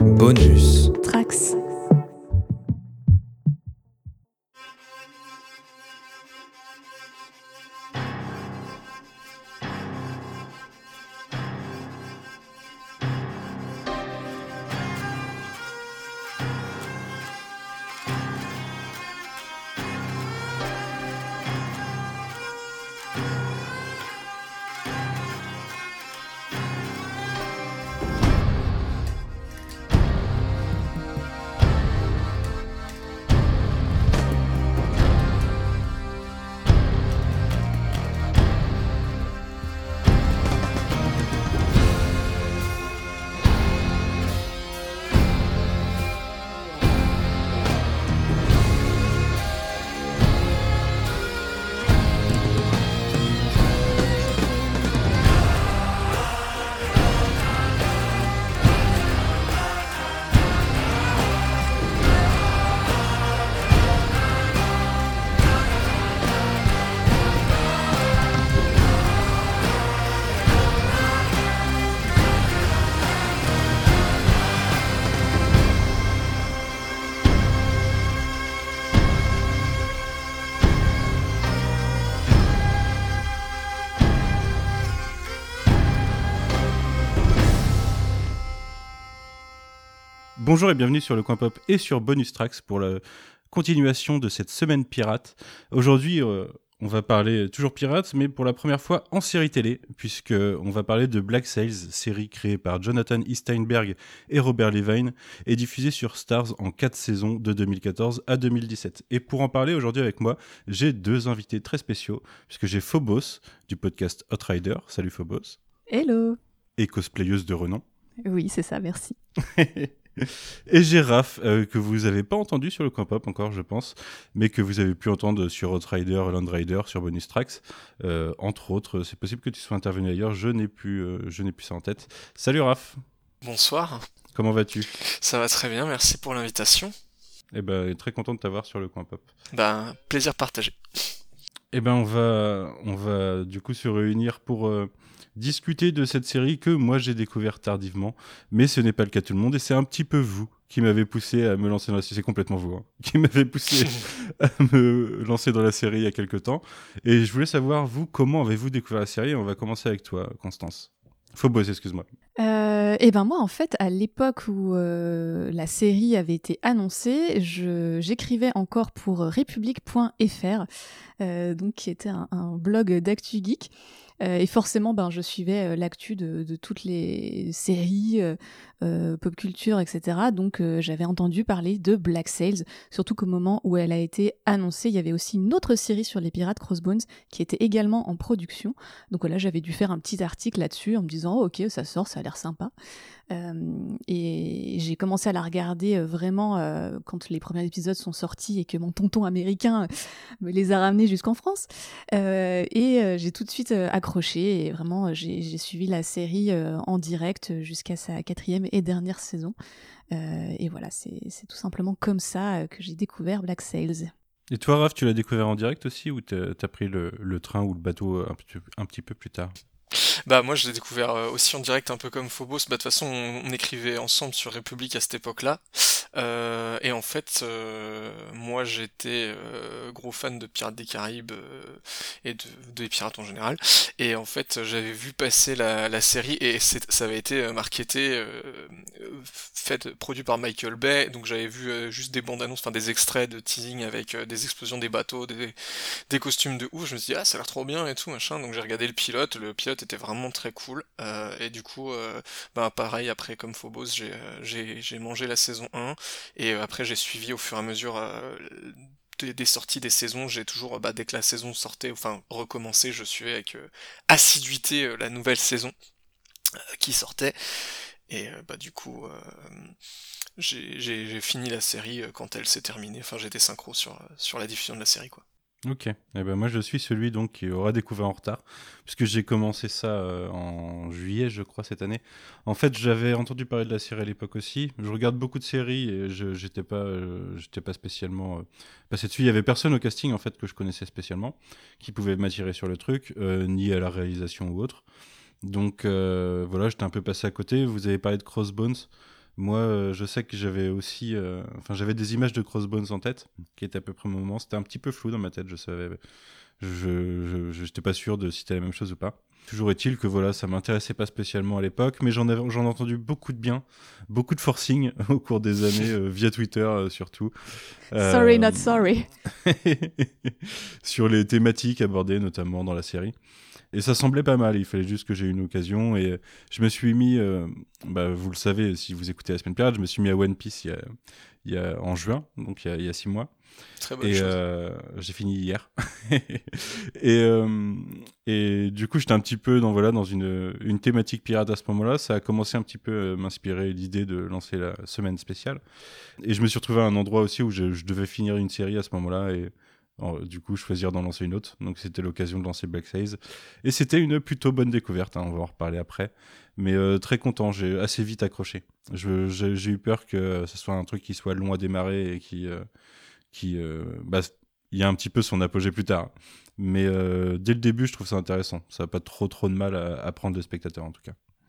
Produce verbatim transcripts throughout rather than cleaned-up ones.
Bonus Trax. Bonjour et bienvenue sur le Coin Pop et sur Bonus Trax pour la continuation de cette semaine pirate. Aujourd'hui, euh, on va parler toujours pirates, mais pour la première fois en série télé, puisqu'on va parler de Black Sails, série créée par Jonathan E. Steinberg et Robert Levine, et diffusée sur Starz en quatre saisons de deux mille quatorze à deux mille dix-sept. Et pour en parler aujourd'hui avec moi, j'ai deux invités très spéciaux, puisque j'ai Phobos du podcast Outrider. Salut Phobos. Hello. Et cosplayeuse de renom. Oui, c'est ça, merci. Et j'ai Raph, euh, que vous n'avez pas entendu sur le Coin Pop encore, je pense, mais que vous avez pu entendre sur Outrider, Land Rider, sur Bonus Trax, euh, entre autres. C'est possible que tu sois intervenu ailleurs, je n'ai plus, euh, je n'ai plus ça en tête. Salut Raph. Bonsoir. Comment vas-tu ? Ça va très bien, merci pour l'invitation. Eh ben, très content de t'avoir sur le Coin Pop. Ben, plaisir partagé. Eh ben, on va, on va du coup se réunir pour euh, discuter de cette série que moi j'ai découverte tardivement, mais ce n'est pas le cas de tout le monde, et c'est un petit peu vous qui m'avez poussé à me lancer dans la série, c'est complètement vous, hein, qui m'avez poussé à me lancer dans la série il y a quelques temps, et je voulais savoir, vous, comment avez-vous découvert la série ? On va commencer avec toi, Constance. Phobos, excuse-moi. Euh, et ben moi, en fait, à l'époque où euh, la série avait été annoncée, je, j'écrivais encore pour République point F R, euh, donc qui était un, un blog d'actu geek. Euh, et forcément, ben, je suivais euh, l'actu de, de toutes les séries, euh, euh, pop culture, et cetera. Donc, euh, j'avais entendu parler de Black Sails, surtout qu'au moment où elle a été annoncée, il y avait aussi une autre série sur les pirates, Crossbones, qui était également en production. Donc voilà, j'avais dû faire un petit article là-dessus en me disant oh, « Ok, ça sort, ça a l'air sympa ». Euh, et j'ai commencé à la regarder euh, vraiment euh, quand les premiers épisodes sont sortis et que mon tonton américain me les a ramenés jusqu'en France. Euh, et euh, j'ai tout de suite euh, accroché et vraiment j'ai, j'ai suivi la série euh, en direct jusqu'à sa quatrième et dernière saison. Euh, et voilà, c'est, c'est tout simplement comme ça euh, que j'ai découvert Black Sails. Et toi, Raph, tu l'as découvert en direct aussi, ou t'as, t'as pris le, le train ou le bateau un petit, un petit peu plus tard ? Bah moi je l'ai découvert euh, aussi en direct, un peu comme Phobos. Bah de toute façon on, on écrivait ensemble sur République à cette époque-là. Euh, et en fait euh, moi j'étais euh, gros fan de Pirates des Caraïbes euh, et de, des pirates en général. Et en fait j'avais vu passer la, la série et c'est, ça avait été euh, marketé, euh, fait, produit par Michael Bay. Donc j'avais vu euh, juste des bandes annonces, enfin des extraits de teasing avec euh, des explosions des bateaux, des, des costumes de ouf. Je me suis dit ah ça a l'air trop bien et tout machin. Donc j'ai regardé le pilote, le pilote était vraiment très cool, euh, et du coup euh, bah pareil, après comme Phobos j'ai, euh, j'ai, j'ai mangé la saison un et euh, après j'ai suivi au fur et à mesure euh, des, des sorties des saisons. J'ai toujours, bah, dès que la saison sortait, enfin recommençait, je suivais avec euh, assiduité euh, la nouvelle saison euh, qui sortait, et euh, bah du coup euh, j'ai, j'ai, j'ai fini la série euh, quand elle s'est terminée, enfin j'étais synchro sur, sur la diffusion de la série quoi. Ok, eh ben moi je suis celui donc qui aura découvert en retard, puisque j'ai commencé ça euh, en juillet je crois cette année. En fait j'avais entendu parler de la série à l'époque aussi, je regarde beaucoup de séries et je, j'étais, pas, euh, j'étais pas spécialement euh, passé dessus, il y avait personne au casting en fait que je connaissais spécialement, qui pouvait m'attirer sur le truc, euh, ni à la réalisation ou autre. Donc euh, voilà, j'étais un peu passé à côté. Vous avez parlé de Crossbones. Moi, euh, je sais que j'avais aussi, euh, enfin, j'avais des images de Crossbones en tête, qui étaient à peu près au moment. C'était un petit peu flou dans ma tête, je savais, je, je, je j'étais pas sûr de si c'était la même chose ou pas. Toujours est-il que voilà, ça m'intéressait pas spécialement à l'époque, mais j'en avais, j'en ai entendu beaucoup de bien, beaucoup de forcing au cours des années, euh, via Twitter euh, surtout. Sorry, Euh, not sorry. sur les thématiques abordées notamment dans la série. Et ça semblait pas mal, il fallait juste que j'ai une occasion. Et je me suis mis, euh, bah, vous le savez, si vous écoutez la Semaine Pirate, je me suis mis à One Piece il y a, il y a, en juin, donc il y a, il y a six mois. Très bonne et chose. euh, j'ai fini hier. et, euh, et du coup, j'étais un petit peu dans, voilà, dans une, une thématique pirate à ce moment-là. Ça a commencé un petit peu à m'inspirer l'idée de lancer la semaine spéciale. Et je me suis retrouvé à un endroit aussi où je, je devais finir une série à ce moment-là. Et alors, du coup, choisir d'en lancer une autre. Donc, c'était l'occasion de lancer Black Sails. Et c'était une plutôt bonne découverte. Hein, on va en reparler après. Mais euh, très content. J'ai assez vite accroché. Je, j'ai, j'ai eu peur que ce soit un truc qui soit long à démarrer et qui... Euh, qui euh, bah, il y a un petit peu son apogée plus tard. Mais euh, dès le début, je trouve ça intéressant. Ça n'a pas trop, trop de mal à, à prendre le spectateur, en tout cas.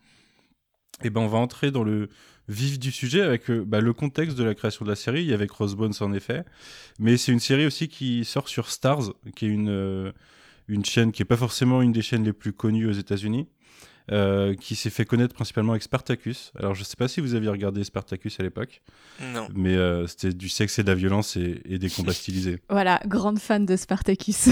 Et ben, on va entrer dans le vif du sujet avec euh, bah, le contexte de la création de la série. Il y avait Crossbones, en effet. Mais c'est une série aussi qui sort sur Starz, qui est une, euh, une chaîne qui n'est pas forcément une des chaînes les plus connues aux États-Unis. Euh, qui s'est fait connaître principalement avec Spartacus. Alors, je ne sais pas si vous aviez regardé Spartacus à l'époque. Non. Mais euh, c'était du sexe et de la violence et, et des combats stylisés. Voilà, grande fan de Spartacus.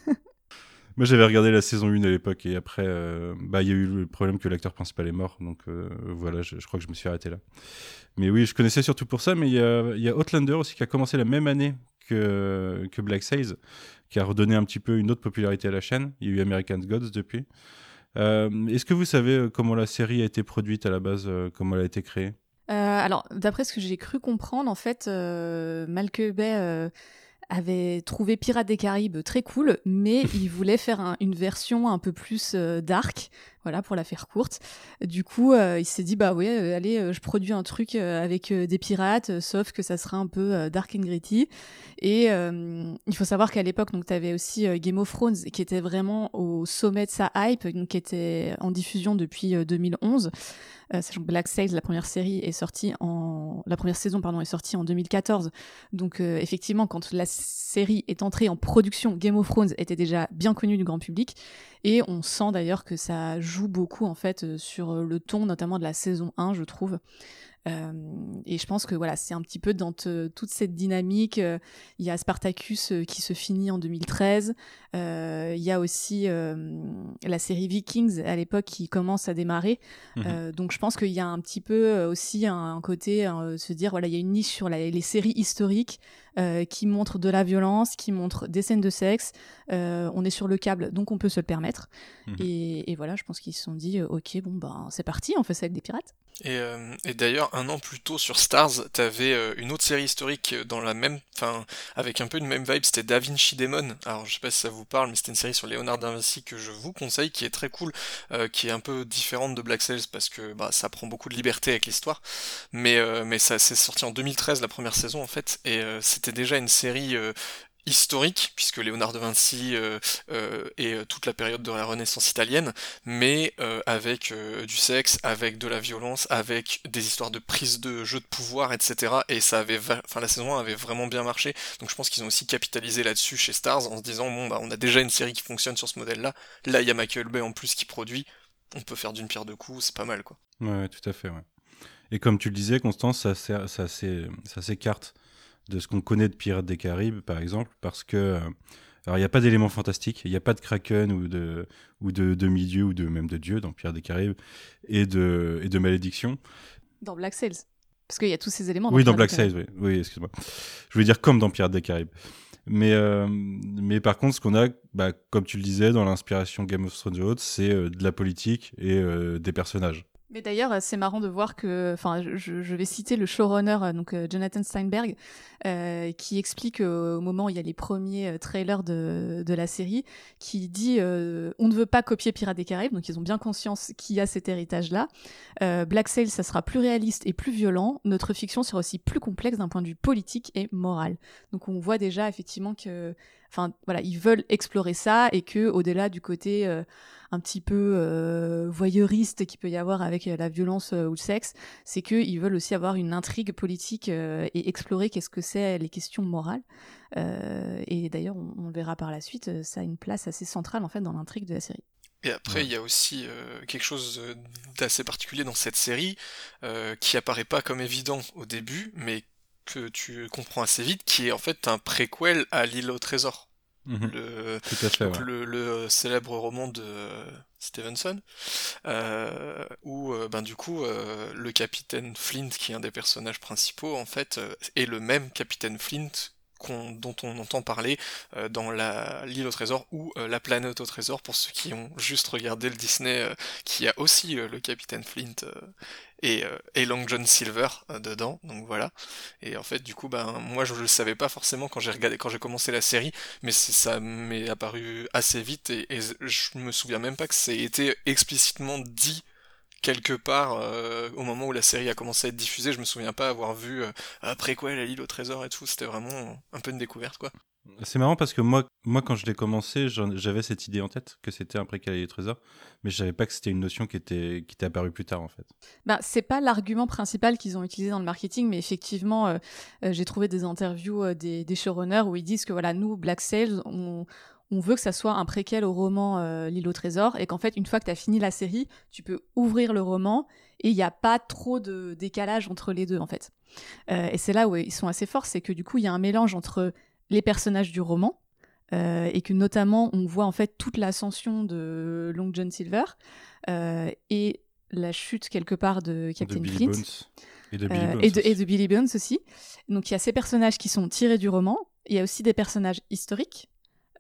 Moi, j'avais regardé la saison un à l'époque et après, euh, bah, il y a eu le problème que l'acteur principal est mort. Donc euh, voilà, je, je crois que je me suis arrêté là. Mais oui, je connaissais surtout pour ça. Mais il y a, y a Outlander aussi qui a commencé la même année que, que Black Sails, qui a redonné un petit peu une autre popularité à la chaîne. Il y a eu American Gods depuis. Euh, est-ce que vous savez comment la série a été produite à la base, euh, comment elle a été créée ? Euh, alors, d'après ce que j'ai cru comprendre, en fait, euh, Malcolm Bay euh, avait trouvé Pirates des Caraïbes très cool, mais il voulait faire un, une version un peu plus euh, dark, voilà, pour la faire courte. Du coup, euh, il s'est dit, bah ouais, euh, allez, euh, je produis un truc euh, avec euh, des pirates, euh, sauf que ça sera un peu euh, dark and gritty. Et euh, il faut savoir qu'à l'époque, donc, t'avais aussi euh, Game of Thrones, qui était vraiment au sommet de sa hype, donc, qui était en diffusion depuis euh, deux mille onze. Euh, sachant que Black Sails, la première série, est sortie en la première saison, pardon, est sortie en deux mille quatorze. Donc euh, effectivement, quand la série est entrée en production, Game of Thrones était déjà bien connu du grand public, et on sent d'ailleurs que ça joue beaucoup en fait sur le ton, notamment de la saison un, je trouve. Euh, et je pense que voilà, c'est un petit peu dans te, toute cette dynamique. Euh, il y a Spartacus euh, qui se finit en deux mille treize. Euh, il y a aussi euh, la série Vikings à l'époque qui commence à démarrer. Mmh. Euh, donc je pense qu'il y a un petit peu aussi un, un côté euh, se dire voilà, il y a une niche sur la, les séries historiques euh, qui montrent de la violence, qui montrent des scènes de sexe. Euh, on est sur le câble, donc on peut se le permettre. Mmh. Et, et voilà, je pense qu'ils se sont dit ok, bon ben c'est parti, on fait ça avec des pirates. Et, euh, et d'ailleurs, un an plus tôt sur Starz, t'avais euh, une autre série historique dans la même, enfin, avec un peu une même vibe, c'était Da Vinci Demon. Alors, je sais pas si ça vous parle, mais c'était une série sur Léonard da Vinci que je vous conseille, qui est très cool, euh, qui est un peu différente de Black Sails parce que bah ça prend beaucoup de liberté avec l'histoire. Mais euh, mais ça c'est sorti en deux mille treize la première saison en fait, et euh, c'était déjà une série euh, historique, puisque Léonard de Vinci euh, euh, et euh, toute la période de la Renaissance italienne, mais euh, avec euh, du sexe, avec de la violence, avec des histoires de prise de jeu de pouvoir, et cetera. Et ça avait, va- enfin la saison un avait vraiment bien marché. Donc je pense qu'ils ont aussi capitalisé là-dessus chez Starz en se disant bon bah on a déjà une série qui fonctionne sur ce modèle-là. Là il y a Michael Bay en plus qui produit. On peut faire d'une pierre deux coups, c'est pas mal quoi. Ouais, tout à fait. Ouais. Et comme tu le disais, Constance, ça, ça, ça, ça s'écarte de ce qu'on connaît de Pirates des Caraïbes, par exemple, parce que euh, alors il n'y a pas d'éléments fantastiques, il n'y a pas de kraken ou de ou de demi-dieu ou de même de dieu dans Pirates des Caraïbes et de et de malédiction. Dans Black Sails, parce qu'il y a tous ces éléments. Dans oui, dans Black Sails, oui, oui, excuse-moi. Je voulais dire comme dans Pirates des Caraïbes. Mais euh, mais par contre, ce qu'on a, bah, comme tu le disais, dans l'inspiration Game of Thrones et autres, c'est euh, de la politique et euh, des personnages. Mais d'ailleurs, c'est marrant de voir que, enfin, je, je vais citer le showrunner, donc euh, Jonathan Steinberg, euh, qui explique euh, au moment où il y a les premiers euh, trailers de, de la série, qui dit euh, on ne veut pas copier Pirates des Caraïbes, donc ils ont bien conscience qu'il y a cet héritage-là. Euh, Black Sails, ça sera plus réaliste et plus violent. Notre fiction sera aussi plus complexe d'un point de vue politique et moral. Donc on voit déjà effectivement que enfin voilà, ils veulent explorer ça et que au-delà du côté euh, un petit peu euh, voyeuriste qu'il peut y avoir avec euh, la violence euh, ou le sexe, c'est qu'ils veulent aussi avoir une intrigue politique euh, et explorer qu'est-ce que c'est les questions morales. Euh, et d'ailleurs, on, on le verra par la suite, ça a une place assez centrale en fait dans l'intrigue de la série. Et après, il ouais. y a aussi euh, quelque chose d'assez particulier dans cette série, euh, qui apparaît pas comme évident au début, mais que tu comprends assez vite, qui est en fait un préquel à l'île au trésor. Mmh. Le, Tout à fait, donc ouais. le, le célèbre roman de Stevenson, euh, où euh, ben du coup euh, le capitaine Flint, qui est un des personnages principaux, en fait, euh, est le même capitaine Flint qu'on, dont on entend parler euh, dans la, l'île au trésor ou euh, la planète au trésor, pour ceux qui ont juste regardé le Disney, euh, qui a aussi euh, le capitaine Flint euh, et, euh, et Long John Silver euh, dedans, donc voilà. Et en fait, du coup, ben moi je le savais pas forcément quand j'ai regardé, quand j'ai commencé la série, mais c'est, ça m'est apparu assez vite et, et je me souviens même pas que ça ait été explicitement dit quelque part euh, au moment où la série a commencé à être diffusée. Je me souviens pas avoir vu euh, après quoi la l'île au trésor et tout. C'était vraiment un peu une découverte, quoi. C'est marrant parce que moi, moi quand je l'ai commencé, j'avais cette idée en tête que c'était un préquel à l'île au trésor, mais je savais pas que c'était une notion qui était qui était apparue plus tard en fait. Ben, c'est pas l'argument principal qu'ils ont utilisé dans le marketing, mais effectivement, euh, euh, j'ai trouvé des interviews euh, des, des showrunners où ils disent que voilà, nous, Black Sails, on, on veut que ça soit un préquel au roman euh, L'île au trésor, et qu'en fait, une fois que tu as fini la série, tu peux ouvrir le roman, et il n'y a pas trop de décalage entre les deux, en fait. Euh, et c'est là où ils sont assez forts, c'est que du coup, il y a un mélange entre les personnages du roman, euh, et que notamment, on voit en fait toute l'ascension de Long John Silver, euh, et la chute quelque part de Captain de Billy Flint. Bones. Et de Billy Euh, Bones et, de, aussi. et de Billy Bones aussi. Donc il y a ces personnages qui sont tirés du roman. Il y a aussi des personnages historiques,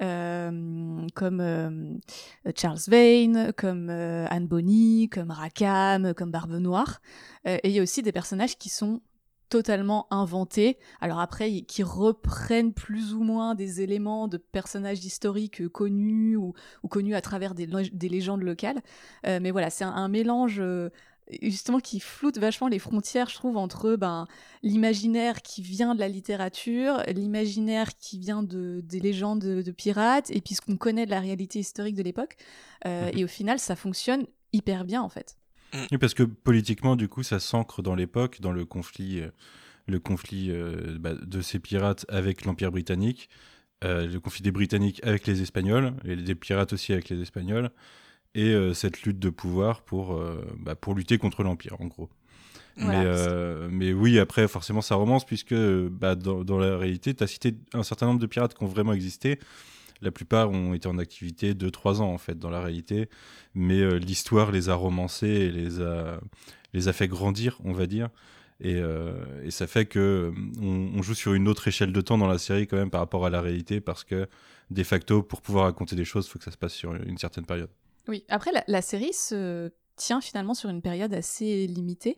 euh, comme euh, Charles Vane, comme euh, Anne Bonny, comme Rackham, comme Barbe Noire. Euh, et il y a aussi des personnages qui sont totalement inventés. Alors après, qui reprennent plus ou moins des éléments de personnages historiques connus ou, ou connus à travers des, des légendes locales. Euh, mais voilà, c'est un, un mélange... Euh, justement qui floute vachement les frontières, je trouve, entre ben, l'imaginaire qui vient de la littérature, l'imaginaire qui vient de, des légendes de, de pirates, et puis ce qu'on connaît de la réalité historique de l'époque. Euh, mmh. Et au final, ça fonctionne hyper bien, en fait. Oui, parce que politiquement, du coup, ça s'ancre dans l'époque, dans le conflit, euh, le conflit euh, bah, de ces pirates avec l'Empire britannique, euh, le conflit des Britanniques avec les Espagnols, et des pirates aussi avec les Espagnols, et euh, cette lutte de pouvoir pour, euh, bah, pour lutter contre l'Empire, en gros. Voilà, mais, euh, mais oui, après, forcément, ça romance, puisque bah, dans, dans la réalité, tu as cité un certain nombre de pirates qui ont vraiment existé. La plupart ont été en activité deux trois ans, en fait, dans la réalité. Mais euh, l'histoire les a romancés et les a, les a fait grandir, on va dire. Et, euh, et ça fait qu'on on joue sur une autre échelle de temps dans la série, quand même, par rapport à la réalité, parce que, de facto, pour pouvoir raconter des choses, il faut que ça se passe sur une certaine période. Oui, après, la, la série se tient finalement sur une période assez limitée.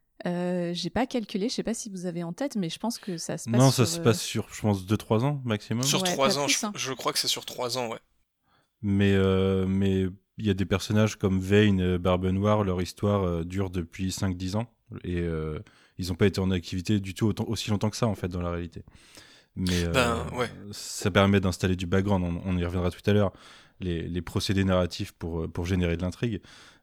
Euh, j'ai pas calculé, je sais pas si vous avez en tête, mais je pense que ça se passe non, sur... ça se passe sur, je pense, deux trois ans maximum. Sur ouais, trois ans, plus, je, hein. je crois que c'est sur trois ans, ouais. Mais euh, mais il y a des personnages comme Vane et Barbe Noire, leur histoire euh, dure depuis cinq dix ans, et euh, ils n'ont pas été en activité du tout autant, aussi longtemps que ça, en fait, dans la réalité. Mais euh, ben, ouais. ça permet d'installer du background, on, on y reviendra tout à l'heure, les, les procédés narratifs pour, pour générer de l'intrigue.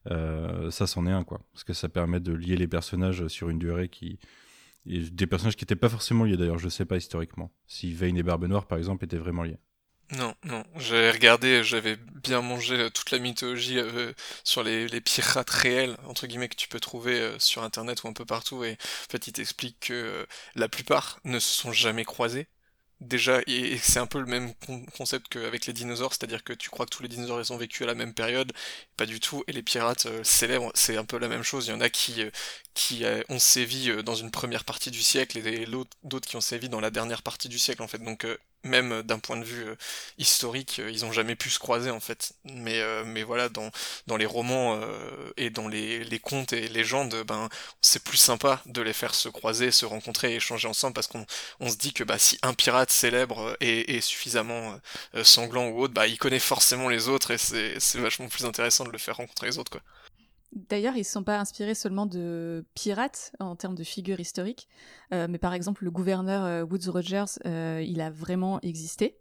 Euh, ça, c'en est un, quoi. Parce que ça permet de lier les personnages sur une durée qui... Et des personnages qui n'étaient pas forcément liés, d'ailleurs, je ne sais pas historiquement. Si Vane et Barbe Noire, par exemple, étaient vraiment liés. Non, non, j'avais regardé, j'avais bien mangé toute la mythologie euh, sur les, les pirates réels, entre guillemets, que tu peux trouver euh, sur internet ou un peu partout, et en fait, il t'explique que euh, la plupart ne se sont jamais croisés. Déjà, et c'est un peu le même con- concept qu'avec les dinosaures, c'est-à-dire que tu crois que tous les dinosaures ils ont vécu à la même période, pas du tout, et les pirates euh, célèbres, c'est un peu la même chose, il y en a qui, euh, qui euh, ont sévi euh, dans une première partie du siècle, et l'autre- d'autres qui ont sévi dans la dernière partie du siècle, en fait, donc euh, même euh, d'un point de vue euh, historique, euh, ils ont jamais pu se croiser, en fait, mais, euh, mais voilà, dans, dans les romans euh, et dans les, les contes et légendes, ben, c'est plus sympa de les faire se croiser, se rencontrer et échanger ensemble, parce qu'on on se dit que bah, si un pirate célèbre est, est suffisamment euh, sanglant ou autre, bah il connaît forcément les autres et c'est, c'est vachement plus intéressant de le faire rencontrer les autres, quoi. D'ailleurs, ils ne sont pas inspirés seulement de pirates en termes de figures historiques, euh, mais par exemple, le gouverneur euh, Woodes Rogers, euh, il a vraiment existé.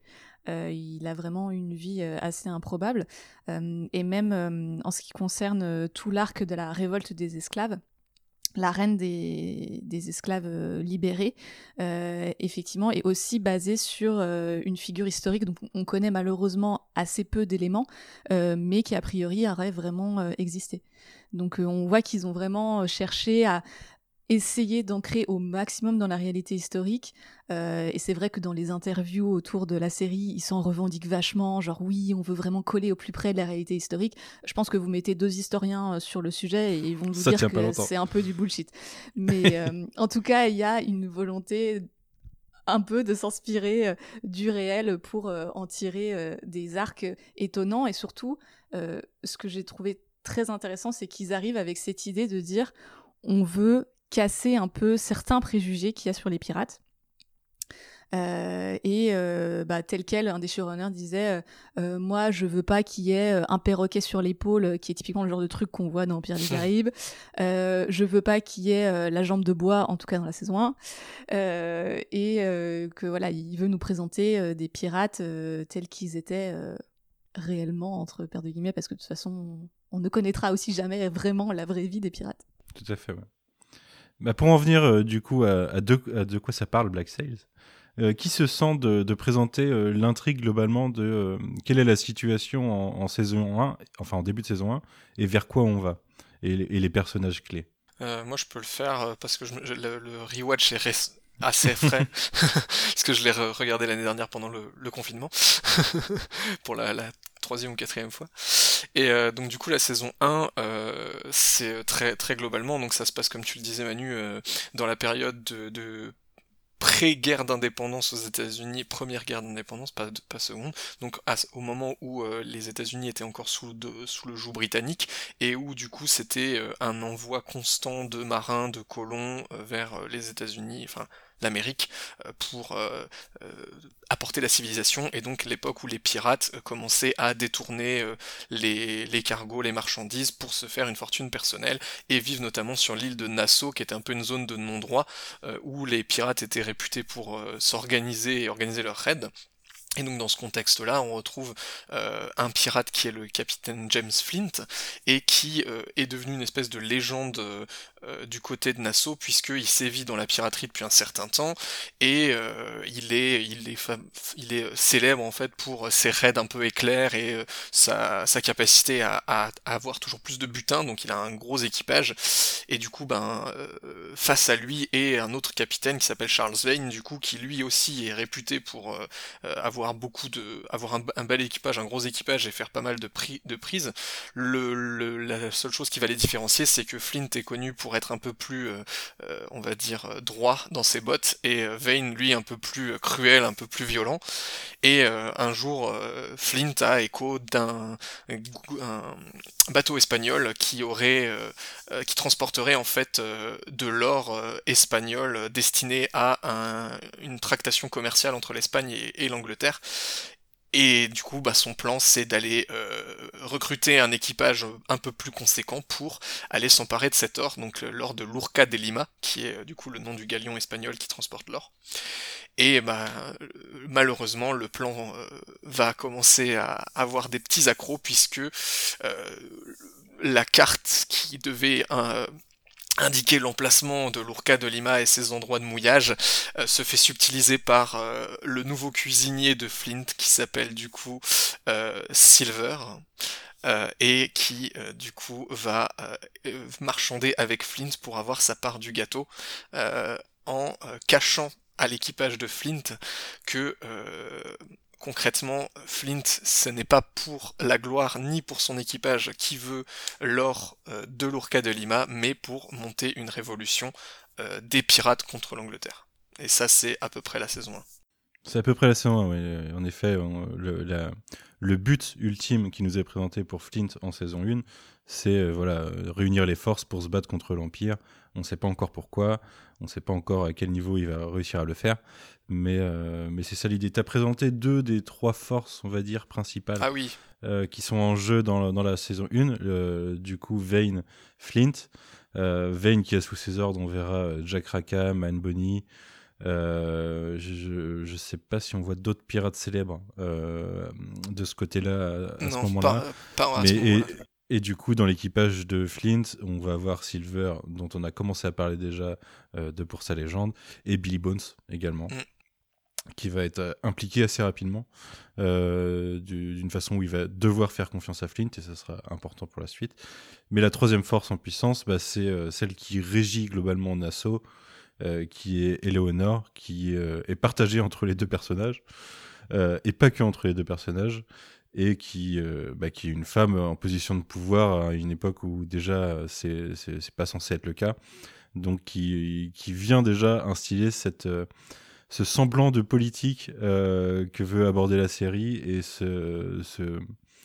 Euh, il a vraiment une vie euh, assez improbable. Euh, et même euh, en ce qui concerne euh, tout l'arc de la révolte des esclaves, la reine des, des esclaves euh, libérés, euh, effectivement, est aussi basée sur euh, une figure historique dont on connaît malheureusement assez peu d'éléments, euh, mais qui a priori aurait vraiment euh, existé. Donc euh, on voit qu'ils ont vraiment cherché à essayer d'ancrer au maximum dans la réalité historique. Euh, et c'est vrai que dans les interviews autour de la série, ils s'en revendiquent vachement, genre oui, on veut vraiment coller au plus près de la réalité historique. Je pense que vous mettez deux historiens sur le sujet et ils vont vous Ça dire tient pas que longtemps. c'est un peu du bullshit. Mais euh, en tout cas, il y a une volonté un peu de s'inspirer euh, du réel pour euh, en tirer euh, des arcs étonnants. Et surtout, euh, ce que j'ai trouvé très intéressant, c'est qu'ils arrivent avec cette idée de dire on veut casser un peu certains préjugés qu'il y a sur les pirates. Euh, et euh, bah, tel quel, un des showrunners disait euh, moi je veux pas qu'il y ait un perroquet sur l'épaule, qui est typiquement le genre de truc qu'on voit dans Pirates des Caraïbes. euh, je veux pas qu'il y ait euh, la jambe de bois, en tout cas dans la saison un. Euh, et euh, que voilà, il veut nous présenter euh, des pirates euh, tels qu'ils étaient euh, réellement, entre paires de guillemets, parce que de toute façon on, on ne connaîtra aussi jamais vraiment la vraie vie des pirates. Tout à fait, ouais. Bah pour en venir euh, du coup à, à, de, à de quoi ça parle Black Sails, euh, qui se sent de, de présenter euh, l'intrigue globalement de euh, quelle est la situation en, en saison un, enfin en début de saison un, et vers quoi on va, et, et les personnages clés. Euh, moi, je peux le faire euh, parce que je, me- je- le, le rewatch est res- assez frais, parce que je l'ai re- regardé l'année dernière pendant le, le confinement, pour la, la troisième ou quatrième fois. Et euh, donc du coup, la saison un, euh, c'est très très globalement, donc ça se passe comme tu le disais Manu, euh, dans la période de, de pré-guerre d'indépendance aux États-Unis, première guerre d'indépendance, pas, pas seconde, donc à, au moment où euh, les États-Unis étaient encore sous, de, sous le joug britannique, et où du coup c'était euh, un envoi constant de marins, de colons euh, vers euh, les États-Unis, enfin l'Amérique, euh, pour euh, euh, apporter la civilisation, et donc l'époque où les pirates euh, commençaient à détourner euh, les, les cargos, les marchandises pour se faire une fortune personnelle, et vivent notamment sur l'île de Nassau, qui était un peu une zone de non-droit, euh, où les pirates étaient réputés pour euh, s'organiser et organiser leurs raids. Et donc dans ce contexte-là, on retrouve euh, un pirate qui est le capitaine James Flint, et qui euh, est devenu une espèce de légende euh, du côté de Nassau, puisqu'il sévit dans la piraterie depuis un certain temps, et euh, il est, il est, fam- il est célèbre en fait pour ses raids un peu éclairs et euh, sa, sa capacité à, à, à avoir toujours plus de butin, donc il a un gros équipage, et du coup, ben, euh, face à lui est un autre capitaine qui s'appelle Charles Vane, du coup, qui lui aussi est réputé pour euh, euh, avoir beaucoup de, avoir un, un bel équipage, un gros équipage et faire pas mal de, pri- de prises. Le, le, la seule chose qui va les différencier, c'est que Flint est connu pour être un peu plus, euh, euh, on va dire, droit dans ses bottes, et euh, Vane, lui, un peu plus cruel, un peu plus violent. Et euh, un jour, euh, Flint a écho d'un un bateau espagnol qui aurait, euh, euh, qui transporterait en fait euh, de l'or euh, espagnol euh, destiné à un, une tractation commerciale entre l'Espagne et, et l'Angleterre. Et du coup, bah, son plan, c'est d'aller euh, recruter un équipage un peu plus conséquent pour aller s'emparer de cet or, donc l'or de l'Urca de Lima, qui est euh, du coup le nom du galion espagnol qui transporte l'or. Et bah, malheureusement, le plan euh, va commencer à avoir des petits accros, puisque euh, la carte qui devait euh, indiquer l'emplacement de l'Urca de Lima et ses endroits de mouillage euh, se fait subtiliser par euh, le nouveau cuisinier de Flint, qui s'appelle du coup euh, Silver, euh, et qui euh, du coup va euh, marchander avec Flint pour avoir sa part du gâteau, euh, en euh, cachant à l'équipage de Flint que euh, concrètement, Flint, ce n'est pas pour la gloire ni pour son équipage qui veut l'or euh, de l'Urca de Lima, mais pour monter une révolution euh, des pirates contre l'Angleterre. Et ça, c'est à peu près la saison un. C'est à peu près la saison un, oui. En effet, on, le, la, le but ultime qui nous est présenté pour Flint en saison un, c'est euh, voilà, réunir les forces pour se battre contre l'Empire. On ne sait pas encore pourquoi, on ne sait pas encore à quel niveau il va réussir à le faire, mais, euh, mais c'est ça l'idée. Tu as présenté deux des trois forces, on va dire, principales, ah oui. euh, qui sont en jeu dans, dans la saison un. Le, du coup, Vane, Flint. Euh, Vane qui a sous ses ordres, on verra Jack Rackham, Anne Bonny, Euh, je je sais pas si on voit d'autres pirates célèbres euh, de ce côté-là à, à ce Non, moment-là. pas, pas à Mais ce et, moment-là. et du coup, dans l'équipage de Flint, on va voir Silver, dont on a commencé à parler déjà euh, de Pour sa légende, et Billy Bones également, Mm. qui va être euh, impliqué assez rapidement, euh, du- d'une façon où il va devoir faire confiance à Flint, et ça sera important pour la suite. Mais la troisième force en puissance, bah, c'est euh, celle qui régit globalement Nassau, euh, qui est Eleanor, qui euh, est partagée entre les deux personnages, euh, et pas que entre les deux personnages, et qui, euh, bah, qui est une femme en position de pouvoir à une époque où déjà c'est, c'est, c'est pas censé être le cas, donc qui, qui vient déjà instiller cette, euh, ce semblant de politique euh, que veut aborder la série, et ce, ce,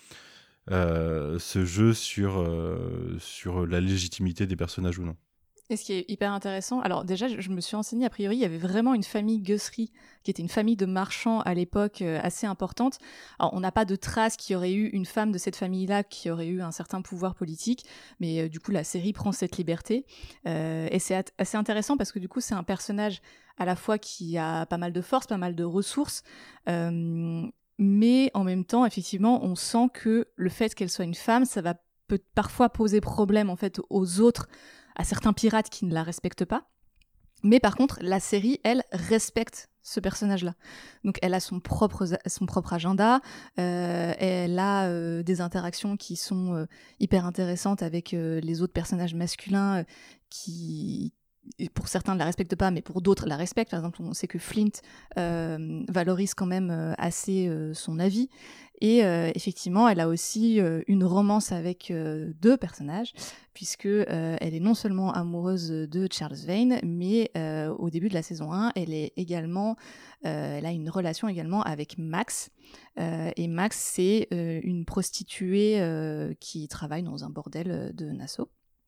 euh, ce jeu sur, euh, sur la légitimité des personnages ou non. Et ce qui est hyper intéressant, alors déjà, je, je me suis renseignée, a priori, il y avait vraiment une famille Guthrie, qui était une famille de marchands à l'époque euh, assez importante. Alors, on n'a pas de traces qu'il y aurait eu une femme de cette famille-là qui aurait eu un certain pouvoir politique, mais euh, du coup, la série prend cette liberté. Euh, et c'est at- assez intéressant parce que du coup, c'est un personnage à la fois qui a pas mal de force, pas mal de ressources, euh, mais en même temps, effectivement, on sent que le fait qu'elle soit une femme, ça va peut parfois poser problème en fait aux autres, à certains pirates qui ne la respectent pas. Mais par contre, la série, elle, respecte ce personnage-là. Donc elle a son propre, son propre agenda, euh, elle a euh, des interactions qui sont euh, hyper intéressantes avec euh, les autres personnages masculins euh, qui, pour certains, ne la respectent pas, mais pour d'autres, la respectent. Par exemple, on sait que Flint euh, valorise quand même euh, assez euh, son avis. Et euh, effectivement, elle a aussi euh, une romance avec euh, deux personnages, puisque euh, elle est non seulement amoureuse de Charles Vane, mais euh, au début de la saison un, elle est également, euh, elle a une relation également avec Max. Euh, et Max, c'est euh, une prostituée euh, qui travaille dans un bordel de Nassau.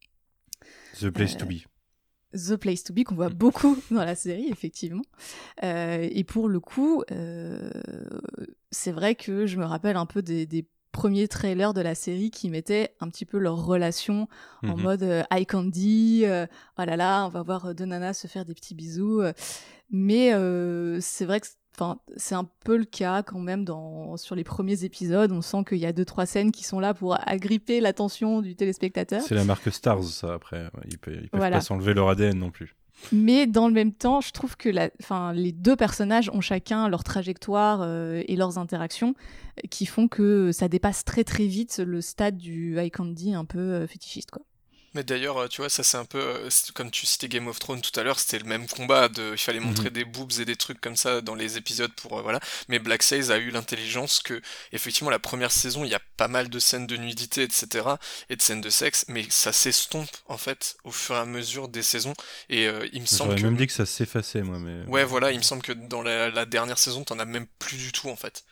The Place Euh, to Be. The Place to Be, qu'on voit beaucoup dans la série, effectivement. Euh, et pour le coup, euh, c'est vrai que je me rappelle un peu des, des premiers trailers de la série qui mettaient un petit peu leur relation mm-hmm. en mode euh, eye candy, euh, oh là là, on va voir deux nanas se faire des petits bisous. Euh, mais euh, c'est vrai que Enfin, c'est un peu le cas quand même dans, sur les premiers épisodes. On sent qu'il y a deux, trois scènes qui sont là pour agripper l'attention du téléspectateur. C'est la marque Stars, ça, après. Ils peuvent, ils peuvent voilà. pas s'enlever leur A D N non plus. Mais dans le même temps, je trouve que la, les deux personnages ont chacun leur trajectoire euh, et leurs interactions qui font que ça dépasse très très vite le stade du eye candy un peu euh, fétichiste, quoi. Mais d'ailleurs, tu vois, ça c'est un peu, comme tu citais Game of Thrones tout à l'heure, c'était le même combat, de, il fallait montrer mmh. des boobs et des trucs comme ça dans les épisodes pour, euh, voilà. Mais Black Sails a eu l'intelligence que, effectivement, la première saison, il y a pas mal de scènes de nudité, et cetera, et de scènes de sexe, mais ça s'estompe, en fait, au fur et à mesure des saisons, et euh, il me semble J'aurais que... même dit que ça s'effaçait, moi, mais... Ouais, voilà, il me semble que dans la, la dernière saison, t'en as même plus du tout, en fait.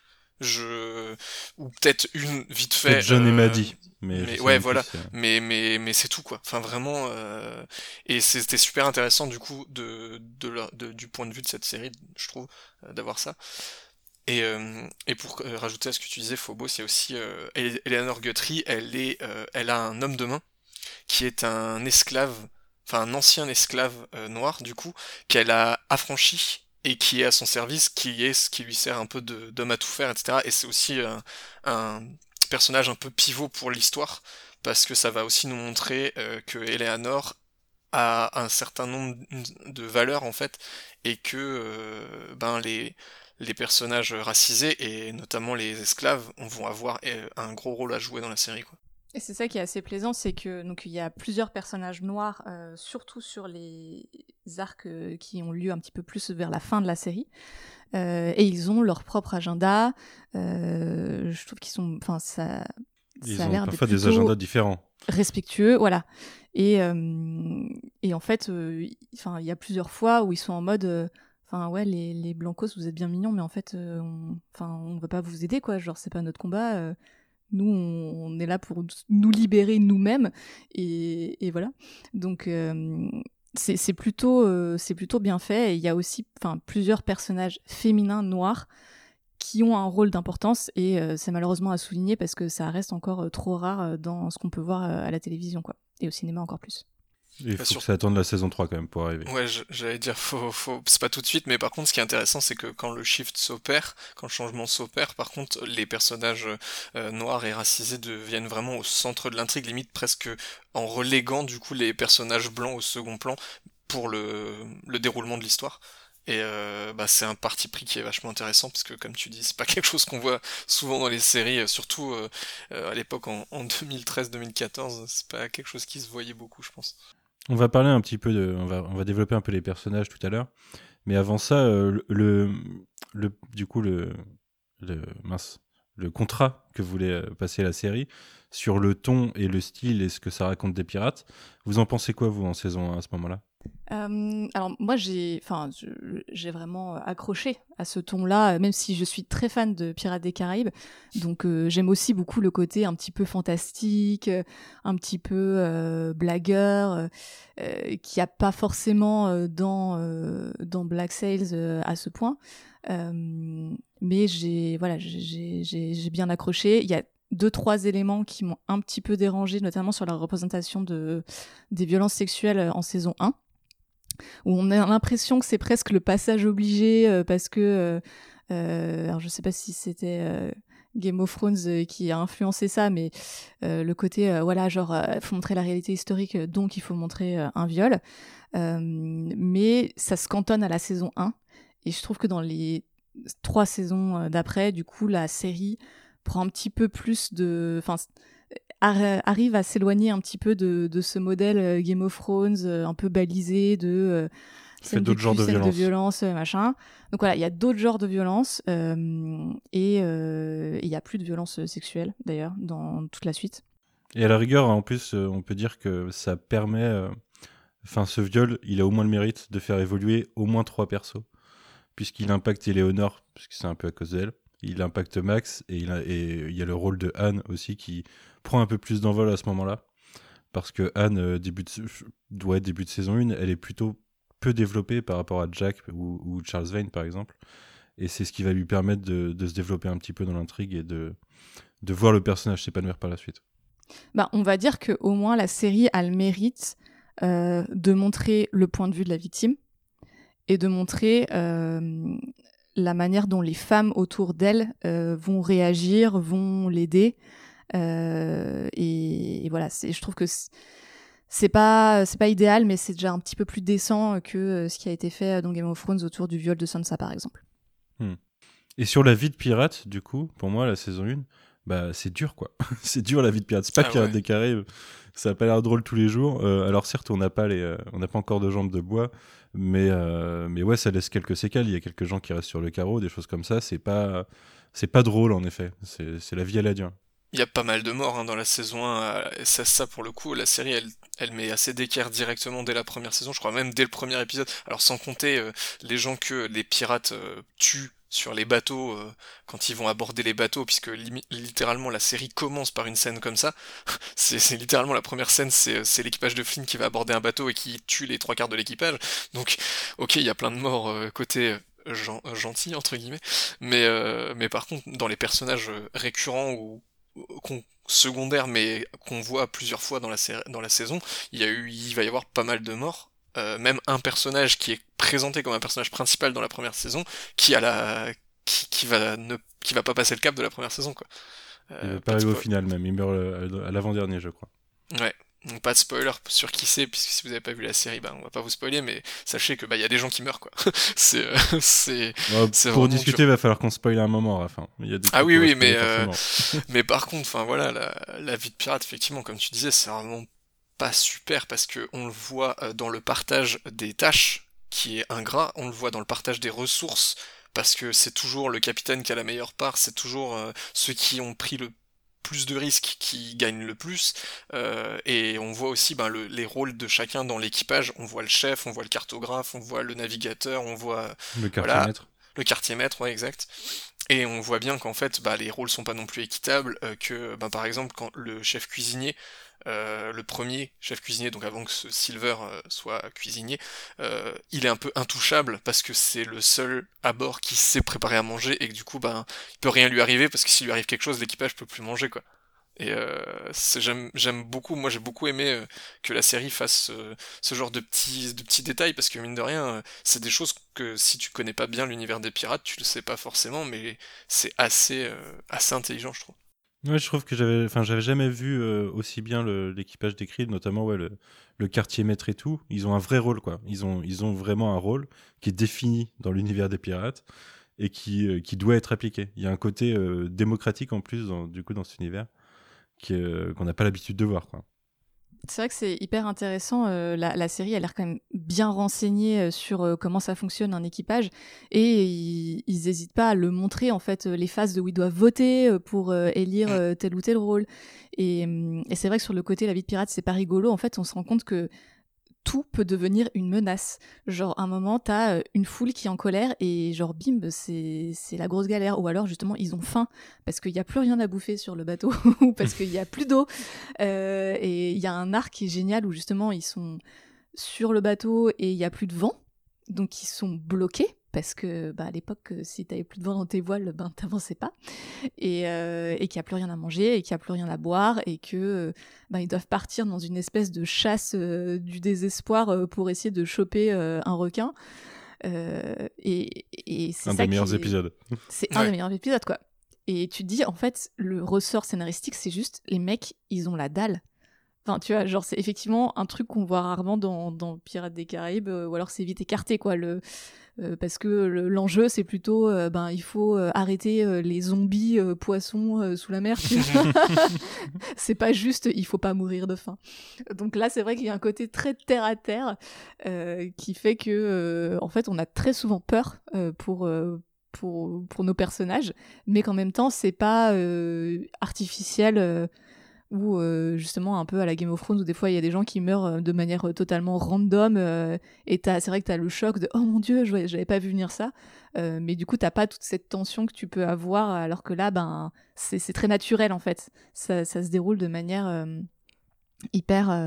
Je ou peut-être une vite fait John euh... et Maddie mais, mais ouais voilà c'est... mais mais mais c'est tout quoi, enfin vraiment euh... et c'était super intéressant du coup de, de, la, de du point de vue de cette série, je trouve, euh, d'avoir ça. Et, euh, et pour euh, rajouter à ce que tu disais, Phobos, il y a aussi euh, Eleanor Guthrie, elle est euh, elle a un homme de main qui est un esclave, enfin un ancien esclave euh, noir du coup, qu'elle a affranchi et qui est à son service, qui est ce qui lui sert un peu de, d'homme à tout faire, et cetera. Et c'est aussi euh, un personnage un peu pivot pour l'histoire, parce que ça va aussi nous montrer euh, que Eleanor a un certain nombre de valeurs, en fait, et que euh, ben les, les personnages racisés, et notamment les esclaves, vont avoir euh, un gros rôle à jouer dans la série, quoi. Et c'est ça qui est assez plaisant, c'est que donc il y a plusieurs personnages noirs, euh, surtout sur les arcs euh, qui ont lieu un petit peu plus vers la fin de la série, euh, et ils ont leur propre agenda. Euh, je trouve qu'ils sont, enfin ça, ils ça a ont l'air parfois d'être des agendas différents, respectueux, voilà. Et euh, et en fait, enfin euh, il y a plusieurs fois où ils sont en mode Enfin, ouais, les, les blancos, vous êtes bien mignons, mais en fait, euh, on, on va pas vous aider, quoi. Genre, c'est pas notre combat. Euh, nous, on, on est là pour nous libérer nous-mêmes. Et, et voilà. Donc, euh, c'est, c'est, plutôt, euh, c'est plutôt bien fait. Et il y a aussi plusieurs personnages féminins noirs qui ont un rôle d'importance. Et euh, c'est malheureusement à souligner parce que ça reste encore euh, trop rare dans ce qu'on peut voir euh, à la télévision, quoi. Et au cinéma encore plus. Il Pas faut sûr. que ça attende la saison trois quand même pour arriver. Ouais, je- j'allais dire, faut, faut, c'est pas tout de suite, mais par contre, ce qui est intéressant, c'est que quand le shift s'opère, quand le changement s'opère, par contre, les personnages euh, noirs et racisés deviennent vraiment au centre de l'intrigue, limite presque en reléguant du coup les personnages blancs au second plan pour le, le déroulement de l'histoire. Et euh, bah, c'est un parti pris qui est vachement intéressant parce que comme tu dis, c'est pas quelque chose qu'on voit souvent dans les séries, euh, surtout euh, euh, à l'époque en, en deux mille treize deux mille quatorze, c'est pas quelque chose qui se voyait beaucoup, je pense. On va parler un petit peu de, on va, on va développer un peu les personnages tout à l'heure, mais avant ça, euh, le, le, du coup le, le mince, le contrat que voulait euh, passer la série sur le ton et le style et ce que ça raconte des pirates. Vous en pensez quoi vous en saison un à ce moment-là? Euh, alors moi j'ai, enfin je- j'ai vraiment accroché à ce ton-là, euh, même si je suis très fan de Pirates des Caraïbes. Donc euh, j'aime aussi beaucoup le côté un petit peu fantastique, euh, un petit peu euh, blagueur, euh, euh, qu'il n'y a pas forcément euh, dans euh, dans Black Sails euh, à ce point. Euh, mais j'ai voilà j'ai j'ai j'ai j'ai bien accroché. Il y a deux trois éléments qui m'ont un petit peu dérangé, notamment sur la représentation de des violences sexuelles en saison un, où on a l'impression que c'est presque le passage obligé euh, parce que euh, euh, alors je sais pas si c'était euh, Game of Thrones euh, qui a influencé ça, mais euh, le côté euh, voilà genre il faut montrer la réalité historique, euh, donc il faut montrer euh, un viol. Euh, mais ça se cantonne à la saison un, et je trouve que dans les trois saisons euh, d'après, du coup la série prend un petit peu plus de, enfin arri- arrive à s'éloigner un petit peu de, de ce modèle euh, Game of Thrones euh, un peu balisé de euh, Fait scène de d'autres genres cul, de scène de violence. violence, euh, machin. Donc voilà, il y a d'autres genres de violence, euh, et euh, il y a plus de violence sexuelle d'ailleurs dans toute la suite. Et à la rigueur, en plus, euh, on peut dire que ça permet, euh, enfin, ce viol, il a au moins le mérite de faire évoluer au moins trois persos, puisqu'il impacte Eleonore, puisque c'est un peu à cause d'elle. Il impacte Max et il, a- et il y a le rôle de Anne aussi qui prend un peu plus d'envol à ce moment-là. Parce que Anne, euh, début de, ouais, début de saison un, elle est plutôt peu développée par rapport à Jack ou, ou Charles Vane par exemple. Et c'est ce qui va lui permettre de, de se développer un petit peu dans l'intrigue et de, de voir le personnage s'épanouir par la suite. Bah, on va dire que au moins la série a le mérite euh, de montrer le point de vue de la victime et de montrer euh, la manière dont les femmes autour d'elle euh, vont réagir, vont l'aider. Euh, et, et voilà, c'est, je trouve que c'est, c'est pas c'est pas idéal, mais c'est déjà un petit peu plus décent que euh, ce qui a été fait dans Game of Thrones autour du viol de Sansa, par exemple. Hmm. Et sur la vie de pirate, du coup, pour moi, la saison un, bah, c'est dur, quoi. C'est dur, la vie de pirate. C'est pas Ah Pirates ouais. des Caraïbes. Ça a pas l'air drôle tous les jours. Euh, alors, certes, on n'a pas, les, euh, on n'a pas encore de jambes de bois, mais, euh, mais ouais, ça laisse quelques séquelles. Il y a quelques gens qui restent sur le carreau, des choses comme ça. C'est pas, c'est pas drôle, en effet. C'est, c'est la vie à la dure. Il y a pas mal de morts hein, dans la saison un. euh, et ça, ça, pour le coup, la série, elle, elle met assez d'équerre directement dès la première saison, je crois même dès le premier épisode. Alors sans compter euh, les gens que les pirates euh, tuent sur les bateaux euh, quand ils vont aborder les bateaux, puisque limi- littéralement la série commence par une scène comme ça. C'est c'est littéralement la première scène, c'est c'est l'équipage de Flynn qui va aborder un bateau et qui tue les trois quarts de l'équipage. Donc, ok, il y a plein de morts euh, côté euh, gen- euh, gentil entre guillemets, mais euh, mais par contre dans les personnages euh, récurrents ou qu'on- secondaires mais qu'on voit plusieurs fois dans la, sé- dans la saison, il y a eu, il va y avoir pas mal de morts. Euh, même un personnage qui est présenté comme un personnage principal dans la première saison, qui a la, qui, qui va ne, qui va pas passer le cap de la première saison quoi. Il Euh, va pas pas de arriver au spoil. final, même. Il meurt euh, à l'avant-dernier, je crois. Ouais. Donc pas de spoiler sur qui c'est, puisque si vous avez pas vu la série, bah on va pas vous spoiler, mais sachez que bah il y a des gens qui meurent quoi. c'est euh, c'est Ouais, c'est pour vraiment discuter, dur. il va falloir qu'on spoile à un moment, à la fin. Il y a des Ah trucs oui qu'on va oui, spoiler mais euh, forcément. mais par contre, enfin voilà, la, la vie de pirate, effectivement, comme tu disais, c'est vraiment pas super parce que on le voit euh, dans le partage des tâches qui est ingrat, on le voit dans le partage des ressources parce que c'est toujours le capitaine qui a la meilleure part, c'est toujours euh, ceux qui ont pris le plus de risques qui gagnent le plus, euh, et on voit aussi ben, le- les rôles de chacun dans l'équipage, on voit le chef, on voit le cartographe, on voit le navigateur, on voit Le quartier voilà maître. le quartier maître, ouais exact. Et on voit bien qu'en fait, bah, les rôles sont pas non plus équitables, euh, que, bah, par exemple, quand le chef cuisinier, euh, le premier chef cuisinier, donc avant que ce Silver euh, soit cuisinier, euh, il est un peu intouchable parce que c'est le seul à bord qui sait préparer à manger et que du coup, bah, il peut rien lui arriver parce que s'il lui arrive quelque chose, l'équipage peut plus manger, quoi. Et euh, c'est, j'aime, j'aime beaucoup, moi j'ai beaucoup aimé euh, que la série fasse euh, ce genre de petits, de petits détails, parce que mine de rien, euh, c'est des choses que si tu connais pas bien l'univers des pirates, tu le sais pas forcément, mais c'est assez, euh, assez intelligent, je trouve. Ouais, je trouve que j'avais, enfin, j'avais jamais vu euh, aussi bien le, l'équipage des Creed, notamment ouais, le, le quartier maître et tout. Ils ont un vrai rôle, quoi. Ils ont, ils ont vraiment un rôle qui est défini dans l'univers des pirates et qui, euh, qui doit être appliqué. Il y a un côté euh, démocratique en plus, dans, du coup, dans cet univers qui, euh, qu'on n'a pas l'habitude de voir, quoi. C'est vrai que c'est hyper intéressant. Euh, la, la série a l'air quand même bien renseignée euh, sur euh, comment ça fonctionne un équipage, et ils n'hésitent pas à le montrer, en fait, euh, les phases de où ils doivent voter euh, pour euh, élire euh, tel ou tel rôle. Et, hum, et c'est vrai que sur le côté la vie de pirate, c'est pas rigolo. En fait, on se rend compte que tout peut devenir une menace. Genre, à un moment, t'as euh, une foule qui est en colère et genre, bim, c'est, c'est la grosse galère. Ou alors, justement, ils ont faim parce qu'il n'y a plus rien à bouffer sur le bateau ou parce qu'il n'y a plus d'eau. Euh, et il y a un arc qui est génial où, justement, ils sont sur le bateau et il n'y a plus de vent. Donc, ils sont bloqués parce que, bah, à l'époque, euh, si t'avais plus de vent dans tes voiles, ben, t'avançais pas. Et, euh, et qu'il n'y a plus rien à manger, et qu'il n'y a plus rien à boire, et que euh, bah, ils doivent partir dans une espèce de chasse euh, du désespoir euh, pour essayer de choper euh, un requin. Euh, et, et c'est Un ça des meilleurs qui est... épisodes. C'est un Ouais. des meilleurs épisodes, quoi. Et tu te dis, en fait, le ressort scénaristique, c'est juste, les mecs, ils ont la dalle. Enfin, tu vois, genre, c'est effectivement un truc qu'on voit rarement dans, dans Pirates des Caraïbes, euh, ou alors c'est vite écarté, quoi. Le, euh, parce que le- l'enjeu, c'est plutôt, euh, ben, il faut euh, arrêter euh, les zombies euh, poissons euh, sous la mer, tu vois. C'est pas juste, il faut pas mourir de faim. Donc là, c'est vrai qu'il y a un côté très terre à terre euh, qui fait que, euh, en fait, on a très souvent peur euh, pour. Euh, pour, pour nos personnages, mais qu'en même temps, c'est pas euh, artificiel euh, ou euh, justement un peu à la Game of Thrones où des fois il y a des gens qui meurent euh, de manière euh, totalement random euh, et t'as- c'est vrai que t'as le choc de oh mon dieu, je- j'avais pas vu venir ça. Euh, mais du coup t'as pas toute cette tension que tu peux avoir alors que là ben c'est c'est très naturel en fait, ça, ça se déroule de manière euh, hyper euh,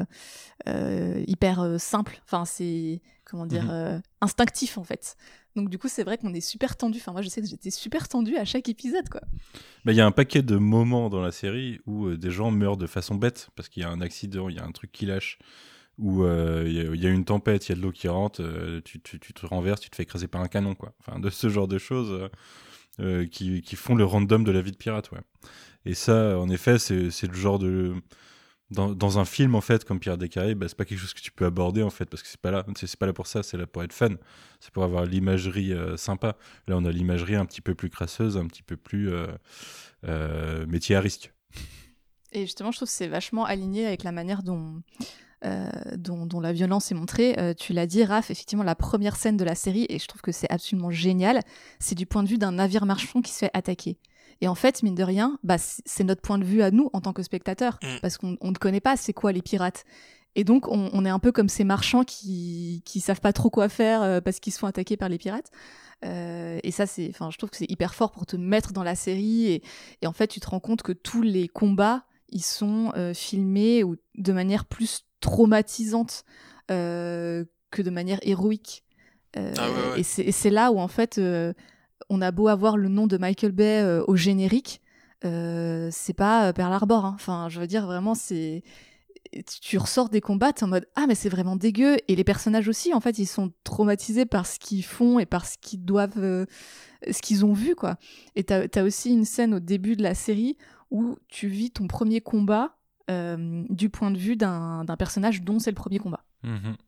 euh, hyper euh, simple, enfin c'est comment dire Mhm. euh, instinctif en fait. Donc du coup c'est vrai qu'on est super tendu, enfin moi je sais que j'étais super tendue à chaque épisode quoi. Bah, il y a un paquet de moments dans la série où euh, des gens meurent de façon bête parce qu'il y a un accident, il y a un truc qui lâche, où euh, il y, a- il y a une tempête, il y a de l'eau qui rentre, euh, tu, tu- tu te renverses, tu te fais écraser par un canon, quoi. Enfin, de ce genre de choses euh, euh, qui, qui font le random de la vie de pirate, ouais. Et ça, en effet, c'est, c'est le genre de... Dans, dans un film, en fait, comme Pirates des Caraïbes, bah, c'est pas quelque chose que tu peux aborder, en fait, parce que c'est pas là, c'est, c'est pas là pour ça, c'est là pour être fun. C'est pour avoir l'imagerie euh, sympa. Là, on a l'imagerie un petit peu plus crasseuse, un petit peu plus euh, euh, métier à risque. Et justement, je trouve que c'est vachement aligné avec la manière dont, euh, dont, dont la violence est montrée. Euh, tu l'as dit, Raph, effectivement, la première scène de la série, et je trouve que c'est absolument génial, c'est du point de vue d'un navire marchand qui se fait attaquer. Et en fait, mine de rien, bah, c- c'est notre point de vue à nous en tant que spectateurs, Mm. parce qu'on on ne connaît pas c'est quoi les pirates. Et donc, on, on est un peu comme ces marchands qui, qui savent pas trop quoi faire euh, parce qu'ils se font attaquer par les pirates. Euh, et ça, c'est, enfin, je trouve que c'est hyper fort pour te mettre dans la série. Et, et en fait, tu te rends compte que tous les combats, ils sont euh, filmés ou de manière plus traumatisante euh, que de manière héroïque. Euh, Ah ouais, ouais. et, c'est, et c'est là où, en fait, euh, on a beau avoir le nom de Michael Bay euh, au générique, euh, c'est pas euh, Pearl Harbor. Hein. Enfin, je veux dire, vraiment, c'est. Tu, tu ressors des combats, t'es en mode ah, mais c'est vraiment dégueu. Et les personnages aussi, en fait, ils sont traumatisés par ce qu'ils font et par ce qu'ils doivent. Euh, ce qu'ils ont vu, quoi. Et t'as, t'as aussi une scène au début de la série où tu vis ton premier combat euh, du point de vue d'un, d'un personnage dont c'est le premier combat. Mhm.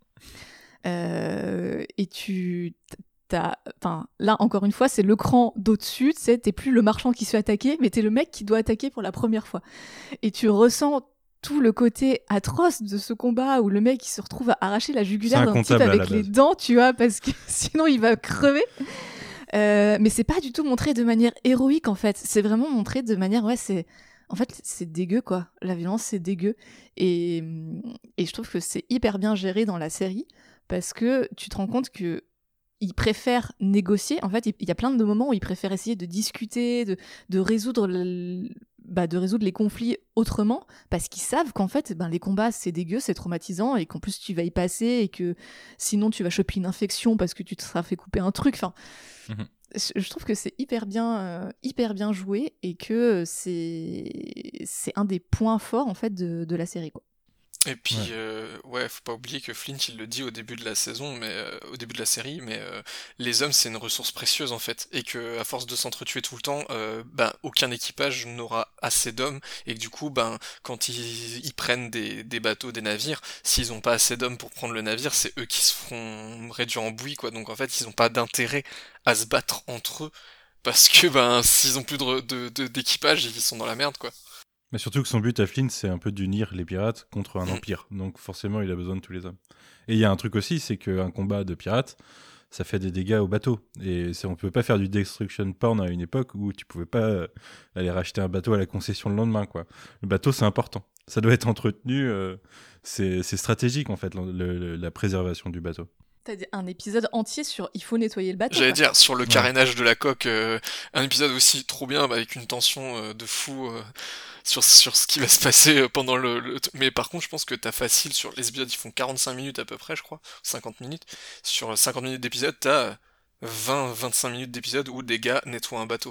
Euh, et tu t'as, enfin là encore une fois c'est le cran d'au-dessus, tu sais, t'es plus le marchand qui se fait attaquer mais t'es le mec qui doit attaquer pour la première fois et tu ressens tout le côté atroce de ce combat où le mec il se retrouve à arracher la jugulaire C'est d'un type incontable à avec la les base. dents, tu vois, parce que sinon il va crever. Euh, mais c'est pas du tout montré de manière héroïque en fait, c'est vraiment montré de manière ouais c'est en fait c'est dégueu quoi, la violence c'est dégueu et, et je trouve que c'est hyper bien géré dans la série parce que tu te rends compte que ils préfèrent négocier. En fait, il y a plein de moments où ils préfèrent essayer de discuter, de, de résoudre le- bah, de résoudre les conflits autrement, parce qu'ils savent qu'en fait, ben, les combats, c'est dégueu, c'est traumatisant, et qu'en plus, tu vas y passer, et que sinon, tu vas choper une infection parce que tu te seras fait couper un truc. Enfin, mmh. je trouve que c'est hyper bien, euh, hyper bien joué, et que c'est, c'est un des points forts, en fait, de, de la série, quoi. Et puis, ouais. Euh, ouais, faut pas oublier que Flint, il le dit au début de la saison, mais euh, au début de la série, mais euh, les hommes, c'est une ressource précieuse en fait, et que à force de s'entretuer tout le temps, euh, ben aucun équipage n'aura assez d'hommes, et que du coup, ben quand ils, ils prennent des, des bateaux, des navires, s'ils ont pas assez d'hommes pour prendre le navire, c'est eux qui se feront réduire en bouillie, quoi. Donc en fait, ils ont pas d'intérêt à se battre entre eux, parce que ben s'ils ont plus de, de, de, d'équipage, ils sont dans la merde, quoi. Mais surtout que son but à Flint, c'est un peu d'unir les pirates contre un mmh. empire. Donc forcément, il a besoin de tous les hommes. Et il y a un truc aussi, c'est qu'un combat de pirates, ça fait des dégâts au bateau. Et c'est, on ne peut pas faire du destruction porn à une époque où tu ne pouvais pas aller racheter un bateau à la concession le lendemain, quoi. Le bateau, c'est important. Ça doit être entretenu. Euh, c'est, c'est stratégique, en fait, le, le, la préservation du bateau. T'as un épisode entier sur il faut nettoyer le bateau. J'allais quoi. dire, sur le carénage ouais. de la coque, euh, un épisode aussi trop bien, bah, avec une tension euh, de fou euh, sur, sur ce qui va se passer pendant le, le... Mais par contre, je pense que t'as facile sur les épisodes, ils font quarante-cinq minutes à peu près, je crois, cinquante minutes. Sur cinquante minutes d'épisode, t'as vingt à vingt-cinq minutes d'épisode où des gars nettoient un bateau.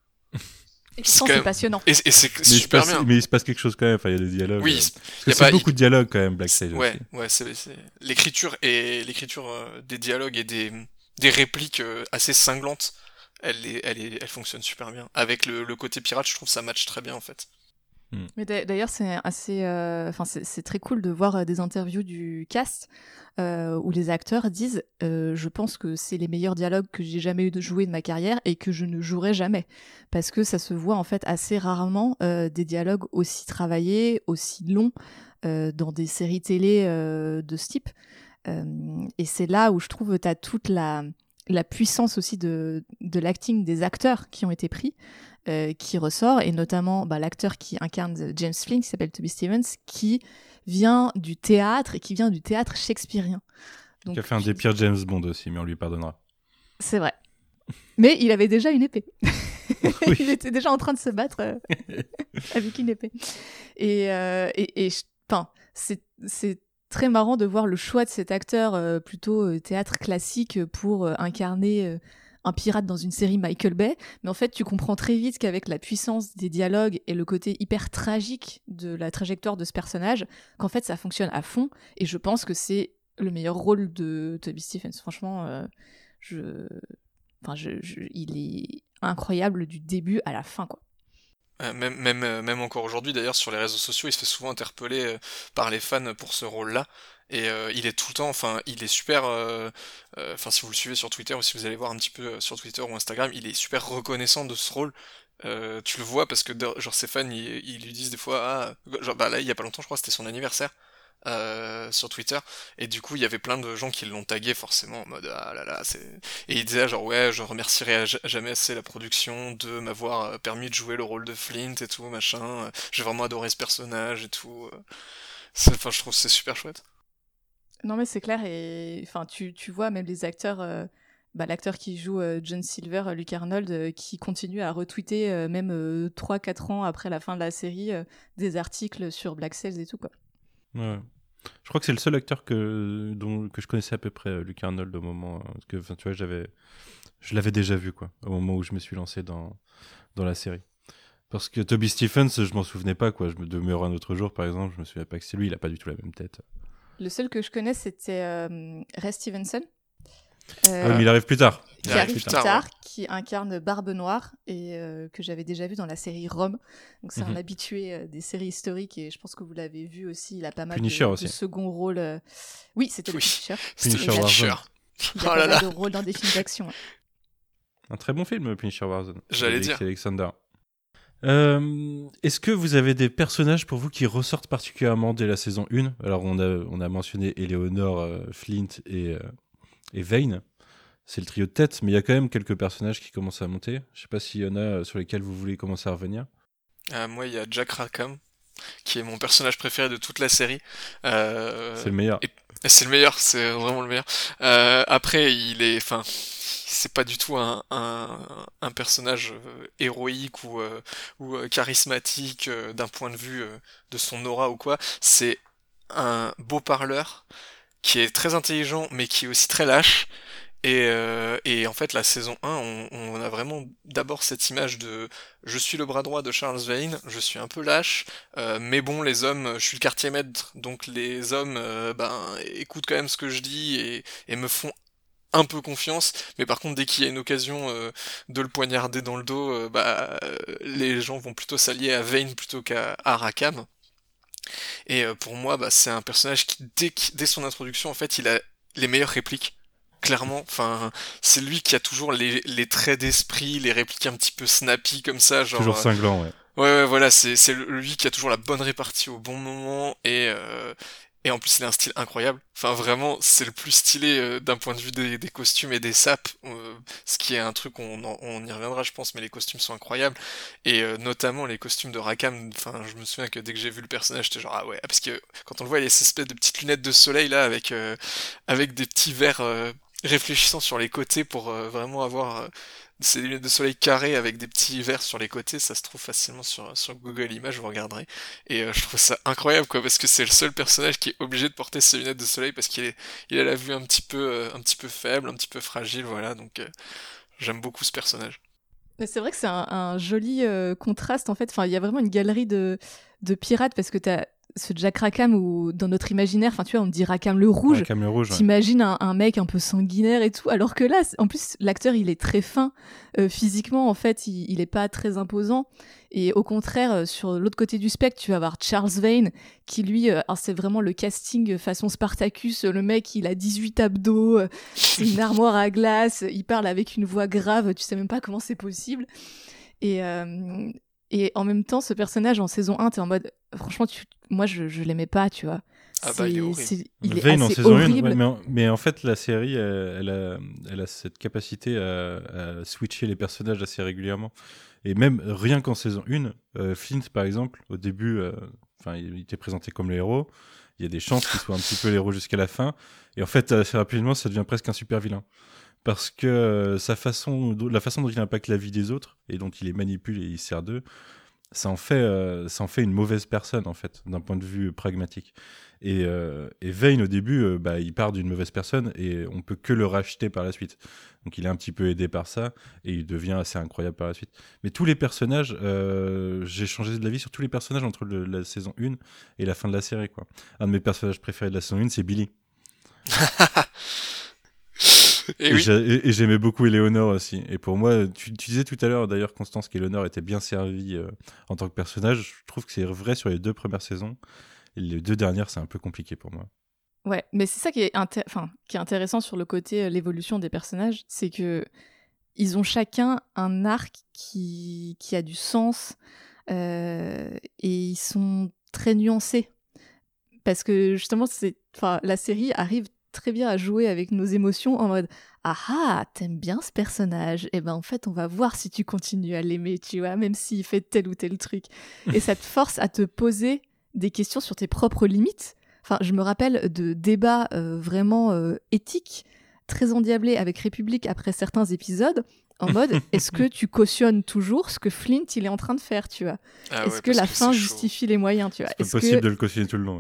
Et c'est, c'est même... passionnant. Et, et c'est mais super passe, bien. Mais il se passe quelque chose quand même, enfin il y a des dialogues. Oui, euh... parce que c'est pas... beaucoup de dialogues quand même, Black Sails ouais, aussi. Ouais, c'est, c'est... l'écriture et l'écriture euh, des dialogues et des, des répliques euh, assez cinglantes, elle, est, elle, est, elle fonctionne super bien. Avec le, le côté pirate, je trouve ça match très bien en fait. Mais d'ailleurs, c'est assez, enfin, euh, c'est, c'est très cool de voir des interviews du cast euh, où les acteurs disent euh, je pense que c'est les meilleurs dialogues que j'ai jamais eu de jouer de ma carrière et que je ne jouerai jamais, parce que ça se voit en fait assez rarement euh, des dialogues aussi travaillés, aussi longs euh, dans des séries télé euh, de ce type. Euh, et c'est là où je trouve que t'as toute la la puissance aussi de de l'acting des acteurs qui ont été pris. Euh, qui ressort, et notamment bah, l'acteur qui incarne James Flint, qui s'appelle Toby Stevens, qui vient du théâtre, et qui vient du théâtre shakespearien. Donc, qui a fait un des pires James Bond aussi, mais on lui pardonnera. C'est vrai. Mais il avait déjà une épée. Oui. Il était déjà en train de se battre euh, avec une épée. Et, euh, et, et c'est, c'est très marrant de voir le choix de cet acteur euh, plutôt euh, théâtre classique pour euh, incarner... Euh, un pirate dans une série Michael Bay, mais en fait tu comprends très vite qu'avec la puissance des dialogues et le côté hyper tragique de la trajectoire de ce personnage, qu'en fait ça fonctionne à fond, et je pense que c'est le meilleur rôle de Toby Stephens. Franchement, euh, je... Enfin, je, je... il est incroyable du début à la fin, quoi. Euh, même, même, euh, même encore aujourd'hui, d'ailleurs, sur les réseaux sociaux, il se fait souvent interpeller euh, par les fans pour ce rôle-là. Et euh, il est tout le temps, enfin, il est super. Enfin, euh, euh, si vous le suivez sur Twitter ou si vous allez voir un petit peu sur Twitter ou Instagram, il est super reconnaissant de ce rôle. Euh, tu le vois parce que, genre, ses fans, ils, ils lui disent des fois, ah, genre, bah là, il y a pas longtemps, je crois, c'était son anniversaire. Euh, sur Twitter, et du coup il y avait plein de gens qui l'ont tagué forcément en mode ah là là, c'est... et il disait genre ouais, je remercierai jamais assez la production de m'avoir permis de jouer le rôle de Flint et tout machin, j'ai vraiment adoré ce personnage et tout. Enfin, je trouve que c'est super chouette. Non mais c'est clair, et enfin tu, tu vois même les acteurs, euh, bah, l'acteur qui joue euh, John Silver, euh, Luke Arnold, euh, qui continue à retweeter euh, même euh, trois quatre ans après la fin de la série euh, des articles sur Black Sails et tout, quoi. Ouais. Je crois que c'est le seul acteur que, dont, que je connaissais à peu près, Luke Arnold, au moment. Parce que, tu vois, j'avais, je l'avais déjà vu, quoi, au moment où je me suis lancé dans, dans la série. Parce que Toby Stephens, je m'en souvenais pas, quoi. Je me demeure un autre jour, par exemple, je me souviens pas que c'est lui, il a pas du tout la même tête. Le seul que je connais, c'était euh, Ray Stevenson. Euh, ah, mais il arrive plus tard. Qui arrive plus tard, tard ouais. Qui incarne Barbe Noire, et euh, que j'avais déjà vu dans la série Rome. Donc c'est mm-hmm. un habitué euh, des séries historiques, et je pense que vous l'avez vu aussi. Il a pas mal Punisher de, de second rôle. Euh... Oui, c'était oui. le Punisher. Punisher Warzone. Il a oh pas mal de rôles dans des films d'action. Ouais. Un très bon film, Punisher Warzone. J'allais dire. Alexander. Euh, est-ce que vous avez des personnages pour vous qui ressortent particulièrement dès la saison un ? Alors on a, on a mentionné Eleanor, euh, Flint et, euh, et Vane. C'est le trio de tête, mais il y a quand même quelques personnages qui commencent à monter. Je sais pas s'il y en a sur lesquels vous voulez commencer à revenir. Euh, moi, il y a Jack Rackham, qui est mon personnage préféré de toute la série. Euh, c'est le meilleur. Et, et c'est le meilleur, c'est vraiment le meilleur. Euh, après, il est, enfin, c'est pas du tout un, un, un personnage euh, héroïque ou, euh, ou euh, charismatique euh, d'un point de vue euh, de son aura ou quoi. C'est un beau parleur qui est très intelligent mais qui est aussi très lâche. Et, euh, et en fait, la saison un, on, on a vraiment d'abord cette image de je suis le bras droit de Charles Vane, je suis un peu lâche, euh, mais bon, les hommes, je suis le quartier maître, donc les hommes euh, ben, écoutent quand même ce que je dis et, et me font un peu confiance, mais par contre, dès qu'il y a une occasion euh, de le poignarder dans le dos, euh, bah, euh, les gens vont plutôt s'allier à Vane plutôt qu'à à Rackham. Et euh, pour moi, bah, c'est un personnage qui, dès, qu'- dès son introduction, en fait, il a les meilleures répliques. Clairement, enfin, c'est lui qui a toujours les, les traits d'esprit, les répliques un petit peu snappy comme ça, genre. Toujours euh, cinglant, ouais. Ouais, ouais, voilà, c'est c'est lui qui a toujours la bonne répartie au bon moment et euh, et en plus il a un style incroyable. Enfin vraiment, c'est le plus stylé euh, d'un point de vue des, des costumes et des sapes, euh, ce qui est un truc on, en- on y reviendra je pense, mais les costumes sont incroyables et euh, notamment les costumes de Rackham. Enfin, je me souviens que dès que j'ai vu le personnage, j'étais genre ah ouais, parce que quand on le voit, il a ces espèces de petites lunettes de soleil là avec euh, avec des petits verres euh, réfléchissants sur les côtés pour euh, vraiment avoir euh, c'est des lunettes de soleil carrées avec des petits verres sur les côtés, ça se trouve facilement sur, sur Google Images, vous regarderez. Et euh, je trouve ça incroyable quoi, parce que c'est le seul personnage qui est obligé de porter ses lunettes de soleil parce qu'il est, il a la vue un petit peu, euh, un petit peu faible, un petit peu fragile, voilà. Donc euh, j'aime beaucoup ce personnage. Mais c'est vrai que c'est un, un joli euh, contraste en fait. Enfin, il y a vraiment une galerie de, de pirates parce que t'as ce Jack Rackham où dans notre imaginaire, enfin tu vois, on dit Rackham le rouge. Rackham le rouge, ouais. T'imagines un, un mec un peu sanguinaire et tout, alors que là, c'est- en plus, l'acteur il est très fin euh, physiquement. En fait, il, il est pas très imposant. Et au contraire, euh, sur l'autre côté du spectre, tu vas avoir Charles Vane qui lui, euh, alors c'est vraiment le casting façon Spartacus. Le mec, il a dix-huit abdos, euh, c'est une armoire à glace, il parle avec une voix grave, tu sais même pas comment c'est possible. Et, euh, et en même temps, ce personnage en saison un, t'es en mode, franchement, tu, moi je, je l'aimais pas, tu vois. Ah bah, il est C'est, horrible. c'est- il est Vane en assez saison horrible. un, ouais, mais, en, mais en fait, la série, elle, elle a, elle a cette capacité à, à switcher les personnages assez régulièrement. Et même rien qu'en saison un, euh, Flint, par exemple, au début, euh, enfin, il, il était présenté comme le héros. Il y a des chances qu'il soit un petit peu le héros jusqu'à la fin. Et en fait, assez rapidement, ça devient presque un super vilain. Parce que euh, sa façon, la façon dont il impacte la vie des autres et dont il les manipule et il sert d'eux, ça en fait, euh, ça en fait une mauvaise personne, en fait, d'un point de vue pragmatique. Et, euh, et Vane, au début, euh, bah, il part d'une mauvaise personne et on peut que le racheter par la suite. Donc il est un petit peu aidé par ça et il devient assez incroyable par la suite. Mais tous les personnages, euh, j'ai changé de l'avis sur tous les personnages entre le- la saison un et la fin de la série, quoi. Un de mes personnages préférés de la saison un, c'est Billy. Et Et, oui. j'a- et- et j'aimais beaucoup Eleonore aussi. Et pour moi, tu, tu disais tout à l'heure d'ailleurs, Constance, qu'Eleonore était bien servie euh, en tant que personnage. Je trouve que c'est vrai sur les deux premières saisons. Et les deux dernières, c'est un peu compliqué pour moi. Ouais, mais c'est ça qui est, inté- enfin, qui est intéressant sur le côté euh, l'évolution des personnages, c'est que ils ont chacun un arc qui, qui a du sens euh, et ils sont très nuancés. Parce que justement, c'est, enfin, la série arrive très bien à jouer avec nos émotions en mode ah ah, t'aimes bien ce personnage, et ben en fait on va voir si tu continues à l'aimer, tu vois, même s'il fait tel ou tel truc. Et ça te force à te poser des questions sur tes propres limites. Enfin, je me rappelle de débats euh, vraiment euh, éthiques, très endiablés avec République après certains épisodes, en mode est-ce que tu cautionnes toujours ce que Flint il est en train de faire, tu vois. Ah Est-ce ouais, que parce la que fin c'est chaud. justifie les moyens, tu vois. C'est Est-ce pas possible que de le cautionner tout le long. Ouais.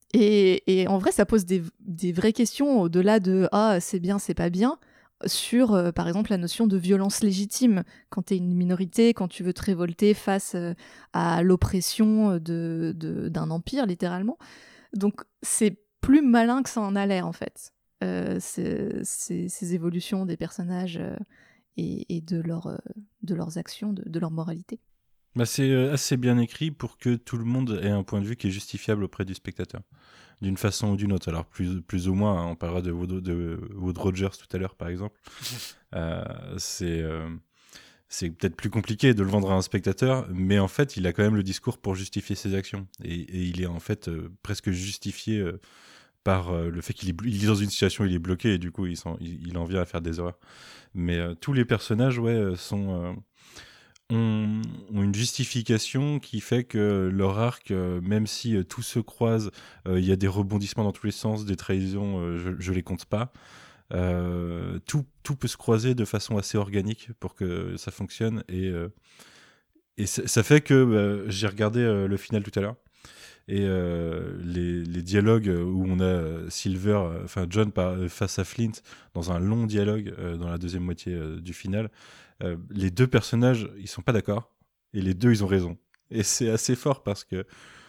et, et en vrai, ça pose des, des vraies questions au-delà de ah, c'est bien, c'est pas bien, sur euh, par exemple la notion de violence légitime. Quand tu es une minorité, quand tu veux te révolter face euh, à l'oppression de, de- d'un empire, littéralement. Donc c'est plus malin que ça en a l'air, en fait. Euh, c'est- c'est- ces évolutions des personnages euh, et, et de, leur, euh, de leurs actions, de, de leur moralité. Bah, c'est euh, assez bien écrit pour que tout le monde ait un point de vue qui est justifiable auprès du spectateur, d'une façon ou d'une autre. Alors plus, plus ou moins, hein, on parlera de Wood, de Wood Rogers tout à l'heure, par exemple. Euh, c'est euh, c'est peut-être plus compliqué de le vendre à un spectateur, mais en fait, il a quand même le discours pour justifier ses actions. Et, et il est en fait euh, presque justifié euh, par euh, le fait qu'il est, blo- il est dans une situation où il est bloqué et du coup, il, s'en- il, il en vient à faire des erreurs. Mais euh, tous les personnages, ouais, euh, sont... euh, ont, ont une justification qui fait que leur arc, euh, même si euh, tout se croise, euh, il y a des rebondissements dans tous les sens, des trahisons, euh, je, je les compte pas. Euh, tout, tout peut se croiser de façon assez organique pour que ça fonctionne. Et, euh, et ça, ça fait que bah, j'ai regardé euh, le final tout à l'heure. Et euh, les, les dialogues où on a euh, Silver, enfin euh, John par, face à Flint dans un long dialogue euh, dans la deuxième moitié euh, du final, euh, les deux personnages ils sont pas d'accord et les deux ils ont raison. Et c'est assez fort parce que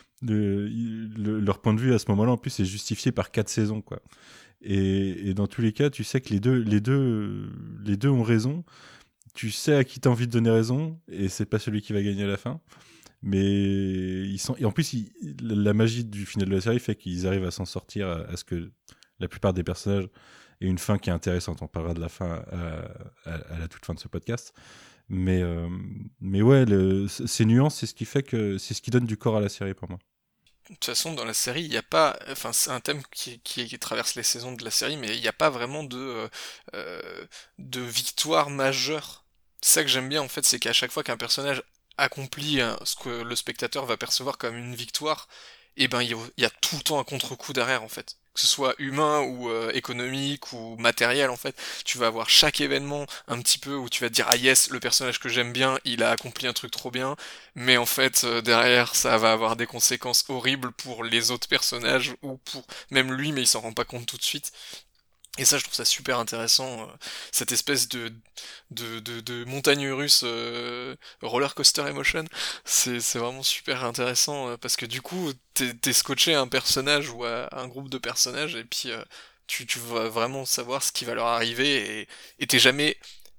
le, le, leur point de vue à ce moment-là en plus est justifié par quatre saisons quoi. Et, et dans tous les cas, tu sais que les deux, les deux, les deux ont raison. Tu sais à qui t'as envie de donner raison et c'est pas celui qui va gagner à la fin. Mais ils sont et en plus ils, la magie du final de la série fait qu'ils arrivent à s'en sortir à, à ce que la plupart des personnages aient une fin qui est intéressante. On parlera de la fin à, à, à la toute fin de ce podcast. Mais euh, mais ouais, le, ces nuances, c'est ce qui fait que c'est ce qui donne du corps à la série pour moi. De toute façon, dans la série, il n'y a pas, enfin, c'est un thème qui, qui, qui traverse les saisons de la série, mais il n'y a pas vraiment de, euh, de victoire majeure. C'est ça que j'aime bien, en fait, c'est qu'à chaque fois qu'un personnage accomplit hein, ce que le spectateur va percevoir comme une victoire, et ben, il y, a- il y a tout le temps un contre-coup derrière, en fait. Que ce soit humain ou euh, économique ou matériel, en fait. Tu vas avoir chaque événement un petit peu où tu vas te dire, ah yes, le personnage que j'aime bien, il a accompli un truc trop bien. Mais en fait, euh, derrière, ça va avoir des conséquences horribles pour les autres personnages ou pour même lui, mais il s'en rend pas compte tout de suite. Et ça, je trouve ça super intéressant, euh, cette espèce de, de, de, de montagne russe euh, roller coaster emotion. C'est, c'est vraiment super intéressant euh, parce que du coup, t'es, t'es scotché à un personnage ou à un groupe de personnages et puis euh, tu, tu vas vraiment savoir ce qui va leur arriver et, et t'es jamais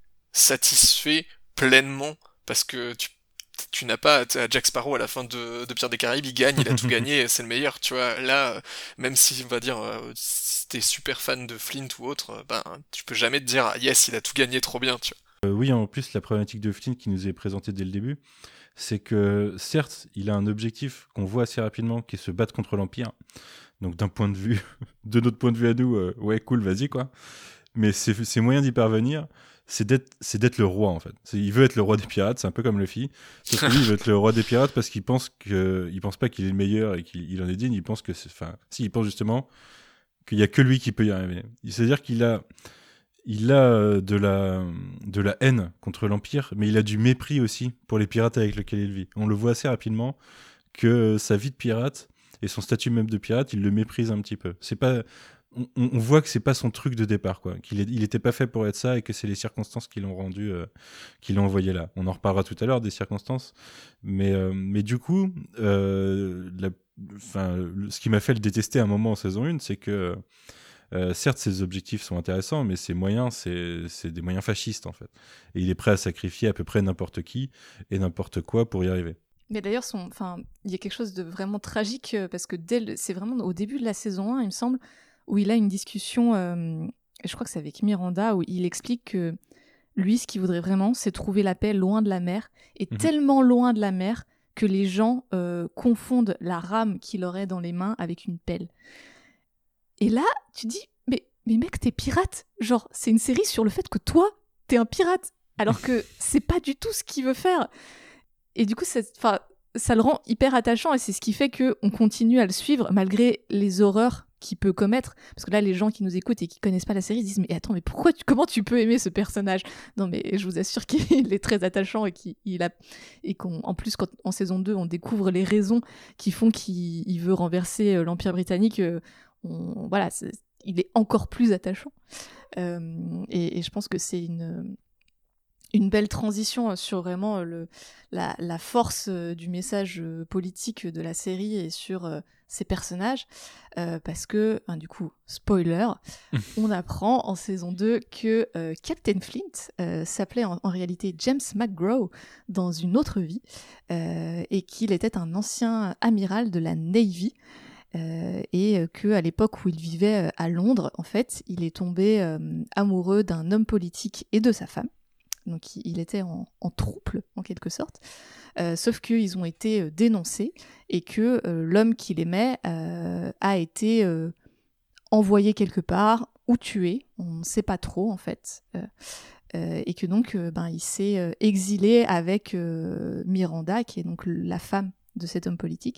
satisfait pleinement parce que tu tu n'as pas tu sais, Jack Sparrow à la fin de, de Pirates des Caraïbes, il gagne, il a tout gagné, c'est le meilleur, tu vois. Là, euh, même si on va dire euh, si t'es super fan de Flint ou autre, euh, ben tu peux jamais te dire ah, yes, il a tout gagné trop bien, tu Euh, oui, en plus la problématique de Flynn qui nous est présentée dès le début, c'est que certes, il a un objectif qu'on voit assez rapidement, qui est se battre contre l'Empire. Donc d'un point de vue, de notre point de vue à nous, euh, ouais, cool, vas-y quoi. Mais ses, ses moyens d'y parvenir, c'est d'être, c'est d'être le roi en fait. C'est- il veut être le roi des pirates, c'est un peu comme Luffy. Sauf que lui, il veut être le roi des pirates parce qu'il pense que, il pense pas qu'il est le meilleur et qu'il il en est digne. Il pense que, c'est, enfin, si, il pense justement qu'il y a que lui qui peut y arriver. C'est-à-dire qu'il a, il a euh, de la, de la haine contre l'Empire, mais il a du mépris aussi pour les pirates avec lesquels il vit. On le voit assez rapidement que sa vie de pirate et son statut même de pirate, il le méprise un petit peu. C'est pas, on, on voit que c'est pas son truc de départ, quoi. Qu'il est, il était pas fait pour être ça et que c'est les circonstances qui l'ont rendu, euh, qui l'ont envoyé là. On en reparlera tout à l'heure des circonstances, mais euh, mais du coup, euh, la, enfin, le- ce qui m'a fait le détester à un moment en saison un, c'est que euh, certes, ses objectifs sont intéressants, mais ses moyens, c'est, c'est des moyens fascistes, en fait. Et il est prêt à sacrifier à peu près n'importe qui et n'importe quoi pour y arriver. Mais d'ailleurs, son, enfin, il y a quelque chose de vraiment tragique euh, parce que dès le- c'est vraiment au début de la saison un, il me semble, où il a une discussion, euh, je crois que c'est avec Miranda, où il explique que lui, ce qu'il voudrait vraiment, c'est trouver la paix loin de la mer, et Mhm. tellement loin de la mer que les gens euh, confondent la rame qu'il aurait dans les mains avec une pelle. Et là, tu dis, mais, mais mec, t'es pirate. Genre, c'est une série sur le fait que toi, t'es un pirate. Alors que c'est pas du tout ce qu'il veut faire. Et du coup, c'est- 'fin, ça le rend hyper attachant et c'est ce qui fait qu'on continue à le suivre malgré les horreurs qu'il peut commettre. Parce que là, les gens qui nous écoutent et qui connaissent pas la série se disent mais attends, mais pourquoi tu, comment tu peux aimer ce personnage? Non, mais je vous assure qu'il est très attachant et qu'il il a et qu'en en plus, quand, en saison deux, on découvre les raisons qui font qu'il il veut renverser euh, l'Empire britannique. euh, on- voilà, c'est- il est encore plus attachant. Euh, et, et je pense que c'est une une belle transition sur vraiment euh, le, la, la force euh, du message euh, politique de la série et sur euh, ses personnages, euh, parce que, hein, du coup, spoiler, on apprend en saison deux que euh, Captain Flint euh, s'appelait en, en réalité James McGraw dans une autre vie, euh, et qu'il était un ancien amiral de la Navy, euh, et que à l'époque où il vivait euh, à Londres, en fait, il est tombé euh, amoureux d'un homme politique et de sa femme. Donc il était en, en trouble en quelque sorte, euh, sauf qu'ils ont été euh, dénoncés et que euh, l'homme qu'il aimait euh, a été euh, envoyé quelque part ou tué, on ne sait pas trop en fait, euh, euh, et que donc euh, ben, il s'est euh, exilé avec euh, Miranda, qui est donc la femme de cet homme politique,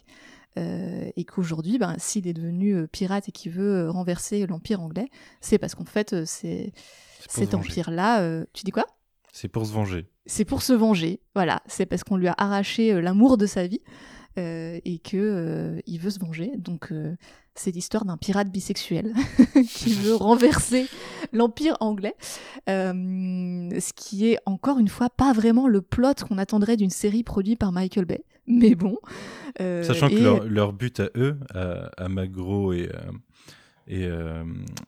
euh, et qu'aujourd'hui, ben, s'il est devenu euh, pirate et qu'il veut euh, renverser l'Empire anglais, c'est parce qu'en fait, euh, c'est, C'est pour cet se venger. empire-là... euh, Tu dis quoi ? C'est pour se venger. C'est pour se venger, voilà. C'est parce qu'on lui a arraché euh, l'amour de sa vie euh, et que euh, il veut se venger. Donc euh, c'est l'histoire d'un pirate bisexuel qui veut renverser l'empire anglais. Euh, ce qui est encore une fois pas vraiment le plot qu'on attendrait d'une série produite par Michael Bay. Mais bon. Euh, Sachant que et- leur, leur but à eux, à, à Magro et, euh, et euh,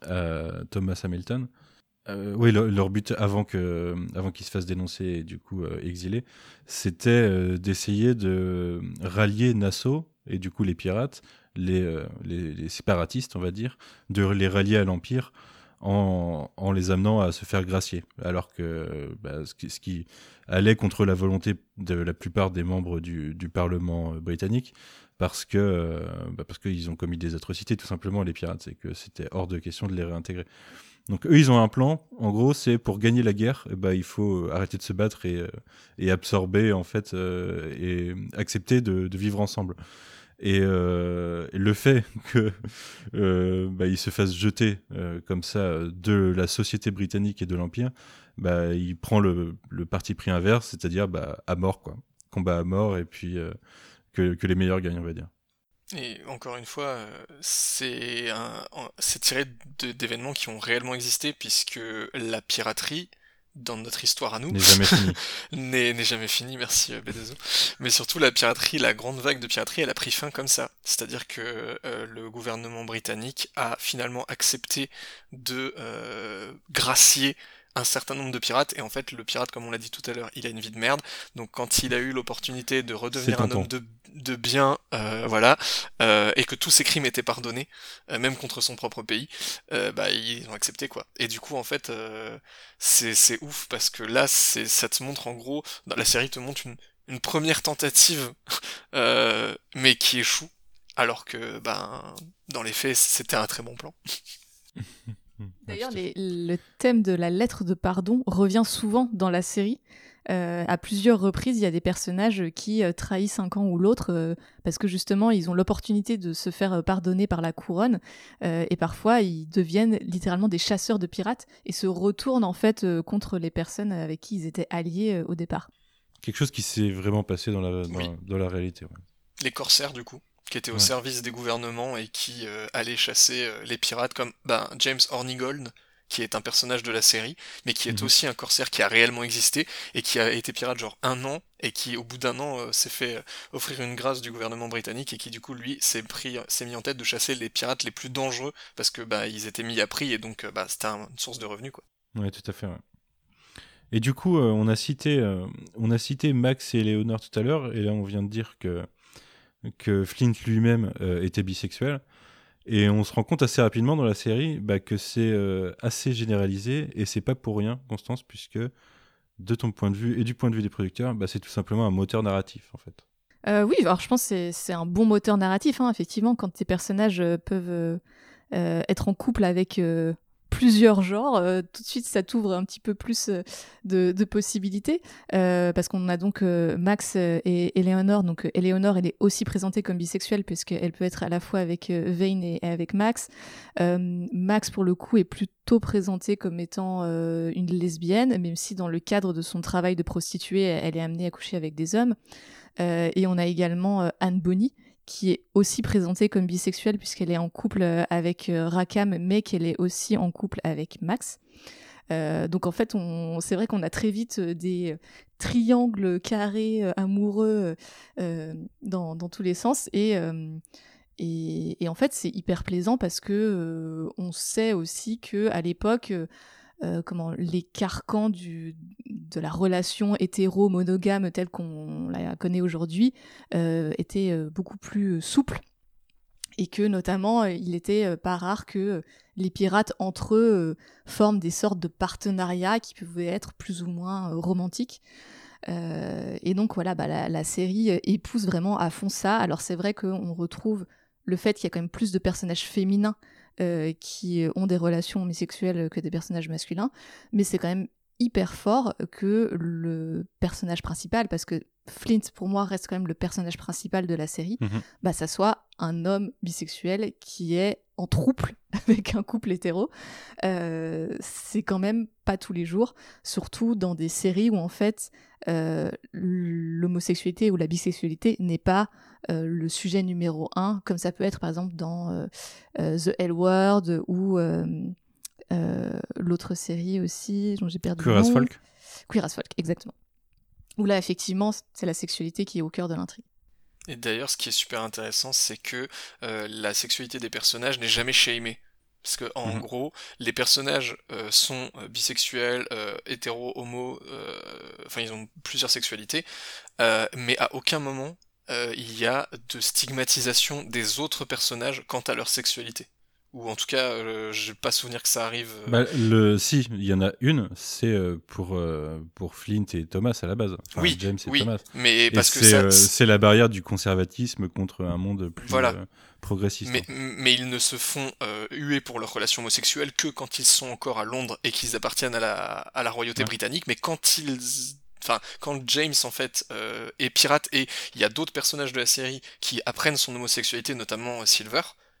à Thomas Hamilton, euh, oui, leur, leur but avant que, avant qu'ils se fassent dénoncer et du coup euh, exilés, c'était euh, d'essayer de rallier Nassau et du coup les pirates, les, euh, les, les séparatistes, on va dire, de les rallier à l'Empire en, en les amenant à se faire gracier. Alors que bah, ce, qui, ce qui allait contre la volonté de la plupart des membres du, du Parlement euh, britannique, parce que euh, bah, parce qu'ils ont commis des atrocités, tout simplement, les pirates, c'est que c'était hors de question de les réintégrer. Donc eux, ils ont un plan. En gros, c'est pour gagner la guerre, eh ben, il faut arrêter de se battre et, euh, et absorber, en fait, euh, et accepter de, de vivre ensemble. Et, euh, et le fait que euh, bah, ils se fassent jeter euh, comme ça de la société britannique et de l'Empire, bah, il prend le, le parti pris inverse, c'est-à-dire bah, à mort, quoi. Combat à mort, et puis euh, que, que les meilleurs gagnent, on va dire. Et encore une fois, euh, c'est un- un- c'est tiré de- d'événements qui ont réellement existé, puisque la piraterie, dans notre histoire à nous, N'est jamais fini. n'est n'est jamais finie, merci euh, B deux O. Mais surtout, la piraterie, la grande vague de piraterie, elle a pris fin comme ça. C'est-à-dire que euh, le gouvernement britannique a finalement accepté de euh, gracier un certain nombre de pirates, et en fait, le pirate, comme on l'a dit tout à l'heure, il a une vie de merde, donc quand il a eu l'opportunité de redevenir C'est un tentant. homme de, de bien, euh, voilà, euh, et que tous ses crimes étaient pardonnés, euh, même contre son propre pays, euh, bah ils ont accepté quoi. Et du coup en fait euh, c'est c'est ouf parce que là c'est ça te montre en gros, dans la série te montre une, une première tentative euh, mais qui échoue, alors que ben dans les faits c'était un très bon plan. D'ailleurs, Ouais, tout à fait. les- le thème de la lettre de pardon revient souvent dans la série. Euh, à plusieurs reprises, il y a des personnages qui euh, trahissent un camp ou l'autre euh, parce que justement, ils ont l'opportunité de se faire euh, pardonner par la couronne euh, et parfois, ils deviennent littéralement des chasseurs de pirates et se retournent en fait euh, contre les personnes avec qui ils étaient alliés euh, au départ. Quelque chose qui s'est vraiment passé dans la, dans, Oui. dans la réalité. Ouais. Les corsaires du coup, qui étaient au Ouais. service des gouvernements et qui euh, allaient chasser euh, les pirates comme ben, James Hornigold, qui est un personnage de la série, mais qui est Mhm. aussi un corsaire qui a réellement existé et qui a été pirate genre un an et qui au bout d'un an euh, s'est fait euh, offrir une grâce du gouvernement britannique et qui du coup lui s'est pris s'est mis en tête de chasser les pirates les plus dangereux parce que bah ils étaient mis à prix et donc euh, bah c'était un- une source de revenus quoi. Ouais, tout à fait. Ouais. Et du coup, euh, on a cité, euh, on a cité Max et Eleanor tout à l'heure, et là, on vient de dire que que Flint lui-même euh, était bisexuel. Et on se rend compte assez rapidement dans la série bah, que c'est euh, assez généralisé, et c'est pas pour rien, Constance, puisque de ton point de vue et du point de vue des producteurs, bah, c'est tout simplement un moteur narratif en fait. Euh, oui, alors je pense que c'est, c'est un bon moteur narratif, hein, effectivement, quand tes personnages euh, peuvent euh, euh, être en couple avec euh, plusieurs genres, euh, tout de suite ça t'ouvre un petit peu plus euh, de, de possibilités, euh, parce qu'on a donc euh, Max euh, et Eleanor, donc euh, Eleanor elle est aussi présentée comme bisexuelle, puisqu'elle peut être à la fois avec euh, Vane et, et avec Max. Euh, Max pour le coup est plutôt présentée comme étant euh, une lesbienne, même si dans le cadre de son travail de prostituée, elle est amenée à coucher avec des hommes. Euh, et on a également euh, Anne Bonny, qui est aussi présentée comme bisexuelle puisqu'elle est en couple euh, avec euh, Rackham, mais qu'elle est aussi en couple avec Max. Euh, donc en fait, on, c'est vrai qu'on a très vite euh, des euh, triangles carrés euh, amoureux euh, dans, dans tous les sens. Et, euh, et, et en fait, c'est hyper plaisant parce que euh, on sait aussi que à l'époque, euh, euh, comment les carcans du, de la relation hétéro-monogame telle qu'on la connaît aujourd'hui euh, étaient euh, beaucoup plus souples. Et que notamment, euh, il était euh, pas rare que euh, les pirates entre eux euh, forment des sortes de partenariats qui pouvaient être plus ou moins euh, romantiques. Euh, et donc voilà, bah, la, la série euh, épouse vraiment à fond ça. Alors c'est vrai qu'on retrouve le fait qu'il y a quand même plus de personnages féminins euh, qui ont des relations homosexuelles que des personnages masculins, mais c'est quand même hyper fort que le personnage principal, parce que Flint, pour moi, reste quand même le personnage principal de la série, Mhm. bah, ça soit un homme bisexuel qui est en trouble avec un couple hétéro. Euh, c'est quand même pas tous les jours, surtout dans des séries où en fait euh, l'homosexualité ou la bisexualité n'est pas euh, le sujet numéro un, comme ça peut être par exemple dans euh, euh, The L Word ou euh, euh, l'autre série aussi dont j'ai perdu Queer le as nom. Folk. Queer as Folk, exactement. Où là, effectivement, c'est la sexualité qui est au cœur de l'intrigue. Et d'ailleurs, ce qui est super intéressant, c'est que euh, la sexualité des personnages n'est jamais shamée. Parce que en Mhm. gros, les personnages euh, sont euh, bisexuels, euh, hétéro, homo, euh, enfin ils ont plusieurs sexualités, euh, mais à aucun moment euh, il y a de stigmatisation des autres personnages quant à leur sexualité. Ou en tout cas, euh, j'ai pas souvenir que ça arrive. euh, Bah, le, si, il y en a une, c'est euh, pour, euh, pour Flint et Thomas à la base. Enfin, Oui, James et oui, Thomas. mais Et parce que c'est ça, euh, c'est la barrière du conservatisme contre un monde plus voilà. euh, progressiste. Mais, hein. mais ils ne se font euh, huer pour leur relation homosexuelle que quand ils sont encore à Londres et qu'ils appartiennent à la, à la royauté Ouais. britannique, mais quand ils... Enfin, quand James, en fait, euh, est pirate, et il y a d'autres personnages de la série qui apprennent son homosexualité, notamment euh, Silver,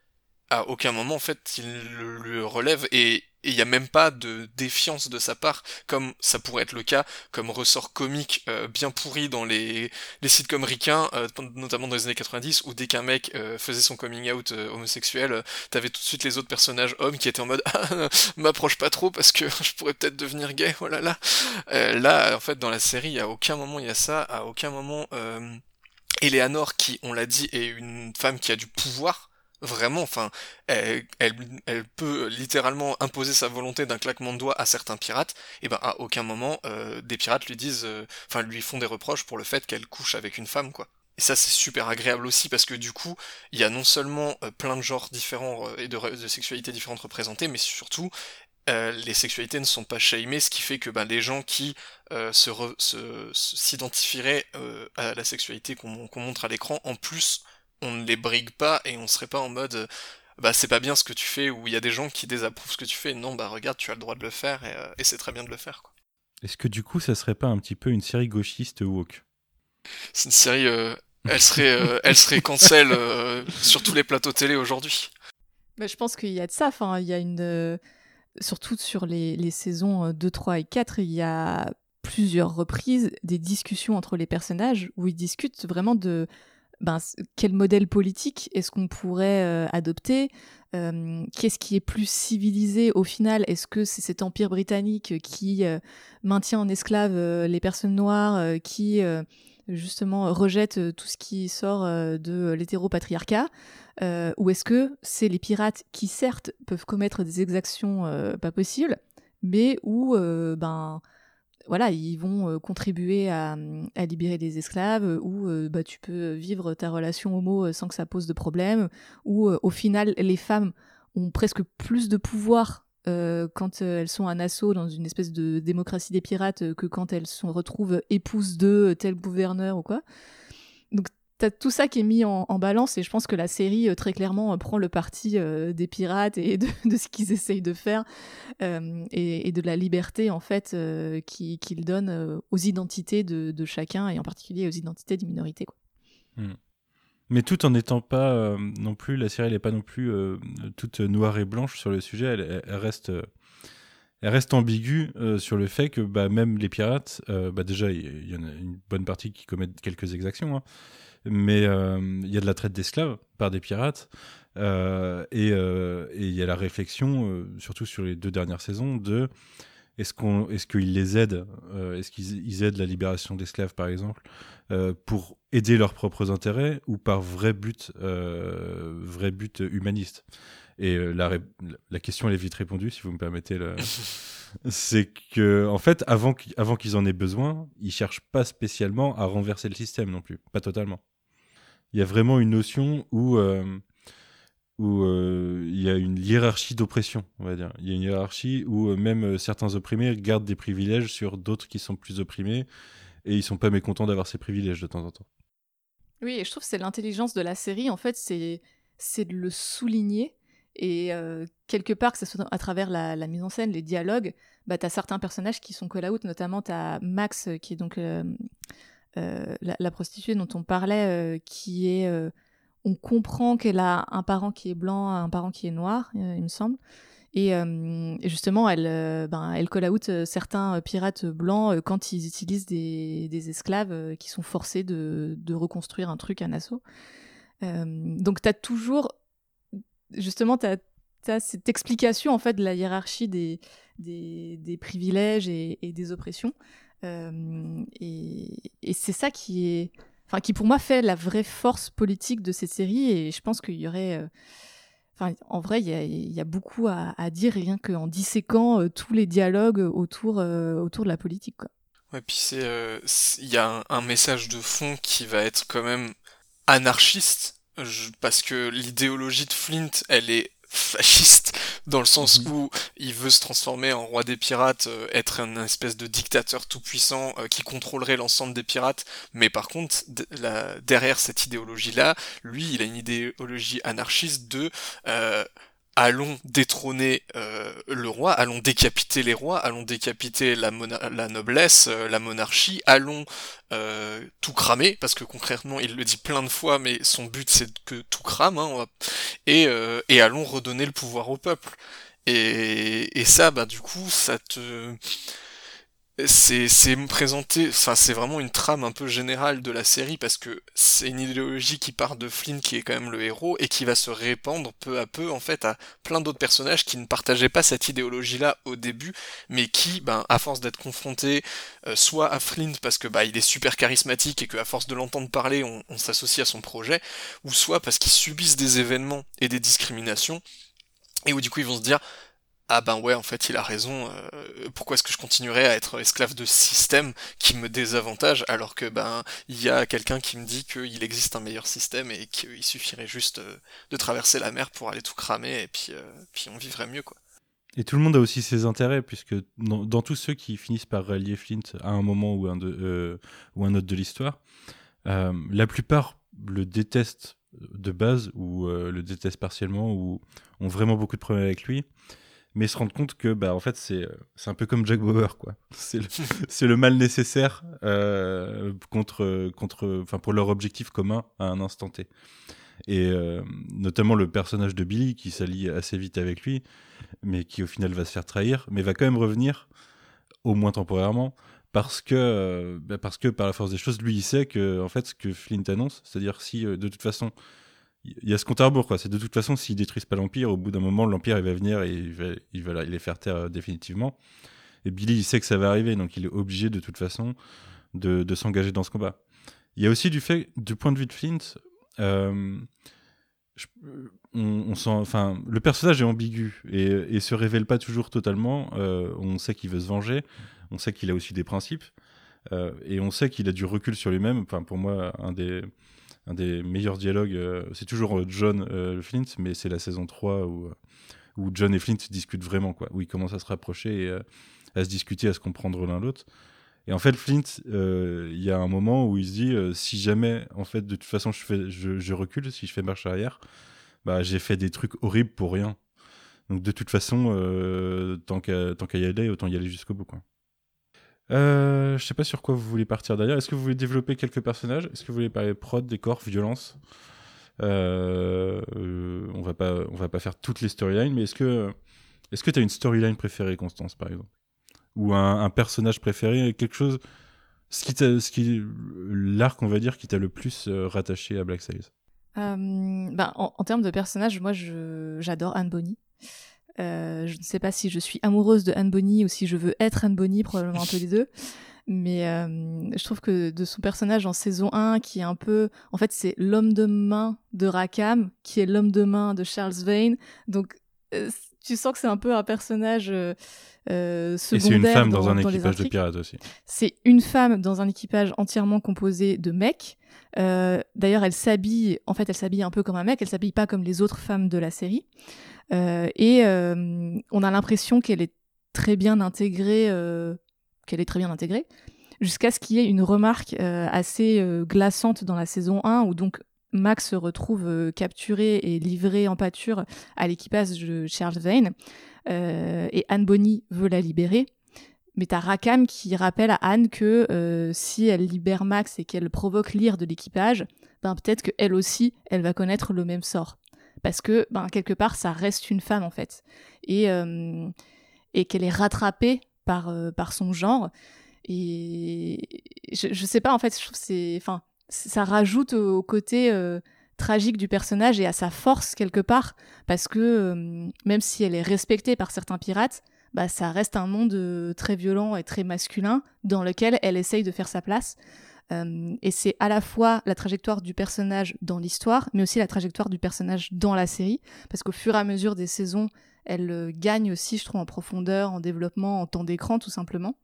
à aucun moment, en fait, il le, le relève, et il n'y a même pas de défiance de sa part, comme ça pourrait être le cas, comme ressort comique euh, bien pourri dans les, les sitcoms ricains, euh, notamment dans les années quatre-vingt-dix, où dès qu'un mec euh, faisait son coming out euh, homosexuel, euh, t'avais tout de suite les autres personnages hommes qui étaient en mode « Ah, m'approche pas trop parce que je pourrais peut-être devenir gay, oh là là !» euh, Là, en fait, dans la série, à aucun moment il y a ça, à aucun moment... Euh, Eleanor, qui, on l'a dit, est une femme qui a du pouvoir, vraiment, enfin, elle, elle, elle peut littéralement imposer sa volonté d'un claquement de doigts à certains pirates, et ben à aucun moment euh, des pirates lui disent, euh, enfin lui font des reproches pour le fait qu'elle couche avec une femme, quoi. Et ça c'est super agréable aussi parce que du coup, il y a non seulement euh, plein de genres différents euh, et de, de sexualités différentes représentées, mais surtout euh, les sexualités ne sont pas shamées, ce qui fait que ben, les gens qui euh, se, re, se, se s'identifieraient euh, à la sexualité qu'on, qu'on montre à l'écran, en plus on ne les brigue pas et on serait pas en mode euh, bah c'est pas bien ce que tu fais, ou il y a des gens qui désapprouvent ce que tu fais, non bah regarde tu as le droit de le faire et, euh, et c'est très bien de le faire, quoi. Est-ce que du coup, ça serait pas un petit peu une série gauchiste woke? C'est une série, euh, elle serait euh, elle serait cancel euh, sur tous les plateaux télé aujourd'hui. Bah, je pense qu'il y a de ça. Enfin, il y a une, euh, surtout sur les, les saisons deux, trois et quatre, il y a plusieurs reprises des discussions entre les personnages où ils discutent vraiment de ben, quel modèle politique est-ce qu'on pourrait euh, adopter, euh, qu'est-ce qui est plus civilisé au final, est-ce que c'est cet empire britannique qui euh, maintient en esclave euh, les personnes noires, euh, qui euh, justement rejette euh, tout ce qui sort euh, de l'hétéropatriarcat, euh, ou est-ce que c'est les pirates qui certes peuvent commettre des exactions euh, pas possibles, mais où euh, ben voilà, ils vont euh, contribuer à, à libérer des esclaves, ou euh, bah, tu peux vivre ta relation homo sans que ça pose de problème, ou euh, au final, les femmes ont presque plus de pouvoir euh, quand euh, elles sont un assaut dans une espèce de démocratie des pirates euh, que quand elles se retrouvent épouses de tel gouverneur ou quoi. Donc t'as tout ça qui est mis en, en balance, et je pense que la série euh, très clairement euh, prend le parti euh, des pirates et de, de ce qu'ils essayent de faire, euh, et, et de la liberté en fait euh, qui- qu'ils donnent euh, aux identités de, de chacun, et en particulier aux identités des minorités, quoi. Hmm. Mais tout en n'étant pas euh, non plus, la série elle n'est pas non plus euh, toute noire et blanche sur le sujet, elle, elle- elle reste, euh, elle reste ambiguë euh, sur le fait que bah, même les pirates, euh, bah, déjà il y, y en a une bonne partie qui commettent quelques exactions, hein, mais il euh, y a de la traite d'esclaves par des pirates, euh, et il euh, y a la réflexion, euh, surtout sur les deux dernières saisons, de est-ce qu'on, est-ce qu'ils les aident, euh, est-ce qu'ils ils aident la libération d'esclaves par exemple, euh, pour aider leurs propres intérêts ou par vrai but, euh, vrai but humaniste. Et euh, la, ré- la question elle est vite répondue si vous me permettez. Le... c'est que en fait avant qu'ils, avant qu'ils en aient besoin, ils cherchent pas spécialement à renverser le système non plus, pas totalement. Il y a vraiment une notion où euh, où euh, il y a une hiérarchie d'oppression, on va dire. Il y a une hiérarchie où euh, même euh, certains opprimés gardent des privilèges sur d'autres qui sont plus opprimés, et ils sont pas mécontents d'avoir ces privilèges de temps en temps. Oui, et je trouve que c'est l'intelligence de la série, en fait, c'est, c'est de le souligner. Et euh, quelque part, que ce soit à travers la, la mise en scène, les dialogues, bah, t'as certains personnages qui sont call out, notamment t'as Max, qui est donc euh, euh, la, la prostituée dont on parlait, euh, qui est... Euh, on comprend qu'elle a un parent qui est blanc, un parent qui est noir, euh, il me semble. Et, euh, et justement, elle, euh, ben, elle call out euh, certains pirates blancs euh, quand ils utilisent des, des esclaves euh, qui sont forcés de, de reconstruire un truc à Nassau. Euh, donc, tu as toujours... Justement, tu as cette explication en fait, de la hiérarchie des, des, des privilèges et, et des oppressions. Euh, et, et c'est ça qui est... Enfin, qui pour moi fait la vraie force politique de cette série, et je pense qu'il y aurait... Euh... Enfin, en vrai, il y a, y a beaucoup à, à dire rien qu'en disséquant euh, tous les dialogues autour, euh, autour de la politique, quoi. Ouais, puis c'est, euh, il y a un, un message de fond qui va être quand même anarchiste, je, parce que l'idéologie de Flint, elle est fasciste, dans le sens mmh. où il veut se transformer en roi des pirates, euh, être un espèce de dictateur tout-puissant euh, qui contrôlerait l'ensemble des pirates, mais par contre, d- la, derrière cette idéologie-là, lui, il a une idéologie anarchiste de... Euh, allons détrôner euh, le roi, allons décapiter les rois, allons décapiter la, mona- la noblesse, euh, la monarchie, allons euh, tout cramer, parce que concrètement, il le dit plein de fois, mais son but c'est que tout crame, hein, on va... et, euh, et allons redonner le pouvoir au peuple. Et, et ça, bah du coup, ça te... C'est, c'est présenté, enfin c'est vraiment une trame un peu générale de la série parce que c'est une idéologie qui part de Flynn qui est quand même le héros et qui va se répandre peu à peu en fait à plein d'autres personnages qui ne partageaient pas cette idéologie-là au début, mais qui, ben à force d'être confrontés euh, soit à Flynn parce que bah il est super charismatique et qu'à force de l'entendre parler on, on s'associe à son projet, ou soit parce qu'ils subissent des événements et des discriminations et où du coup ils vont se dire ah ben ouais, en fait, il a raison, euh, pourquoi est-ce que je continuerais à être esclave de ce système qui me désavantage alors que ben il y a quelqu'un qui me dit qu'il existe un meilleur système et qu'il suffirait juste euh, de traverser la mer pour aller tout cramer et puis, euh, puis on vivrait mieux, quoi. Et tout le monde a aussi ses intérêts, puisque dans, dans tous ceux qui finissent par rallier Flint à un moment ou un, de, euh, ou un autre de l'histoire, euh, la plupart le détestent de base ou euh, le détestent partiellement ou ont vraiment beaucoup de problèmes avec lui. Mais se rendre compte que bah en fait c'est c'est un peu comme Jack Bauer, quoi. C'est le, c'est le mal nécessaire euh, contre contre enfin pour leur objectif commun à un instant T. Et euh, notamment le personnage de Billy qui s'allie assez vite avec lui, mais qui au final va se faire trahir, mais va quand même revenir, au moins temporairement, parce que euh, bah parce que par la force des choses, lui il sait que en fait ce que Flint annonce, c'est-à-dire si euh, de toute façon il y a ce compte à rebours, quoi. C'est de toute façon, s'ils détruisent pas l'Empire, au bout d'un moment, l'Empire, il va venir et il va, il va, il les faire taire euh, définitivement. Et Billy, il sait que ça va arriver, donc il est obligé, de toute façon, de, de s'engager dans ce combat. Il y a aussi du fait, du point de vue de Flint, euh, je, on, on sent, enfin, le personnage est ambigu et, et se révèle pas toujours totalement. Euh, on sait qu'il veut se venger, on sait qu'il a aussi des principes, euh, et on sait qu'il a du recul sur lui-même. Enfin, pour moi, un des... Un des meilleurs dialogues, euh, c'est toujours euh, John euh, Flint, mais c'est la saison trois où, euh, où John et Flint discutent vraiment, quoi, où ils commencent à se rapprocher et euh, à se discuter, à se comprendre l'un l'autre. Et en fait, Flint, il euh, y a un moment où il se dit euh, si jamais, en fait, de toute façon, je, fais, je, je recule, si je fais marche arrière, bah, j'ai fait des trucs horribles pour rien. Donc, de toute façon, euh, tant qu'à, tant qu'à y aller, autant y aller jusqu'au bout, quoi. Euh, je sais pas sur quoi vous voulez partir d'ailleurs. Est-ce que vous voulez développer quelques personnages ? Est-ce que vous voulez parler prod, décor, violence ? euh, euh, On va pas, on va pas faire toutes les storylines, mais est-ce que, est-ce que t'as une storyline préférée, Constance, par exemple, ou un, un personnage préféré, quelque chose, ce qui t'a, ce qui, l'arc, on va dire, qui t'a le plus euh, rattaché à Black Sails ? euh, ben, en, en termes de personnages, moi, je, j'adore Anne Bonny. Euh, je ne sais pas si je suis amoureuse de Anne Bonny ou si je veux être Anne Bonny, probablement un peu les deux. Mais euh, je trouve que de son personnage en saison un, qui est un peu... En fait, c'est l'homme de main de Rackham, qui est l'homme de main de Charles Vane. Donc, euh, tu sens que c'est un peu un personnage euh, euh, secondaire. Et c'est une femme dans, dans un dans équipage de pirates aussi. C'est une femme dans un équipage entièrement composé de mecs. Euh, d'ailleurs, elle s'habille... En fait, elle s'habille un peu comme un mec. Elle s'habille pas comme les autres femmes de la série. Euh, et euh, on a l'impression qu'elle est très bien intégrée, euh, qu'elle est très bien intégrée, jusqu'à ce qu'il y ait une remarque euh, assez euh, glaçante dans la saison un, où donc Max se retrouve euh, capturé et livré en pâture à l'équipage de Charles Vane, euh, et Anne Bonny veut la libérer. mais t'as Rackham qui rappelle à Anne que euh, si elle libère Max et qu'elle provoque l'ire de l'équipage, ben peut-être qu'elle aussi, elle va connaître le même sort. Parce que, ben, quelque part, ça reste une femme, en fait. Et, euh, et qu'elle est rattrapée par, euh, par son genre. Et je, je sais pas, en fait, je trouve que c'est... Enfin, ça rajoute au, au côté euh, tragique du personnage et à sa force, quelque part. Parce que, euh, même si elle est respectée par certains pirates, bah, ça reste un monde euh, très violent et très masculin dans lequel elle essaye de faire sa place. Euh, et c'est à la fois la trajectoire du personnage dans l'histoire, mais aussi la trajectoire du personnage dans la série, parce qu'au fur et à mesure des saisons, elle euh, gagne aussi, je trouve, en profondeur, en développement, en temps d'écran, tout simplement.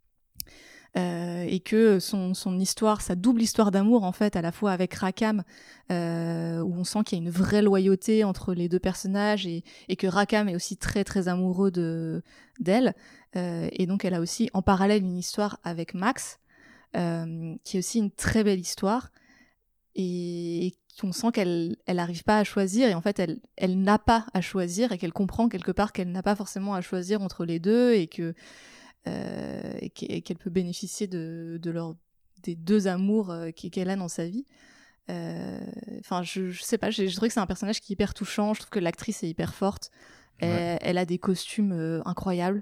Euh, et que son, son histoire, sa double histoire d'amour, en fait, à la fois avec Rackham, euh, où on sent qu'il y a une vraie loyauté entre les deux personnages, et, et que Rackham est aussi très, très amoureux de, d'elle. Euh, et donc, elle a aussi, en parallèle, une histoire avec Max, Euh, qui est aussi une très belle histoire et, et on sent qu'elle elle arrive pas à choisir et en fait elle elle n'a pas à choisir et qu'elle comprend quelque part qu'elle n'a pas forcément à choisir entre les deux et que euh, et qu'elle peut bénéficier de de leur des deux amours euh, qu'elle a dans sa vie. Enfin, euh, je, je sais pas, je, je trouve que c'est un personnage qui est hyper touchant. Je trouve que l'actrice est hyper forte. Ouais. Elle, elle a des costumes euh, incroyables.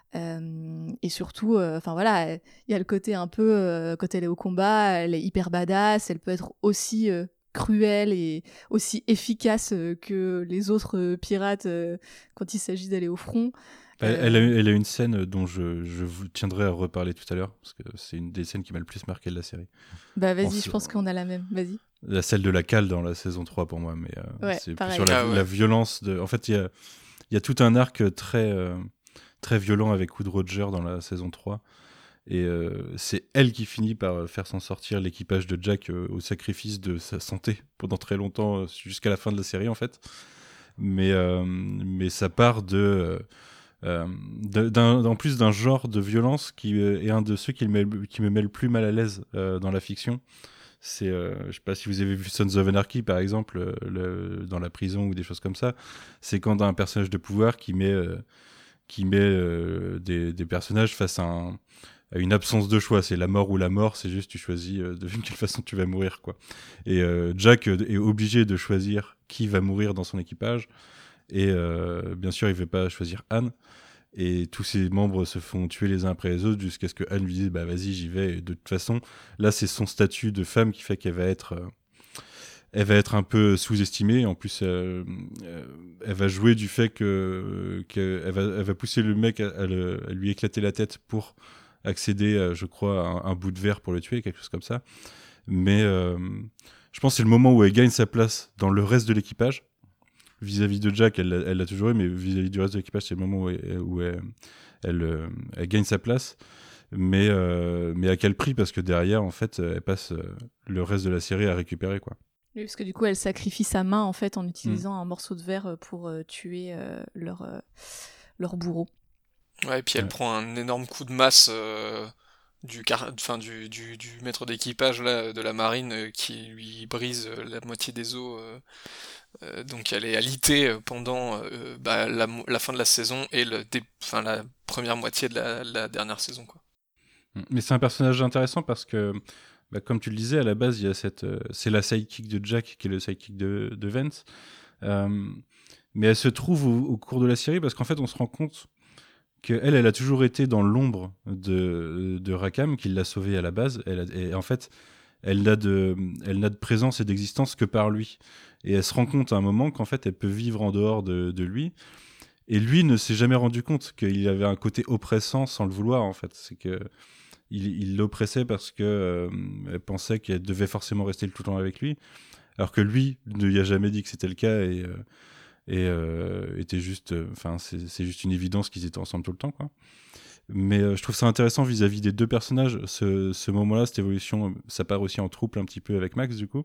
Euh, et surtout, enfin euh, voilà, il y a le côté un peu, euh, quand elle est au combat, elle est hyper badass, elle peut être aussi euh, cruelle et aussi efficace euh, que les autres euh, pirates euh, quand il s'agit d'aller au front. Elle, euh... elle, a, elle a une scène dont je, je vous tiendrai à reparler tout à l'heure, parce que c'est une des scènes qui m'a le plus marqué de la série. Bah vas-y, pense, je pense qu'on a la même, vas-y. La celle de la cale dans la saison trois pour moi, mais euh, ouais, c'est pareil. plus sur la, ah ouais. la violence de... En fait, il y a, y a tout un arc très... Euh... très violent avec Wood Roger dans la saison trois. Et euh, c'est elle qui finit par faire s'en sortir l'équipage de Jack euh, au sacrifice de sa santé pendant très longtemps, euh, jusqu'à la fin de la série en fait. Mais, euh, mais ça part de... Euh, d'un, en plus d'un genre de violence qui est un de ceux qui me, qui me met le plus mal à l'aise euh, dans la fiction. C'est, euh, je sais pas si vous avez vu Sons of Anarchy par exemple, le, dans la prison ou des choses comme ça. C'est quand un personnage de pouvoir qui met... Euh, qui met euh, des, des personnages face à, un, à une absence de choix. C'est la mort ou la mort, c'est juste tu choisis euh, de quelle façon tu vas mourir, quoi. Et euh, Jack est obligé de choisir qui va mourir dans son équipage. Et euh, bien sûr, il ne veut pas choisir Anne. Et tous ses membres se font tuer les uns après les autres jusqu'à ce que Anne lui dise bah vas-y, j'y vais. Et de toute façon, là, c'est son statut de femme qui fait qu'elle va être... Euh, elle va être un peu sous-estimée. En plus, euh, euh, elle va jouer du fait que qu'elle va, elle va pousser le mec à, à, le, à lui éclater la tête pour accéder, à, je crois, à un, un bout de verre pour le tuer, quelque chose comme ça. Mais euh, je pense que c'est le moment où elle gagne sa place dans le reste de l'équipage. Vis-à-vis de Jack, elle, elle l'a toujours eu, mais vis-à-vis du reste de l'équipage, c'est le moment où elle, où elle, elle, elle, elle gagne sa place. Mais, euh, mais à quel prix ? Parce que derrière, en fait, elle passe le reste de la série à récupérer, quoi. Oui, parce que du coup, elle sacrifie sa main en fait en utilisant mmh. un morceau de verre pour euh, tuer euh, leur, euh, leur bourreau. Ouais, et puis elle ouais. prend un énorme coup de masse euh, du, car... enfin, du, du, du maître d'équipage là, de la marine euh, qui lui brise euh, la moitié des os. Euh, euh, donc elle est alitée pendant euh, bah, la, la fin de la saison et le dé... enfin, la première moitié de la, la dernière saison, quoi. Mais c'est un personnage intéressant parce que bah, comme tu le disais, à la base, il y a cette, euh, c'est la sidekick de Jack qui est le sidekick de, de Vance. Euh, mais elle se trouve au, au cours de la série parce qu'en fait, on se rend compte qu'elle, elle a toujours été dans l'ombre de, de Rackham, qui l'a sauvée à la base. Elle a, et en fait, elle n'a de, elle n'a de présence et d'existence que par lui. Et elle se rend compte à un moment qu'en fait, elle peut vivre en dehors de, de lui. Et lui ne s'est jamais rendu compte qu'il avait un côté oppressant sans le vouloir, en fait. C'est que Il, il l'oppressait parce qu'elle euh, pensait qu'elle devait forcément rester tout le temps avec lui, alors que lui ne lui a jamais dit que c'était le cas et, euh, et euh, était juste, enfin euh, c'est, c'est juste une évidence qu'ils étaient ensemble tout le temps, quoi. Mais euh, je trouve ça intéressant vis-à-vis des deux personnages, ce, ce moment-là, cette évolution, ça part aussi en trouble un petit peu avec Max du coup,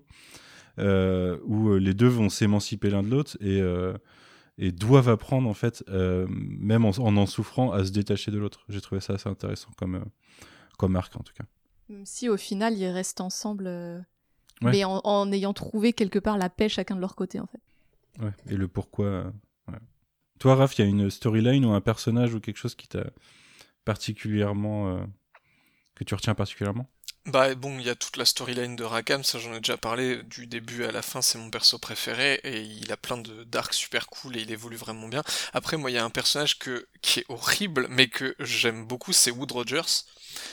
euh, où les deux vont s'émanciper l'un de l'autre et euh, et doivent apprendre en fait, euh, même en, en en souffrant, à se détacher de l'autre. J'ai trouvé ça assez intéressant comme euh, comme arc en tout cas. Même si au final ils restent ensemble, euh, ouais. mais en, en ayant trouvé quelque part la paix chacun de leur côté en fait. Ouais, et le pourquoi. Euh, ouais. Toi, Raph, il y a une storyline ou un personnage ou quelque chose qui t'a, particulièrement euh, que tu retiens particulièrement? Bah bon, il y a toute la storyline de Rackham, ça j'en ai déjà parlé, du début à la fin, c'est mon perso préféré, et il a plein de d'arcs super cool, et il évolue vraiment bien. Après, moi, il y a un personnage que, qui est horrible, mais que j'aime beaucoup, c'est Wood Rogers.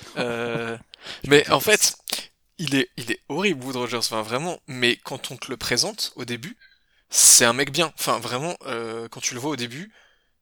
Euh, mais en fait, il est, il est horrible, Wood Rogers, enfin vraiment, mais quand on te le présente au début, c'est un mec bien. Enfin vraiment, euh, quand tu le vois au début,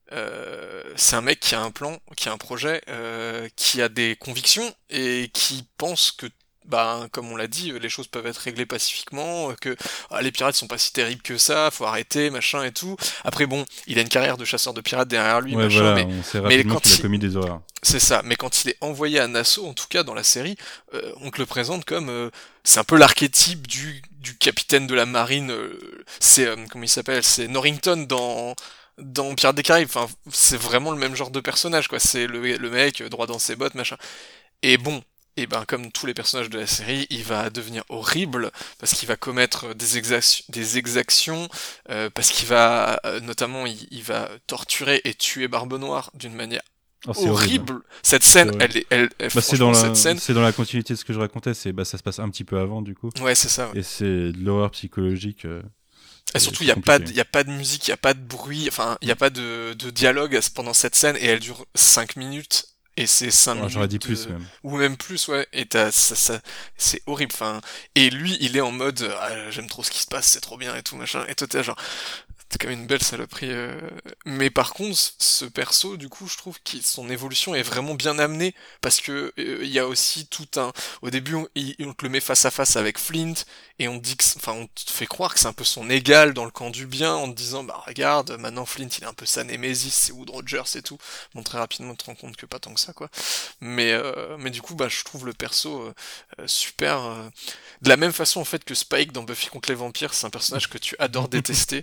euh, c'est un mec qui a un plan, qui a un projet, euh, qui a des convictions et qui pense que, bah, comme on l'a dit, les choses peuvent être réglées pacifiquement, que ah, les pirates sont pas si terribles que ça, faut arrêter, machin et tout. Après bon, il a une carrière de chasseur de pirates derrière lui, Ouais, machin, voilà, mais on sait mais rapidement quand qu'il a il, commis des horreurs. c'est ça, mais quand il est envoyé à Nassau, en tout cas dans la série, euh, on te le présente comme euh, c'est un peu l'archétype du, du capitaine de la marine. Euh, c'est euh, comment il s'appelle? C'est Norrington dans dans Pirates des Caraïbes. Enfin, c'est vraiment le même genre de personnage, quoi. C'est le, le mec euh, droit dans ses bottes, machin. Et bon, et ben comme tous les personnages de la série, il va devenir horrible parce qu'il va commettre des, exactions, des exactions, euh, parce qu'il va euh, notamment il, il va torturer et tuer Barbe Noire d'une manière Oh, c'est horrible. horrible. Cette scène, C'est elle est, elle, elle- Bah, c'est dans franchement, la, cette scène, c'est dans la continuité de ce que je racontais. C'est, bah, ça se passe un petit peu avant, du coup. ouais, c'est ça. Ouais. Et c'est de l'horreur psychologique. euh, Et c'est, surtout, il c'est y a pas, compliqué. de, il y a pas de musique, il y a pas de bruit, enfin, il y a pas de, de dialogue à ce- pendant cette scène et elle dure cinq minutes. Et c'est cinq Ouais, j'aurais dit minutes plus, de... même. ou même plus, ouais. Et t'as, ça, ça, c'est horrible. Enfin, et lui, il est en mode, ah, j'aime trop ce qui se passe, c'est trop bien et tout machin. Et toi, t'es là, genre, c'est quand même une belle saloperie. euh. Mais par contre, ce perso, du coup, je trouve que son évolution est vraiment bien amenée parce que euh, il y a aussi tout un. Au début, on, il- on te le met face à face avec Flint et on te dit que, c'est- enfin, on te fait croire que c'est un peu son égal dans le camp du bien en te disant, bah regarde, maintenant Flint, il est un peu sa némésis, c'est Wood Rogers et tout. Bon, très rapidement, tu te rends compte que pas tant que ça, quoi. Mais, euh, mais du coup, bah, je trouve le perso euh, euh, super. euh, De la même façon, en fait, que Spike dans Buffy contre les vampires, c'est un personnage que tu adores détester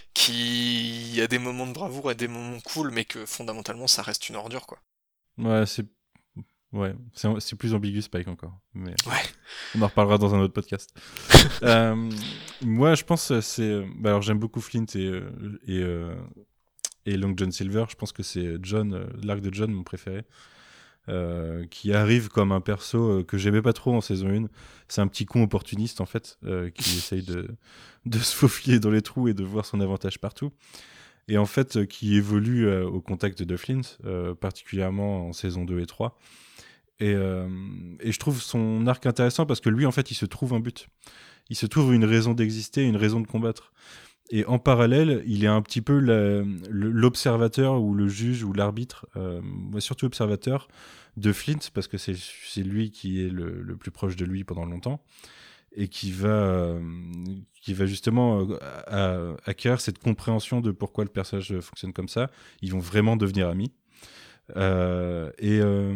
qui a des moments de bravoure et des moments cool, mais que fondamentalement ça reste une ordure, quoi. Ouais, c'est, ouais, c'est, c'est plus ambigu, Spike, encore. Mais Ouais. on en reparlera dans un autre podcast. euh, moi, je pense que c'est. euh, Bah, alors, j'aime beaucoup Flint et, euh, et, euh, et Long John Silver. Je pense que c'est John, euh, l'arc de John, mon préféré. Euh, qui arrive comme un perso euh, que j'aimais pas trop en saison un. C'est un petit con opportuniste en fait, euh, qui essaye de, de se faufiler dans les trous et de voir son avantage partout. Et en fait, euh, qui évolue euh, au contact de Flint, euh, particulièrement en saison deux et trois. Et, euh, et je trouve son arc intéressant parce que lui, en fait, il se trouve un but. Il se trouve une raison d'exister, une raison de combattre. Et en parallèle, il est un petit peu la- le- l'observateur ou le juge ou l'arbitre, euh, moi, surtout observateur de Flint, parce que c'est c'est lui qui est le, le plus proche de lui pendant longtemps, et qui va, euh, qui va justement euh, à- à- acquérir cette compréhension de pourquoi le personnage fonctionne comme ça. Ils vont vraiment devenir amis. Euh, et, euh,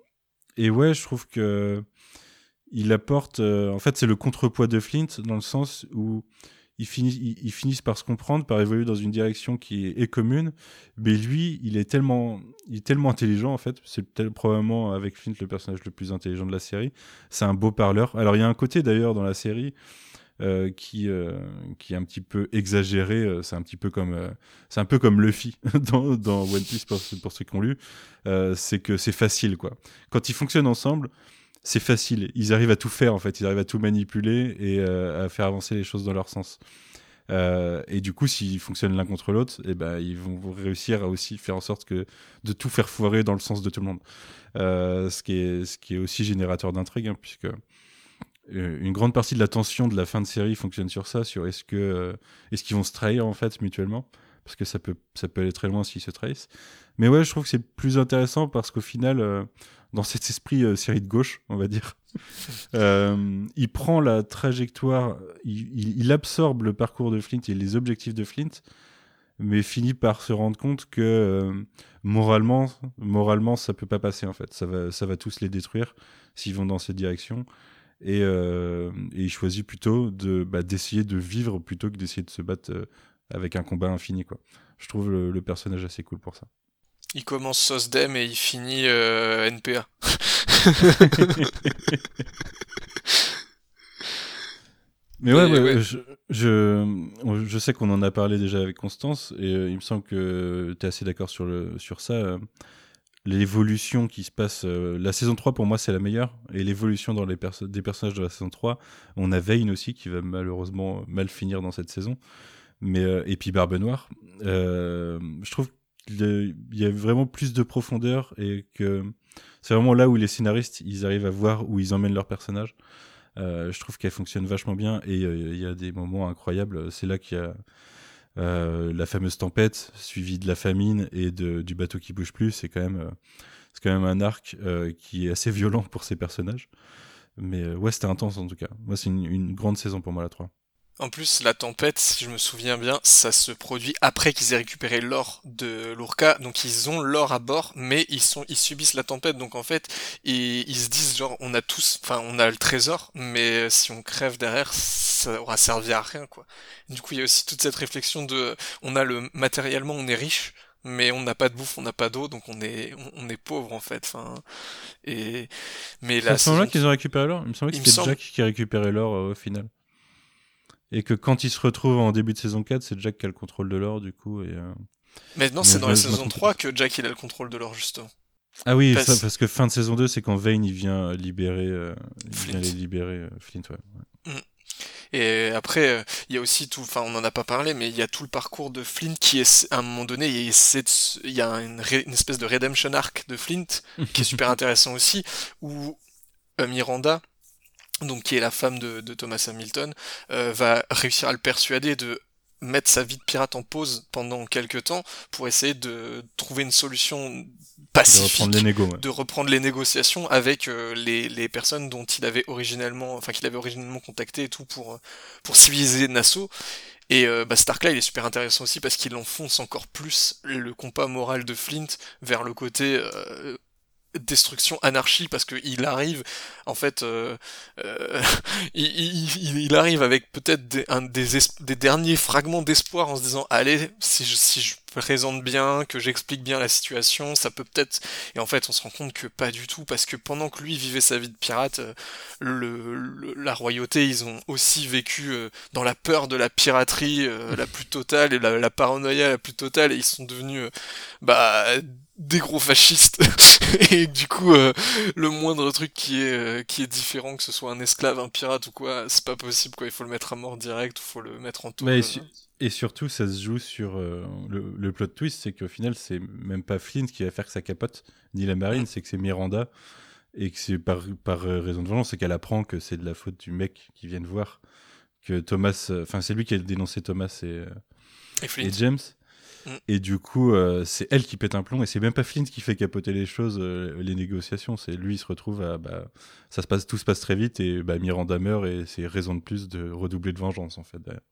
et ouais, je trouve que il apporte... euh, en fait, c'est le contrepoids de Flint, dans le sens où ils finissent, ils, ils finissent par se comprendre, par évoluer dans une direction qui est, est commune. Mais lui, il est tellement, il est tellement intelligent, en fait. C'est tel- probablement, avec Flint, le personnage le plus intelligent de la série. C'est un beau parleur. Alors, il y a un côté, d'ailleurs, dans la série, euh, qui, euh, qui est un petit peu exagéré. Euh, C'est un petit peu comme, euh, c'est un peu comme Luffy dans, dans One Piece, pour, ceux- pour ceux qui ont lu. Euh, c'est que c'est facile, quoi. Quand ils fonctionnent ensemble, c'est facile. Ils arrivent à tout faire, en fait. Ils arrivent à tout manipuler et euh, à faire avancer les choses dans leur sens. Euh, et du coup, s'ils fonctionnent l'un contre l'autre, eh ben, ils vont réussir à aussi faire en sorte que de tout faire foirer dans le sens de tout le monde. Euh, ce, qui est, ce qui est aussi générateur d'intrigue, hein, puisque euh, une grande partie de la tension de la fin de série fonctionne sur ça, sur est-ce que euh, est-ce qu'ils vont se trahir en fait mutuellement, parce que ça peut ça peut aller très loin s'ils se trahissent. Mais ouais, je trouve que c'est plus intéressant parce qu'au final, euh, dans cet esprit euh, série de gauche, on va dire, euh, il prend la trajectoire, il, il, il absorbe le parcours de Flint et les objectifs de Flint, mais finit par se rendre compte que euh, moralement, moralement, ça peut pas passer en fait. Ça va, ça va tous les détruire s'ils vont dans cette direction. Et, euh, et il choisit plutôt de, bah, d'essayer de vivre plutôt que d'essayer de se battre euh, avec un combat infini, quoi. Je trouve le, le personnage assez cool pour ça. Il commence SOSDEM et il finit euh, N P A. Mais ouais, Mais ouais, ouais. Je, je, je sais qu'on en a parlé déjà avec Constance et euh, il me semble que tu es assez d'accord sur, le, sur ça. Euh, l'évolution qui se passe. Euh, la saison trois, pour moi, c'est la meilleure. Et l'évolution dans les perso- des personnages de la saison trois. On a Vayne aussi, qui va malheureusement mal finir dans cette saison. Mais, euh, et puis Barbe Noire. Euh, je trouve qu'il y a vraiment plus de profondeur et que c'est vraiment là où les scénaristes, ils arrivent à voir où ils emmènent leurs personnages. Euh, je trouve qu'elle fonctionne vachement bien et il euh, y a des moments incroyables. C'est là qu'il y a euh, la fameuse tempête suivie de la famine et de, du bateau qui bouge plus. C'est quand même, euh, c'est quand même un arc euh, qui est assez violent pour ces personnages. Mais euh, ouais, c'était intense en tout cas. Moi, c'est une, une grande saison pour moi, la trois. En plus, la tempête, si je me souviens bien, ça se produit après qu'ils aient récupéré l'or de l'Urca, donc ils ont l'or à bord, mais ils sont, ils subissent la tempête, donc en fait, ils, ils se disent genre, on a tous, enfin, on a le trésor, mais si on crève derrière, ça aura servi à rien, quoi. Du coup, il y a aussi toute cette réflexion de, on a le, matériellement, on est riche, mais on n'a pas de bouffe, on n'a pas d'eau, donc on est, on, on est pauvre en fait. Enfin, et mais C'est la à ce moment-là saison, qu'ils ont récupéré l'or. Il me semblait que il me c'était semble, Jack qui a récupéré l'or euh, au final. Et que quand ils se retrouvent en début de saison quatre, c'est Jack qui a le contrôle de l'or, du coup. Et, euh... mais non, Mais c'est je dans me- la je me saison trompe trois peut-être. que Jack il a le contrôle de l'or justement. Ah oui, ça, Parce parce que fin de saison deux, c'est quand Vayne il vient libérer, euh, il vient Flint. les libérer euh, Flint, ouais. Mm. Et après, euh, il y a aussi tout, enfin on en a pas parlé, mais il y a tout le parcours de Flint qui est, à un moment donné, il essaie de se- il y a une, ré- une espèce de redemption arc de Flint qui est super intéressant aussi, où euh, Miranda, donc qui est la femme de, de Thomas Hamilton, euh, va réussir à le persuader de mettre sa vie de pirate en pause pendant quelques temps pour essayer de trouver une solution De reprendre les pacifique, négos, ouais. de reprendre les négociations avec euh, les, les personnes dont il avait originellement, enfin qu'il avait originellement contacté et tout pour, euh, pour civiliser Nassau. Et euh, bah, cet arc-là, il est super intéressant aussi parce qu'il enfonce encore plus le compas moral de Flint vers le côté euh, destruction, anarchie, parce que il arrive, en fait, euh, euh, il, il, il arrive avec peut-être des, un, des, es- des derniers fragments d'espoir en se disant, allez, si je, si je présente bien, que j'explique bien la situation, ça peut peut-être... Et en fait, on se rend compte que pas du tout, parce que pendant que lui vivait sa vie de pirate, euh, le, le- la royauté, ils ont aussi vécu euh, dans la peur de la piraterie euh, la plus totale et la, la paranoïa la plus totale, et ils sont devenus, euh, bah, des gros fascistes. Et du coup, euh, le moindre truc qui est euh, qui est différent, que ce soit un esclave, un pirate ou quoi, c'est pas possible, quoi. Il faut le mettre à mort direct, ou faut le mettre en Mais tôle. et, euh. su- et surtout, ça se joue sur euh, le, le plot twist, c'est qu'au final, c'est même pas Flint qui va faire que ça capote, ni la marine, Mm. c'est que c'est Miranda, et que c'est par, par euh, raison de vengeance, c'est qu'elle apprend que c'est de la faute du mec qui vient de voir, que Thomas, euh, enfin c'est lui qui a dénoncé Thomas et, euh, Et Flint. et James. Mm. Et du coup, euh, c'est elle qui pète un plomb, et c'est même pas Flint qui fait capoter les choses, euh, les négociations. C'est lui, il se retrouve à, bah, ça se passe, tout se passe très vite, et bah, Miranda meurt, et c'est raison de plus de redoubler de vengeance en fait. derrière.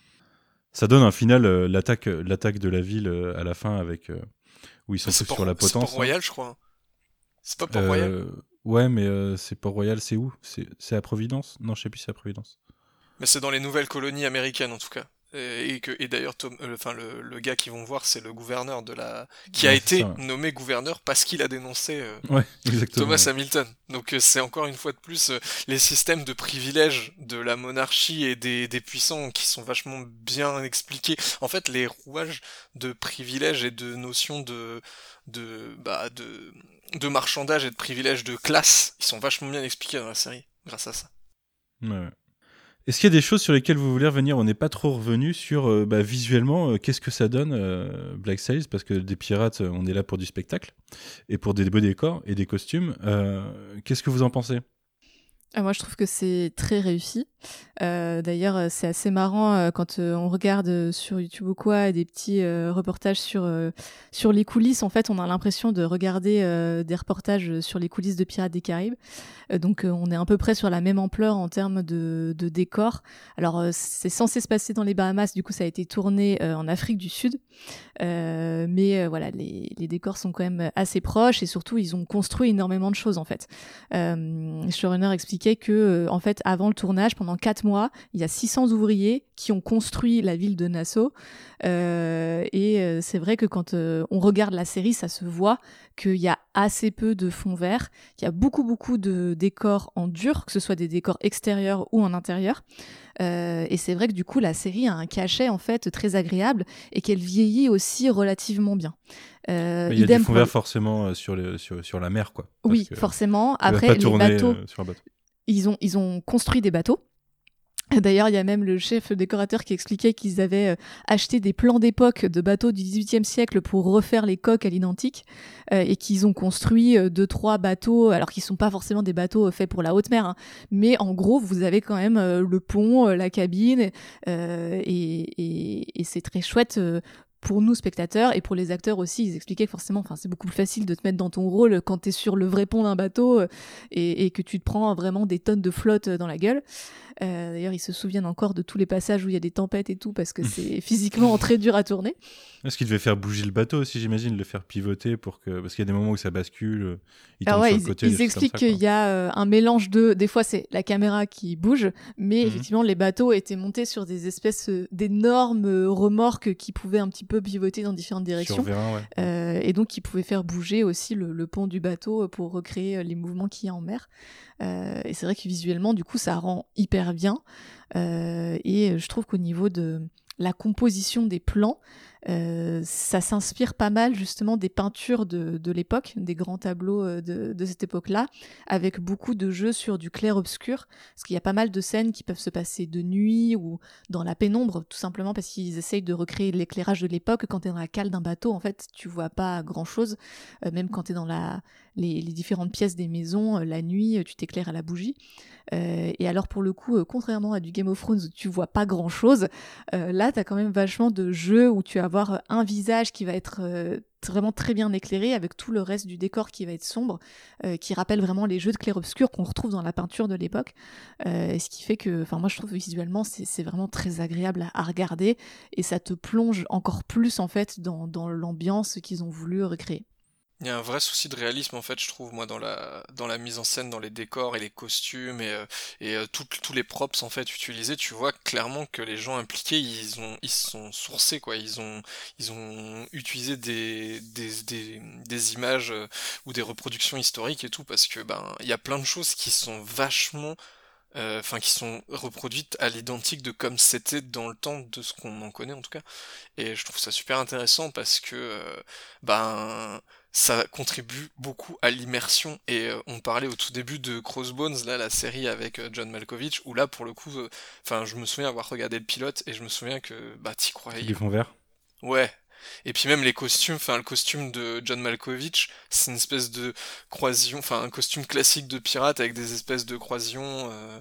Ça donne un final, euh, l'attaque, l'attaque de la ville euh, à la fin avec euh, où ils sont Mais c'est tous Port, sur la c'est potence. Port-Royal, je crois. C'est pas hein. Port-Royal? Euh, ouais, mais euh, c'est Port-Royal, c'est où c'est, c'est à Providence. Non, je sais plus, c'est à Providence. Mais c'est dans les nouvelles colonies américaines, en tout cas. Et, et que, et d'ailleurs, Tom, euh, enfin, le, le gars qu'ils vont voir, c'est le gouverneur de la, qui a Ouais, c'est été ça. nommé gouverneur parce qu'il a dénoncé euh, Ouais, exactement. Thomas ouais. Hamilton. Donc euh, c'est encore une fois de plus euh, les systèmes de privilèges de la monarchie et des, des puissants qui sont vachement bien expliqués. En fait, les rouages de privilèges et de notions de de bah de de marchandage et de privilèges de classe, ils sont vachement bien expliqués dans la série grâce à ça. Ouais, ouais. Est-ce qu'il y a des choses sur lesquelles vous voulez revenir? On n'est pas trop revenu sur euh, bah, visuellement, euh, qu'est-ce que ça donne euh, Black Sails, parce que des pirates, euh, on est là pour du spectacle et pour des beaux décors et des costumes. Euh, qu'est-ce que vous en pensez? Ah, moi, je trouve que c'est très réussi. Euh, d'ailleurs, euh, c'est assez marrant euh, quand euh, on regarde euh, sur YouTube ou quoi des petits euh, reportages sur euh, sur les coulisses. En fait, on a l'impression de regarder euh, des reportages sur les coulisses de Pirates des Caraïbes. Euh, donc, euh, on est à peu près sur la même ampleur en termes de, de décor. Alors, euh, c'est censé se passer dans les Bahamas. Du coup, ça a été tourné euh, en Afrique du Sud. Euh, mais euh, voilà, les, les décors sont quand même assez proches et surtout, ils ont construit énormément de choses en fait. Euh, le showrunner expliquait que, euh, en fait, avant le tournage, pendant pendant quatre mois, il y a six cents ouvriers qui ont construit la ville de Nassau. Euh, et euh, c'est vrai que quand euh, on regarde la série, ça se voit qu'il y a assez peu de fond vert. Il y a beaucoup, beaucoup de décors en dur, que ce soit des décors extérieurs ou en intérieur. Euh, et c'est vrai que du coup, la série a un cachet en fait très agréable et qu'elle vieillit aussi relativement bien. Euh, il y a du fond vert forcément sur, le, sur, sur la mer, quoi. Oui, forcément. Après, les bateaux, euh, sur un bateau. Ils ont, ils ont construit des bateaux. D'ailleurs, il y a même le chef décorateur qui expliquait qu'ils avaient euh, acheté des plans d'époque de bateaux du dix-huitième siècle pour refaire les coques à l'identique euh, et qu'ils ont construit euh, deux, trois bateaux, alors qu'ils ne sont pas forcément des bateaux faits pour la haute mer, hein, mais en gros, vous avez quand même euh, le pont, euh, la cabine euh, et, et, et c'est très chouette euh, pour nous spectateurs et pour les acteurs aussi. Ils expliquaient que forcément, enfin, c'est beaucoup plus facile de te mettre dans ton rôle quand tu es sur le vrai pont d'un bateau euh, et, et que tu te prends vraiment des tonnes de flotte dans la gueule. Euh, d'ailleurs, ils se souviennent encore de tous les passages où il y a des tempêtes et tout, parce que c'est physiquement très dur à tourner. Est-ce qu'il devait faire bouger le bateau aussi, j'imagine, le faire pivoter pour que... Parce qu'il y a des moments où ça bascule, il tombe ouais, sur ils, le côté. Ils expliquent qu'il y a euh, un mélange de... Des fois, c'est la caméra qui bouge, mais mmh. effectivement, les bateaux étaient montés sur des espèces euh, d'énormes euh, remorques qui pouvaient un petit peu pivoter dans différentes directions. Sur vérin, ouais. Euh, et donc, qui pouvaient faire bouger aussi le, le pont du bateau pour recréer les mouvements qu'il y a en mer. Euh, et c'est vrai que visuellement, du coup, ça rend hyper bien. Euh, et je trouve qu'au niveau de la composition des plans, euh, ça s'inspire pas mal justement des peintures de, de l'époque, des grands tableaux de, de cette époque-là, avec beaucoup de jeux sur du clair-obscur, parce qu'il y a pas mal de scènes qui peuvent se passer de nuit ou dans la pénombre, tout simplement parce qu'ils essayent de recréer l'éclairage de l'époque. Quand tu es dans la cale d'un bateau, en fait, tu vois pas grand-chose, euh, même quand tu es dans la, les, les différentes pièces des maisons, euh, la nuit, tu t'éclaires à la bougie. Euh, et alors pour le coup, euh, contrairement à du Game of Thrones où tu vois pas grand-chose, euh, là tu as quand même vachement de jeux où tu vas avoir un visage qui va être euh, vraiment très bien éclairé avec tout le reste du décor qui va être sombre, euh, qui rappelle vraiment les jeux de clair-obscur qu'on retrouve dans la peinture de l'époque, euh, ce qui fait que, enfin moi je trouve visuellement c'est, c'est vraiment très agréable à, à regarder et ça te plonge encore plus en fait dans, dans l'ambiance qu'ils ont voulu recréer. Il y a un vrai souci de réalisme en fait, je trouve, moi, dans la dans la mise en scène, dans les décors et les costumes et euh, et euh, tout- tous les props en fait utilisés. Tu vois clairement que les gens impliqués, ils ont ils se sont sourcés quoi. Ils ont ils ont utilisé des des des, des images euh, ou des reproductions historiques et tout parce que ben il y a plein de choses qui sont vachement enfin euh, qui sont reproduites à l'identique de comme c'était dans le temps de ce qu'on en connaît en tout cas. Et je trouve ça super intéressant parce que euh, ben ça contribue beaucoup à l'immersion et euh, on parlait au tout début de Crossbones, là la série avec euh, John Malkovich, où là pour le coup enfin euh, je me souviens avoir regardé le pilote et je me souviens que bah t'y croyais. Du fond vert. Ouais. Et puis même les costumes, enfin le costume de John Malkovich, c'est une espèce de croisillon, enfin un costume classique de pirate avec des espèces de croisillons euh,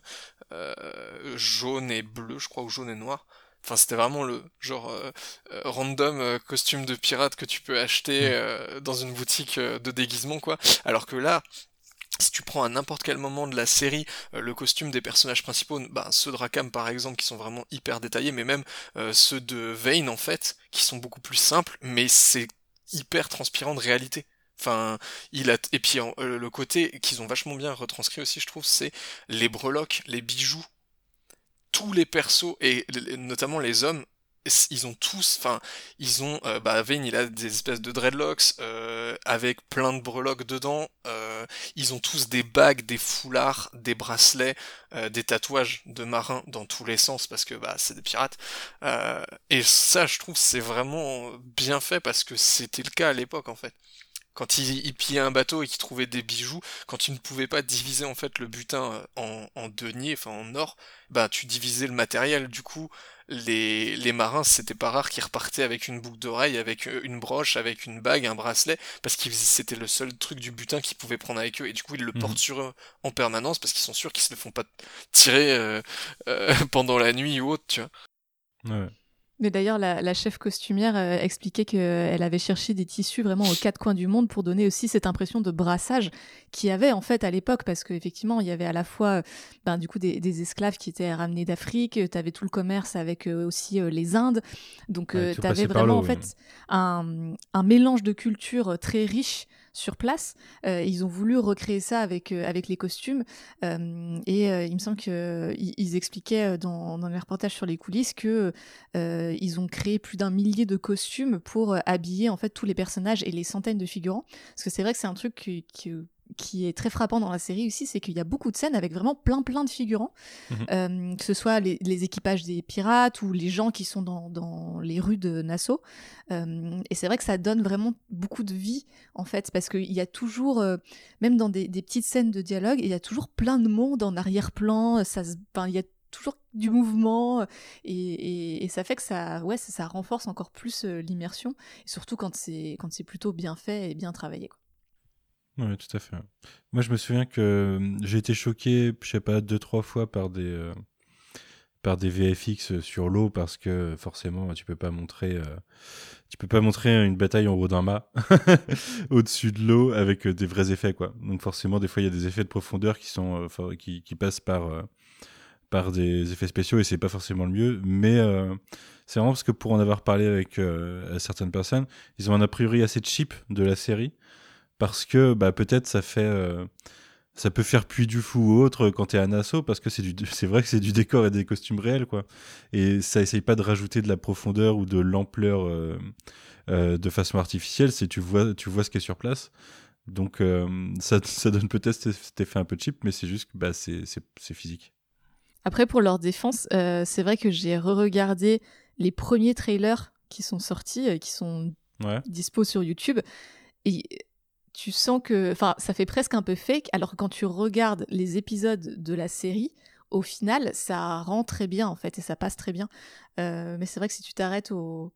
euh, jaune et bleu, je crois, ou jaune et noir. Enfin, c'était vraiment le genre euh, euh, random euh, costume de pirate que tu peux acheter euh, dans une boutique euh, de déguisement, quoi. Alors que là, si tu prends à n'importe quel moment de la série euh, le costume des personnages principaux, bah, ceux de Rackham par exemple, qui sont vraiment hyper détaillés, mais même euh, ceux de Vane en fait, qui sont beaucoup plus simples, mais c'est hyper transpirant de réalité. Enfin, il a et puis euh, le côté qu'ils ont vachement bien retranscrit aussi, je trouve, c'est les breloques, les bijoux, tous les persos et notamment les hommes, ils ont tous, enfin, ils ont, euh, bah, Vane, il a des espèces de dreadlocks euh, avec plein de breloques dedans. Euh, ils ont tous des bagues, des foulards, des bracelets, euh, des tatouages de marins dans tous les sens parce que bah c'est des pirates. Euh, et ça, je trouve, c'est vraiment bien fait parce que c'était le cas à l'époque en fait. Quand ils, ils pillaient un bateau et qu'ils trouvaient des bijoux, quand ils ne pouvaient pas diviser en fait le butin en, en deniers, enfin en or, bah tu divisais le matériel. Du coup, les, les marins, c'était pas rare qu'ils repartaient avec une boucle d'oreille, avec une broche, avec une bague, un bracelet, parce que c'était le seul truc du butin qu'ils pouvaient prendre avec eux. Et du coup, ils le mmh. portent sur eux en permanence parce qu'ils sont sûrs qu'ils se le font pas tirer euh, euh, pendant la nuit ou autre, tu vois. Ouais. Mais d'ailleurs, la, la chef costumière euh, expliquait qu'elle avait cherché des tissus vraiment aux quatre coins du monde pour donner aussi cette impression de brassage qu'il y avait en fait à l'époque, parce qu'effectivement, il y avait à la fois ben, du coup, des, des esclaves qui étaient ramenés d'Afrique, tu avais tout le commerce avec euh, aussi euh, les Indes, donc euh, ouais, tu avais vraiment en fait un, un mélange de cultures très riche sur place. Euh, ils ont voulu recréer ça avec, euh, avec les costumes. Euh, et euh, il me semble qu'ils ils expliquaient dans, dans les reportages sur les coulisses que euh, ils ont créé plus d'un millier de costumes pour euh, habiller en fait tous les personnages et les centaines de figurants. Parce que c'est vrai que c'est un truc qui, qui, qui est très frappant dans la série aussi, c'est qu'il y a beaucoup de scènes avec vraiment plein plein de figurants, mmh. euh, que ce soit les, les équipages des pirates ou les gens qui sont dans, dans les rues de Nassau. Euh, et c'est vrai que ça donne vraiment beaucoup de vie en fait, parce qu'il y a toujours, euh, même dans des, des petites scènes de dialogue, il y a toujours plein de monde en arrière-plan, ça se, ben, il y a toujours du mouvement et, et, et ça fait que ça, ouais, ça, ça renforce encore plus euh, l'immersion, et surtout quand c'est, quand c'est plutôt bien fait et bien travaillé, quoi. Oui, tout à fait. Moi, je me souviens que j'ai été choqué, je sais pas, deux, trois fois par des, euh, par des V F X sur l'eau, parce que forcément, tu peux pas montrer, euh, tu peux pas montrer une bataille en haut d'un mât au-dessus de l'eau avec des vrais effets, quoi. Donc forcément, des fois, il y a des effets de profondeur qui sont, euh, qui, qui passent par, euh, par des effets spéciaux, et c'est pas forcément le mieux. Mais euh, c'est vraiment parce que pour en avoir parlé avec euh, certaines personnes, ils ont un a priori assez cheap de la série. Parce que bah, peut-être ça fait, euh, ça peut faire puits du fou ou autre quand t'es à Nassau, parce que c'est, du, c'est vrai que c'est du décor et des costumes réels, quoi. Et ça essaye pas de rajouter de la profondeur ou de l'ampleur euh, euh, de façon artificielle, c'est tu vois, tu vois ce qui est sur place. Donc euh, ça, ça donne peut-être cet effet un peu cheap, mais c'est juste que bah, c'est, c'est, c'est physique. Après, pour leur défense, euh, c'est vrai que j'ai re-regardé les premiers trailers qui sont sortis, euh, qui sont ouais. dispo sur YouTube, et tu sens que, enfin, ça fait presque un peu fake, alors que quand tu regardes les épisodes de la série, au final, ça rend très bien, en fait, et ça passe très bien. Euh, mais c'est vrai que si tu t'arrêtes aux,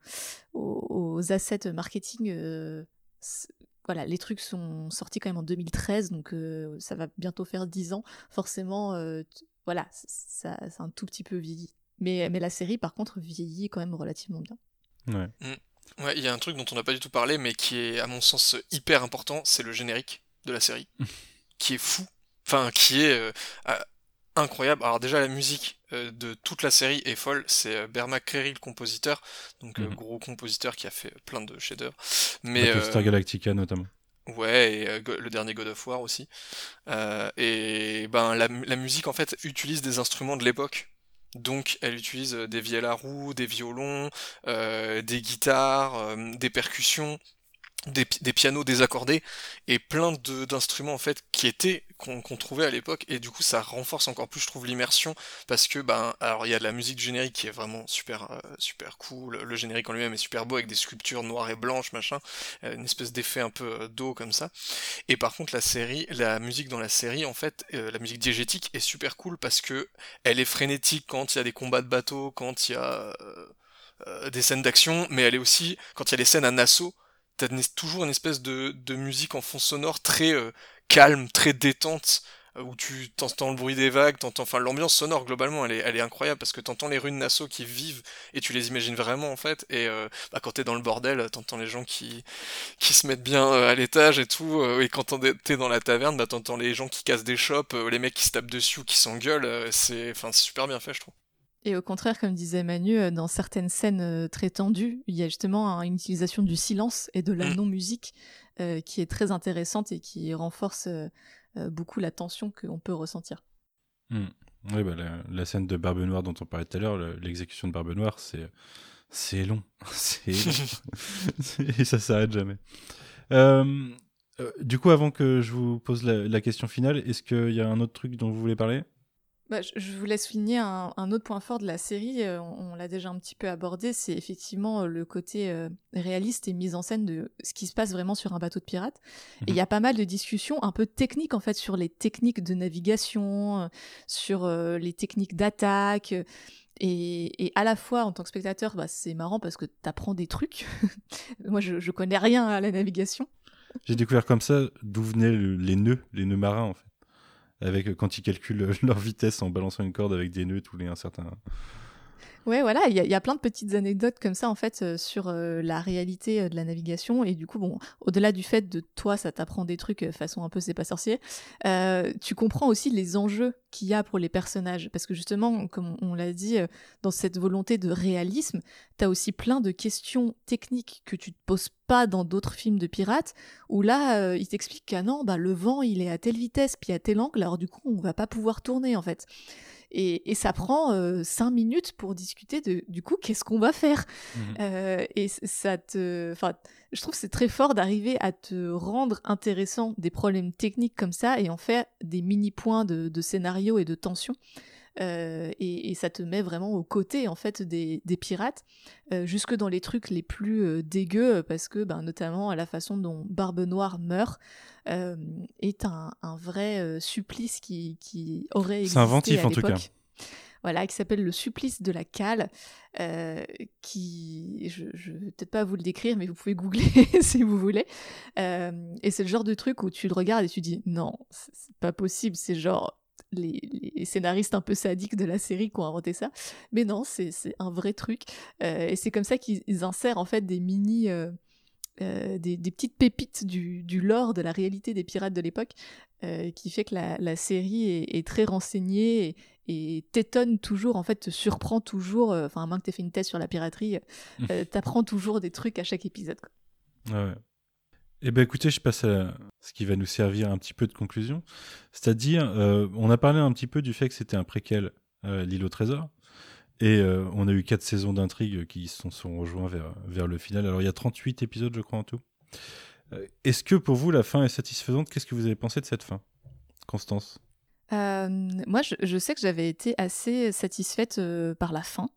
aux, aux assets marketing, euh, voilà, les trucs sont sortis quand même en deux mille treize, donc euh, ça va bientôt faire dix ans. Forcément, euh, t- voilà, ça, c'est un tout petit peu vieilli. Mais, mais la série, par contre, vieillit quand même relativement bien. Ouais. Mmh. Ouais, il y a un truc dont on n'a pas du tout parlé, mais qui est, à mon sens, hyper important, c'est le générique de la série, qui est fou, enfin, qui est euh, euh, incroyable. Alors déjà, la musique euh, de toute la série est folle, c'est euh, Bear McCreary, le compositeur, donc euh, mm-hmm. gros compositeur qui a fait plein de chefs-d'œuvre. Mais Battlestar euh, Galactica, notamment. Ouais, et euh, le dernier God of War aussi. Euh, et ben, la, la musique, en fait, utilise des instruments de l'époque. Donc elle utilise des vielles à roue, des violons, euh, des guitares, euh, des percussions, des, des pianos désaccordés, et plein de, d'instruments en fait qui étaient, qu'on, qu'on trouvait à l'époque, et du coup ça renforce encore plus, je trouve, l'immersion, parce que ben, alors il y a de la musique du générique qui est vraiment super, euh, super cool, le générique en lui-même est super beau avec des sculptures noires et blanches, machin, euh, une espèce d'effet un peu d'eau comme ça. Et par contre la série, la musique dans la série en fait, euh, la musique diégétique est super cool parce que elle est frénétique quand il y a des combats de bateaux, quand il y a euh, euh, des scènes d'action, mais elle est aussi quand il y a les scènes à Nassau. T'as toujours une espèce de, de musique en fond sonore très euh, calme, très détente, euh, où tu t'entends le bruit des vagues, t'entends, enfin l'ambiance sonore globalement elle est, elle est incroyable, parce que t'entends les rues de Nassau qui vivent, et tu les imagines vraiment en fait, et euh, bah, quand t'es dans le bordel, t'entends les gens qui, qui se mettent bien euh, à l'étage et tout, euh, et quand t'es dans la taverne, bah t'entends les gens qui cassent des chopes, euh, les mecs qui se tapent dessus ou qui s'engueulent, euh, c'est, enfin, c'est super bien fait, je trouve. Et au contraire, comme disait Manu, dans certaines scènes très tendues, il y a justement une utilisation du silence et de la non-musique euh, qui est très intéressante et qui renforce euh, beaucoup la tension qu'on peut ressentir. Mmh. Oui, bah, la, la scène de Barbe Noire dont on parlait tout à l'heure, le, l'exécution de Barbe Noire, c'est, c'est long. c'est long. Et ça s'arrête jamais. Euh, euh, du coup, avant que je vous pose la, la question finale, est-ce qu'il y a un autre truc dont vous voulez parler ? Bah, je voulais souligner un, un autre point fort de la série, euh, on, on l'a déjà un petit peu abordé, c'est effectivement le côté euh, réaliste et mise en scène de ce qui se passe vraiment sur un bateau de pirates. Mmh. Et il y a pas mal de discussions un peu techniques en fait sur les techniques de navigation, euh, sur euh, les techniques d'attaque. Et, et à la fois, en tant que spectateur, bah, c'est marrant parce que t'apprends des trucs. Moi, je, je connais rien à la navigation. J'ai découvert comme ça d'où venaient le, les nœuds, les nœuds marins en fait. Avec, quand ils calculent leur vitesse en balançant une corde avec des nœuds tous les un certain... Ouais, voilà, il y, y a plein de petites anecdotes comme ça en fait euh, sur euh, la réalité euh, de la navigation et du coup, bon, au-delà du fait de toi, ça t'apprend des trucs euh, façon un peu c'est pas sorcier, euh, tu comprends aussi les enjeux qu'il y a pour les personnages parce que justement, comme on, on l'a dit, euh, dans cette volonté de réalisme, t'as aussi plein de questions techniques que tu te poses pas dans d'autres films de pirates où là, euh, ils t'expliquent qu'ah non, bah le vent il est à telle vitesse puis à tel angle, alors du coup, on va pas pouvoir tourner en fait. Et, et ça prend euh, cinq minutes pour discuter de, du coup, qu'est-ce qu'on va faire Mmh. euh, Et ça te... Enfin, je trouve que c'est très fort d'arriver à te rendre intéressant des problèmes techniques comme ça et en faire des mini-points de, de scénario et de tension. Euh, et, et ça te met vraiment aux côtés en fait des, des pirates, euh, jusque dans les trucs les plus euh, dégueux, parce que ben, notamment la façon dont Barbe Noire meurt euh, est un, un vrai euh, supplice qui, qui aurait existé C'est inventif à en tout cas. l'époque. Voilà, qui s'appelle le supplice de la cale, euh, qui, je, je vais peut-être pas vous le décrire, mais vous pouvez googler si vous voulez. Euh, et c'est le genre de truc où tu le regardes et tu dis non, c'est c'est pas possible, c'est genre les, les scénaristes un peu sadiques de la série qui ont inventé ça. Mais non, c'est c'est un vrai truc. Euh, et c'est comme ça qu'ils ils insèrent en fait des mini... euh, euh, des, des petites pépites du, du lore de la réalité des pirates de l'époque, euh, qui fait que la, la série est, est très renseignée et, et t'étonne toujours, en fait, te surprend toujours, euh, enfin, à moins que t'aies fait une thèse sur la piraterie, euh, t'apprends toujours des trucs à chaque épisode, quoi. Ah ouais. Eh ben écoutez, je passe à ce qui va nous servir un petit peu de conclusion. C'est-à-dire, euh, on a parlé un petit peu du fait que c'était un préquel, euh, L'île au trésor. Et euh, on a eu quatre saisons d'intrigue qui se sont, sont rejoints vers, vers le final. Alors il y a trente-huit épisodes, je crois, en tout. Euh, est-ce que pour vous, la fin est satisfaisante ? Qu'est-ce que vous avez pensé de cette fin, Constance ? Euh, moi, je, je sais que j'avais été assez satisfaite euh, par la fin.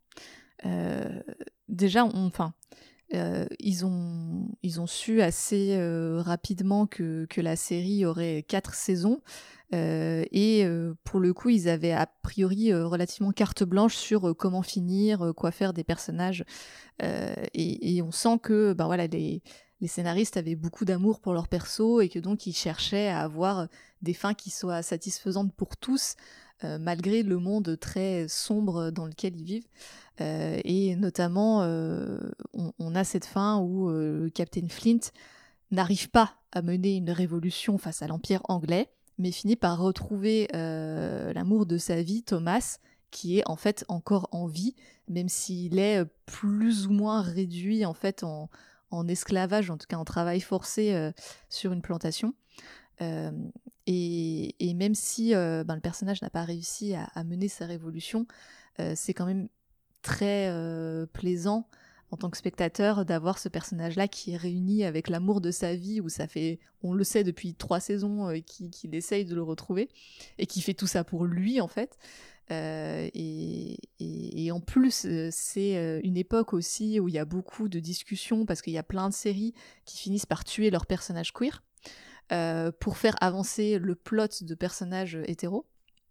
Euh, déjà, on, enfin, euh, ils ont, ils ont su assez euh, rapidement que, que la série aurait quatre saisons. Euh, et euh, pour le coup, ils avaient a priori euh, relativement carte blanche sur euh, comment finir, euh, quoi faire des personnages. Euh, et, et on sent que ben voilà, les, les scénaristes avaient beaucoup d'amour pour leurs persos et que donc ils cherchaient à avoir des fins qui soient satisfaisantes pour tous, euh, malgré le monde très sombre dans lequel ils vivent. Euh, et notamment, euh, on, on a cette fin où euh, Captain Flint n'arrive pas à mener une révolution face à l'Empire anglais, mais finit par retrouver euh, l'amour de sa vie, Thomas, qui est en fait encore en vie, même s'il est plus ou moins réduit en fait en, en esclavage, en tout cas en travail forcé euh, sur une plantation. Euh, et, et même si euh, ben, le personnage n'a pas réussi à, à mener sa révolution, euh, c'est quand même très euh, plaisant en tant que spectateur d'avoir ce personnage-là qui est réuni avec l'amour de sa vie, où ça fait, on le sait depuis trois saisons, euh, qu'il, qu'il essaye de le retrouver, et qui fait tout ça pour lui en fait. Euh, et, et, et en plus, euh, c'est euh, une époque aussi où il y a beaucoup de discussions, parce qu'il y a plein de séries qui finissent par tuer leurs personnages queer, euh, pour faire avancer le plot de personnages hétéros.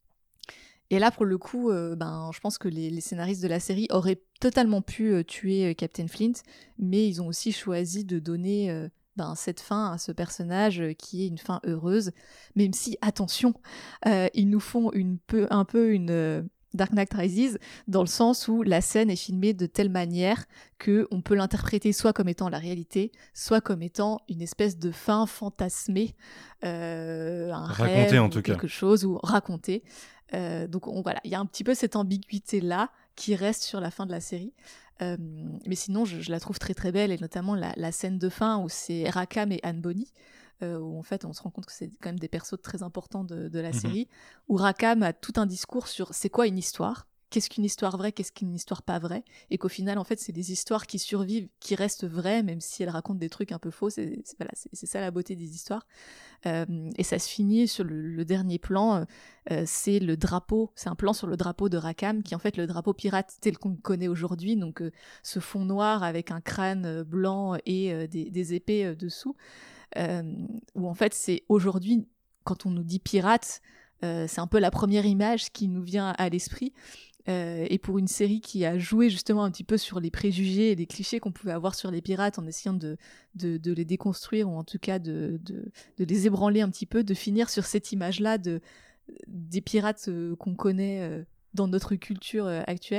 Et là, pour le coup, euh, ben, je pense que les, les scénaristes de la série auraient totalement pu euh, tuer euh, Captain Flint, mais ils ont aussi choisi de donner euh, ben, cette fin à ce personnage euh, qui est une fin heureuse, même si, attention, euh, ils nous font une peu, un peu une euh, Dark Knight Rises, dans le sens où la scène est filmée de telle manière qu'on peut l'interpréter soit comme étant la réalité, soit comme étant une espèce de fin fantasmée, euh, un Raconté, rêve en ou tout cas. quelque chose, ou raconté. Euh, donc on, voilà, il y a un petit peu cette ambiguïté-là qui reste sur la fin de la série. Euh, mais sinon, je, je la trouve très très belle, et notamment la, la scène de fin où c'est Rackham et Anne Bonny, euh, où en fait on se rend compte que c'est quand même des persos très importants de, de la Mhm. série, où Rackham a tout un discours sur c'est quoi une histoire, qu'est-ce qu'une histoire vraie, qu'est-ce qu'une histoire pas vraie, et qu'au final en fait c'est des histoires qui survivent, qui restent vraies, même si elles racontent des trucs un peu faux. C'est, c'est, voilà, c'est, c'est ça la beauté des histoires. Euh, et ça se finit sur le, le dernier plan, euh, c'est le drapeau, c'est un plan sur le drapeau de Rackham, qui est en fait le drapeau pirate tel qu'on le connaît aujourd'hui, donc euh, ce fond noir avec un crâne euh, blanc et euh, des, des épées euh, dessous, euh, où en fait c'est aujourd'hui, quand on nous dit pirate, euh, c'est un peu la première image qui nous vient à l'esprit. Euh, et pour une série qui a joué justement un petit peu sur les préjugés et les clichés qu'on pouvait avoir sur les pirates, en essayant de, de, de les déconstruire, ou en tout cas de, de, de les ébranler un petit peu, de finir sur cette image-là de, des pirates euh, qu'on connaît euh, dans notre culture euh, actuelle,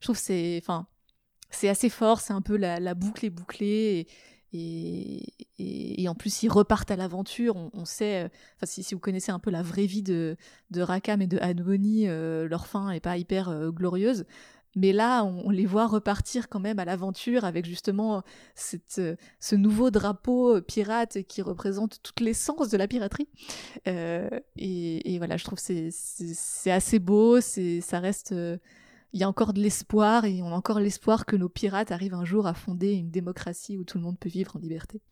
je trouve que c'est, enfin, c'est assez fort, c'est un peu la, la boucle est bouclée, et, et, et, et en plus ils repartent à l'aventure, on, on sait, enfin si, si vous connaissez un peu la vraie vie de, de Rackham et de Anne Bonny, euh, leur fin est pas hyper euh, glorieuse, mais là on, on les voit repartir quand même à l'aventure avec justement cette, euh, ce nouveau drapeau pirate qui représente toute l'essence de la piraterie, euh, et, et voilà, je trouve que c'est, c'est, c'est assez beau, c'est, ça reste... Euh, il y a encore de l'espoir, et on a encore l'espoir que nos pirates arrivent un jour à fonder une démocratie où tout le monde peut vivre en liberté.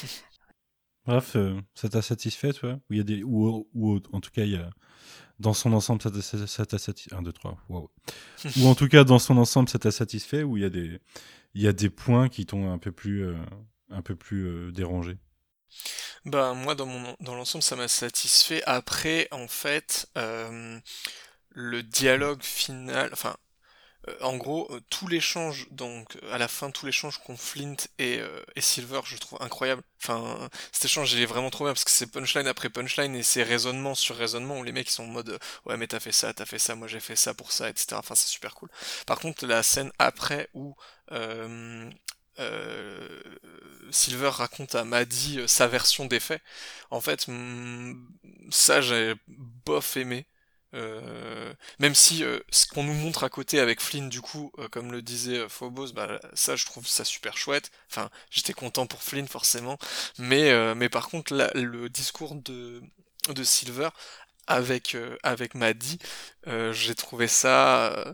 Bref, euh, ça t'a satisfait, toi? Ou il y a des, ou, ou en tout cas, il y a dans son ensemble, ça t'a, ça t'a satisfait. un, deux, trois, wow. Ou en tout cas, dans son ensemble, ça t'a satisfait, ou il y a des, il y a des points qui t'ont un peu plus, euh, un peu plus euh, dérangé? Bah moi dans mon dans l'ensemble ça m'a satisfait. Après en fait euh, le dialogue final, enfin euh, en gros euh, tout l'échange donc à la fin tout l'échange qu'ont Flint et, euh, et Silver je trouve incroyable. Enfin cet échange il est vraiment trop bien parce que c'est punchline après punchline et c'est raisonnement sur raisonnement où les mecs ils sont en mode euh, ouais mais t'as fait ça, t'as fait ça, moi j'ai fait ça pour ça, et cetera. Enfin c'est super cool. Par contre la scène après où euh, euh, Silver raconte à Maddie euh, sa version des faits. En fait, mm, ça j'ai bof aimé. Euh, même si euh, ce qu'on nous montre à côté avec Flynn, du coup, euh, comme le disait euh, Phobos, bah, ça je trouve ça super chouette. Enfin, j'étais content pour Flynn forcément, mais euh, mais par contre là, le discours de de Silver avec euh, avec Maddie, euh, j'ai trouvé ça. euh,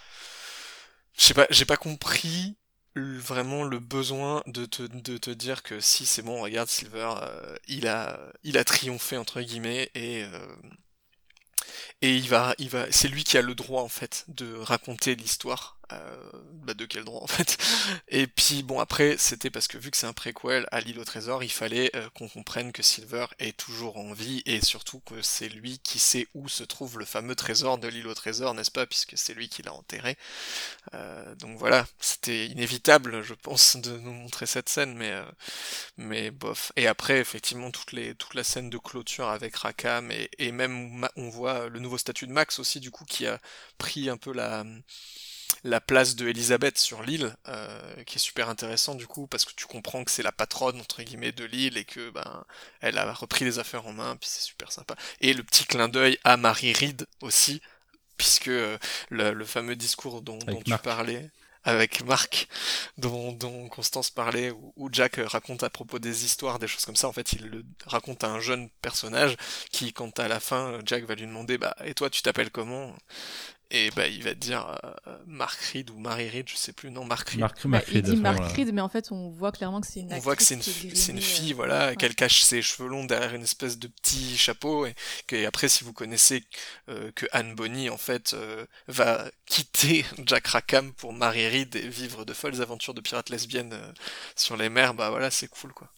je sais pas, j'ai pas compris le- vraiment le besoin de te, de te dire que si c'est bon, regarde Silver, euh, il a, il a triomphé entre guillemets et, euh, et il va, il va, c'est lui qui a le droit en fait de raconter l'histoire. Euh, bah de quel droit en fait. Et puis bon après c'était parce que vu que c'est un préquel à l'île au trésor, il fallait euh, qu'on comprenne que Silver est toujours en vie et surtout que c'est lui qui sait où se trouve le fameux trésor de l'île au trésor, n'est-ce pas, puisque c'est lui qui l'a enterré. Euh, donc voilà, c'était inévitable, je pense, de nous montrer cette scène, mais euh, mais bof. Et après, effectivement, toutes les toute la scène de clôture avec Rackham et, et même où Ma- on voit le nouveau statut de Max aussi, du coup, qui a pris un peu la la place de Elisabeth sur l'île, euh, qui est super intéressant du coup, parce que tu comprends que c'est la patronne entre guillemets de l'île et que ben elle a repris les affaires en main, puis c'est super sympa. Et le petit clin d'œil à Mary Read aussi, puisque euh, le, le fameux discours dont, dont Avec tu Marc. parlais avec Marc, dont, dont Constance parlait, où, où Jack raconte à propos des histoires, des choses comme ça, en fait il le raconte à un jeune personnage qui, quand à la fin Jack va lui demander bah et toi tu t'appelles comment, et bah il va te dire euh, Mark Reed ou Mary Reed, je sais plus, non Mark Reed. Marc, Bah, Marc il Reed à dit ce Mark moment-là. Reed, mais en fait, on voit clairement que c'est une On voit que c'est actrice une, qui est c'est une grimée, fille, euh, voilà, ouais. qu'elle cache ses cheveux longs derrière une espèce de petit chapeau, et que après, si vous connaissez euh, que Anne Bonny, en fait, euh, va quitter Jack Rackham pour Mary Reed et vivre de folles aventures de pirates lesbiennes euh, sur les mers, bah voilà, c'est cool, quoi.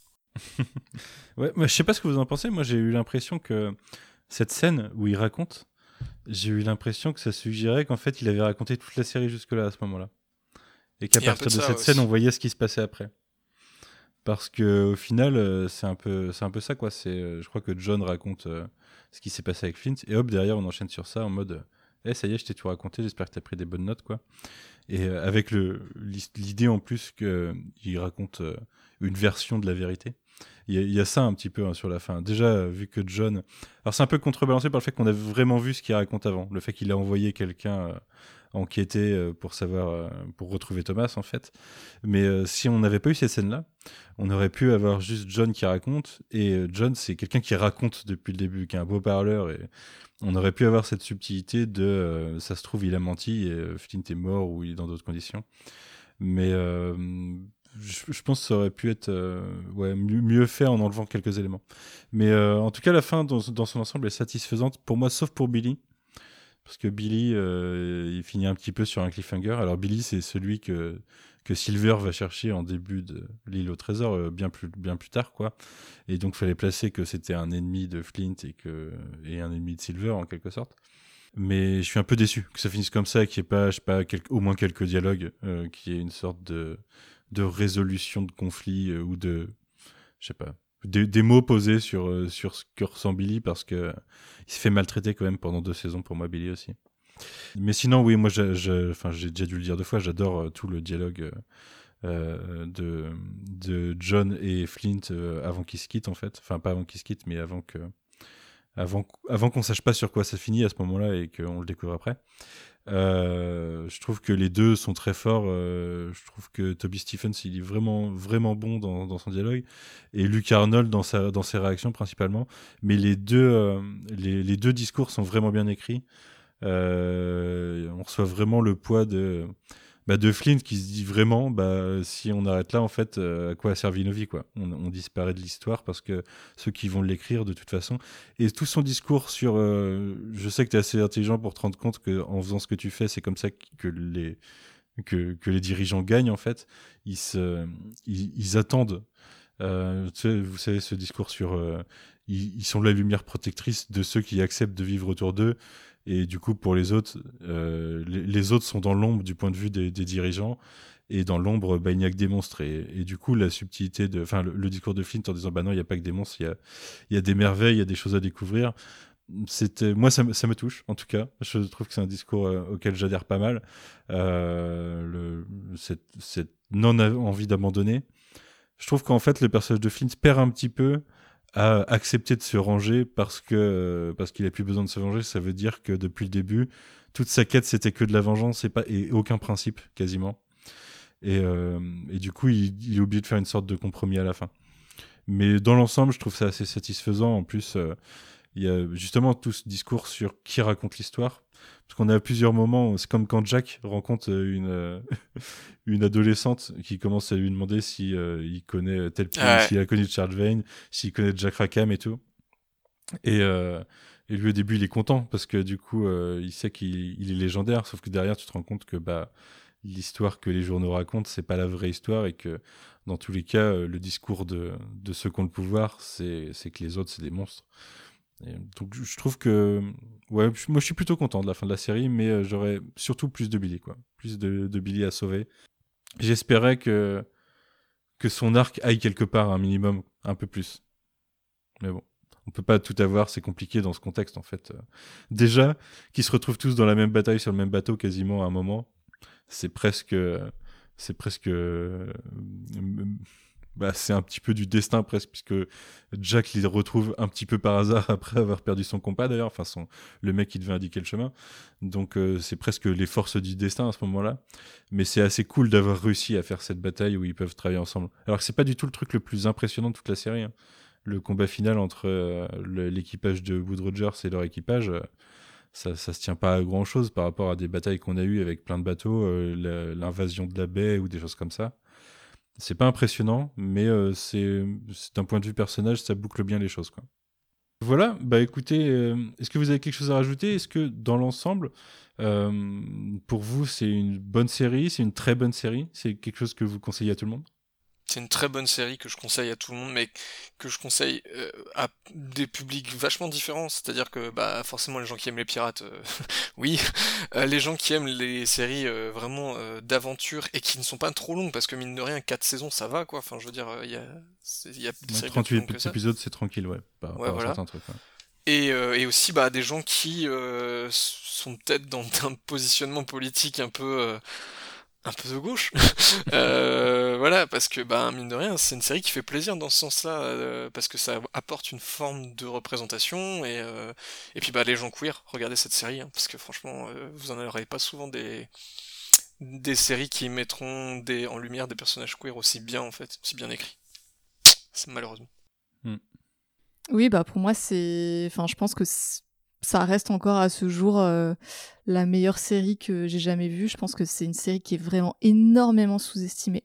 Ouais, moi, je sais pas ce que vous en pensez. Moi, j'ai eu l'impression que cette scène où il raconte, j'ai eu l'impression que ça suggérait qu'en fait, il avait raconté toute la série jusque-là à ce moment-là. Et qu'à Il y a un peu partir de de ça cette scène, on aussi. voyait ce qui se passait après. Parce que au final, euh, c'est un peu, c'est un peu ça, quoi. C'est, euh, je crois que John raconte euh, ce qui s'est passé avec Flint, et hop, derrière, on enchaîne sur ça en mode, eh, ça y est, je t'ai tout raconté. J'espère que t'as pris des bonnes notes, quoi. Et euh, avec le, l'idée en plus qu'il raconte euh, une version de la vérité. Il y, a, il y a ça un petit peu hein, sur la fin. Déjà, euh, vu que John... Alors c'est un peu contrebalancé par le fait qu'on a vraiment vu ce qu'il raconte avant. Le fait qu'il a envoyé quelqu'un euh, enquêter euh, pour savoir, euh, pour retrouver Thomas en fait. Mais euh, si on n'avait pas eu cette scène-là, on aurait pu avoir juste John qui raconte. Et euh, John, c'est quelqu'un qui raconte depuis le début, qui est un beau parleur. Et on aurait pu avoir cette subtilité de euh, ça se trouve, il a menti et euh, Flint est mort ou il est dans d'autres conditions. Mais euh, je, je pense que ça aurait pu être euh, ouais, mieux, mieux fait en enlevant quelques éléments. Mais euh, en tout cas, la fin, dans, dans son ensemble, est satisfaisante pour moi, sauf pour Billy. Parce que Billy, euh, il finit un petit peu sur un cliffhanger. Alors Billy, c'est celui que, que Silver va chercher en début de l'île au trésor, euh, bien, plus, bien plus tard, quoi. Et donc, il fallait placer que c'était un ennemi de Flint et, que, et un ennemi de Silver, en quelque sorte. Mais je suis un peu déçu que ça finisse comme ça, qu'il n'y ait pas, je sais pas, quelques, au moins quelques dialogues, euh, qu'il y ait une sorte de, de résolution de conflit euh, ou de, je sais pas, des, des mots posés sur, euh, sur ce que ressent Billy, parce que euh, il se fait maltraiter quand même pendant deux saisons pour moi, Billy aussi. Mais sinon, oui, moi, j'ai, j'ai, enfin, j'ai déjà dû le dire deux fois, j'adore euh, tout le dialogue euh, euh, de, de John et Flint euh, avant qu'ils se quittent, en fait. Enfin, pas avant qu'ils se quittent, mais avant, que, avant, avant qu'on sache pas sur quoi ça finit à ce moment-là et qu'on le découvre après. Euh, je trouve que les deux sont très forts. Euh, je trouve que Toby Stephens, il est vraiment, vraiment bon dans, dans son dialogue, et Luke Arnold dans, sa, dans ses réactions principalement. Mais les deux, euh, les, les deux discours sont vraiment bien écrits. Euh, on reçoit vraiment le poids de, bah, de Flint qui se dit vraiment, bah, si on arrête là, en fait, euh, à quoi a servi nos vies, quoi. On, on disparaît de l'histoire parce que ceux qui vont l'écrire, de toute façon. Et tout son discours sur, euh, je sais que tu es assez intelligent pour te rendre compte qu'en faisant ce que tu fais, c'est comme ça que les, que, que les dirigeants gagnent, en fait. Ils, se, ils, ils attendent. Euh, tu sais, vous savez, ce discours sur, euh, ils, ils sont la lumière protectrice de ceux qui acceptent de vivre autour d'eux. Et du coup, pour les autres, euh, les, les autres sont dans l'ombre du point de vue des, des dirigeants. Et dans l'ombre, bah, il n'y a que des monstres. Et, et du coup, la subtilité, de, enfin, le, le discours de Flint en disant, bah non, il n'y a pas que des monstres, il y a, il y a des merveilles, il y a des choses à découvrir. C'était, moi, ça, me- ça me touche, en tout cas. Je trouve que c'est un discours euh, auquel j'adhère pas mal. Euh, le, cette, cette non-envie d'abandonner. Je trouve qu'en fait, le personnage de Flint perd un petit peu à accepter de se ranger parce que parce qu'il a plus besoin de se venger. Ça veut dire que depuis le début, toute sa quête c'était que de la vengeance et pas et aucun principe quasiment. Et, euh, et du coup, il, il est obligé de faire une sorte de compromis à la fin. Mais dans l'ensemble, je trouve ça assez satisfaisant. En plus, euh, il y a justement tout ce discours sur qui raconte l'histoire. Parce qu'on a à plusieurs moments, c'est comme quand Jack rencontre une, euh, une adolescente qui commence à lui demander si euh, il connaît tel Ouais. s'il a connu Charles Vane, s'il connaît Jack Rackham et tout. Et, euh, et lui au début il est content parce que du coup euh, il sait qu'il il est légendaire, sauf que derrière tu te rends compte que bah l'histoire que les journaux racontent c'est pas la vraie histoire et que dans tous les cas euh, le discours de, de ceux qui ont le pouvoir c'est, c'est que les autres c'est des monstres. Et donc je trouve que ouais, moi je suis plutôt content de la fin de la série, mais euh, j'aurais surtout plus de Billy, quoi, plus de, de Billy à sauver. J'espérais que que son arc aille quelque part un minimum, un peu plus. Mais bon, on peut pas tout avoir, c'est compliqué dans ce contexte en fait. Déjà qu'ils se retrouvent tous dans la même bataille sur le même bateau quasiment à un moment, c'est presque c'est presque euh, bah, c'est un petit peu du destin presque, puisque Jack les retrouve un petit peu par hasard après avoir perdu son compas d'ailleurs, enfin son, le mec qui devait indiquer le chemin. Donc euh, c'est presque les forces du destin à ce moment-là. Mais c'est assez cool d'avoir réussi à faire cette bataille où ils peuvent travailler ensemble. Alors que c'est pas du tout le truc le plus impressionnant de toute la série, hein. Le combat final entre euh, le, l'équipage de Wood Rogers et leur équipage, euh, ça, ça se tient pas à grand chose par rapport à des batailles qu'on a eues avec plein de bateaux, euh, la, l'invasion de la baie ou des choses comme ça. C'est pas impressionnant, mais euh, c'est, c'est d'un point de vue personnage, ça boucle bien les choses, quoi. Voilà, bah écoutez, euh, est-ce que vous avez quelque chose à rajouter ? Est-ce que dans l'ensemble, euh, pour vous, c'est une bonne série, c'est une très bonne série, c'est quelque chose que vous conseillez à tout le monde ? C'est une très bonne série que je conseille à tout le monde, mais que je conseille euh, à des publics vachement différents. C'est-à-dire que bah forcément les gens qui aiment les pirates, euh, oui. Euh, les gens qui aiment les séries euh, vraiment euh, d'aventure et qui ne sont pas trop longues, parce que mine de rien, quatre saisons ça va quoi. Enfin je veux dire, il y a, c'est- y a des séries bien plus longues que trente-huit ça. épisodes, c'est tranquille, ouais, par Ouais rapport à voilà. certains trucs. Ouais. Et, euh, et aussi bah des gens qui euh, sont peut-être dans un positionnement politique un peu euh, un peu de gauche. Euh, voilà, parce que, bah, mine de rien, c'est une série qui fait plaisir dans ce sens-là, euh, parce que ça apporte une forme de représentation, et, euh, et puis, bah, les gens queer, regardez cette série, hein, parce que franchement, euh, vous en aurez pas souvent des, des séries qui mettront des, en lumière des personnages queer aussi bien, en fait, aussi bien écrits. C'est malheureusement. Mm. Oui, bah pour moi, c'est. Enfin, je pense que c'est- ça reste encore à ce jour euh, la meilleure série que j'ai jamais vue. Je pense que c'est une série qui est vraiment énormément sous-estimée.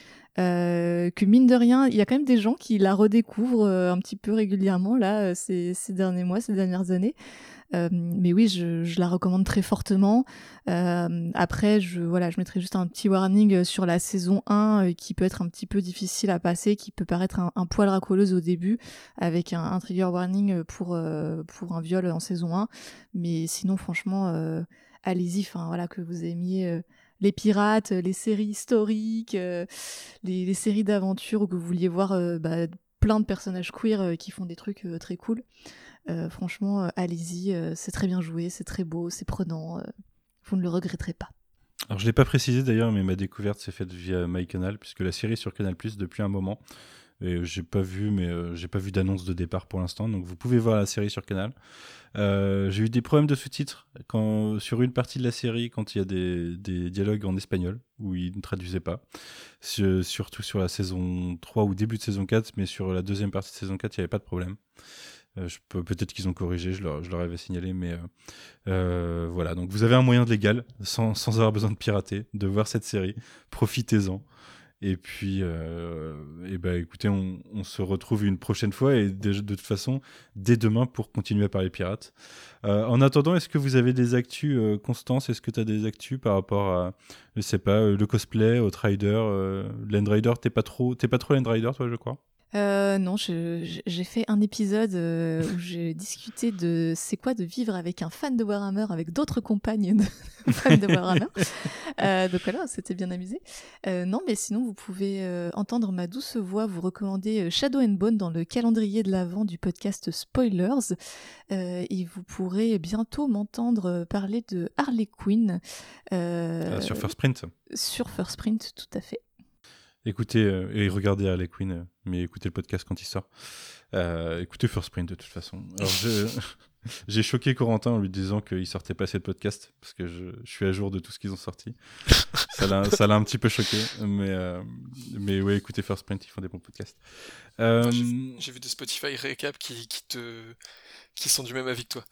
Euh, que mine de rien, il y a quand même des gens qui la redécouvrent euh, un petit peu régulièrement là euh, ces, ces derniers mois, ces dernières années. Euh, mais oui, je, je la recommande très fortement. Euh, après, je, voilà, je mettrai juste un petit warning sur la saison un euh, qui peut être un petit peu difficile à passer, qui peut paraître un, un poil racoleuse au début, avec un, un trigger warning pour, euh, pour un viol en saison un. Mais sinon, franchement, euh, allez-y, enfin, voilà, que vous aimiez euh, les pirates, les séries historiques, euh, les, les séries d'aventure, ou que vous vouliez voir euh, bah, plein de personnages queer euh, qui font des trucs euh, très cool. Euh, franchement, euh, allez-y, euh, c'est très bien joué, c'est très beau, c'est prenant, euh, vous ne le regretterez pas. Alors je l'ai pas précisé d'ailleurs, mais ma découverte s'est faite via MyCanal, puisque la série est sur Canal+ depuis un moment. Et j'ai pas vu, mais euh, j'ai pas vu d'annonce de départ pour l'instant, donc vous pouvez voir la série sur Canal. Euh, j'ai eu des problèmes de sous-titres quand, sur une partie de la série quand il y a des, des dialogues en espagnol où ils ne traduisaient pas. Sur, surtout sur la saison trois ou début de saison quatre, mais sur la deuxième partie de saison quatre, il n'y avait pas de problème. Euh, je peux, peut-être qu'ils ont corrigé, je leur, je leur avais signalé, mais euh, euh, voilà. Donc vous avez un moyen légal, sans, sans avoir besoin de pirater, de voir cette série. Profitez-en. Et puis, euh, et ben, écoutez, on, on se retrouve une prochaine fois et de, de toute façon, dès demain pour continuer à parler pirates. Euh, en attendant, est-ce que vous avez des actus, euh, Constance? Est-ce que tu as des actus par rapport à, je sais pas, euh, le cosplay, Outrider, euh, Land Rider? T'es pas trop, t'es pas trop Land Rider, toi, je crois? Euh, non, je, j'ai fait un épisode euh, où j'ai discuté de c'est quoi de vivre avec un fan de Warhammer, avec d'autres compagnes de fans de Warhammer. Euh, donc voilà, c'était bien amusé. Euh, non, mais sinon, vous pouvez euh, entendre ma douce voix vous recommander Shadow and Bone dans le calendrier de l'Avent du podcast Spoilers. Euh, et vous pourrez bientôt m'entendre parler de Harley Quinn. Euh, ah, sur First Print. Sur First Print, tout à fait. Écoutez euh, et regardez Harley Quinn, euh, mais écoutez le podcast quand il sort. Euh, écoutez First Print de toute façon. Alors je, j'ai choqué Corentin en lui disant qu'il sortait pas assez de podcasts parce que je, je suis à jour de tout ce qu'ils ont sorti. ça, l'a, ça l'a un petit peu choqué, mais euh, mais ouais, écoutez First Print, ils font des bons podcasts. Euh, Enfin, j'ai, j'ai vu des Spotify récap qui, qui te qui sont du même avis que toi.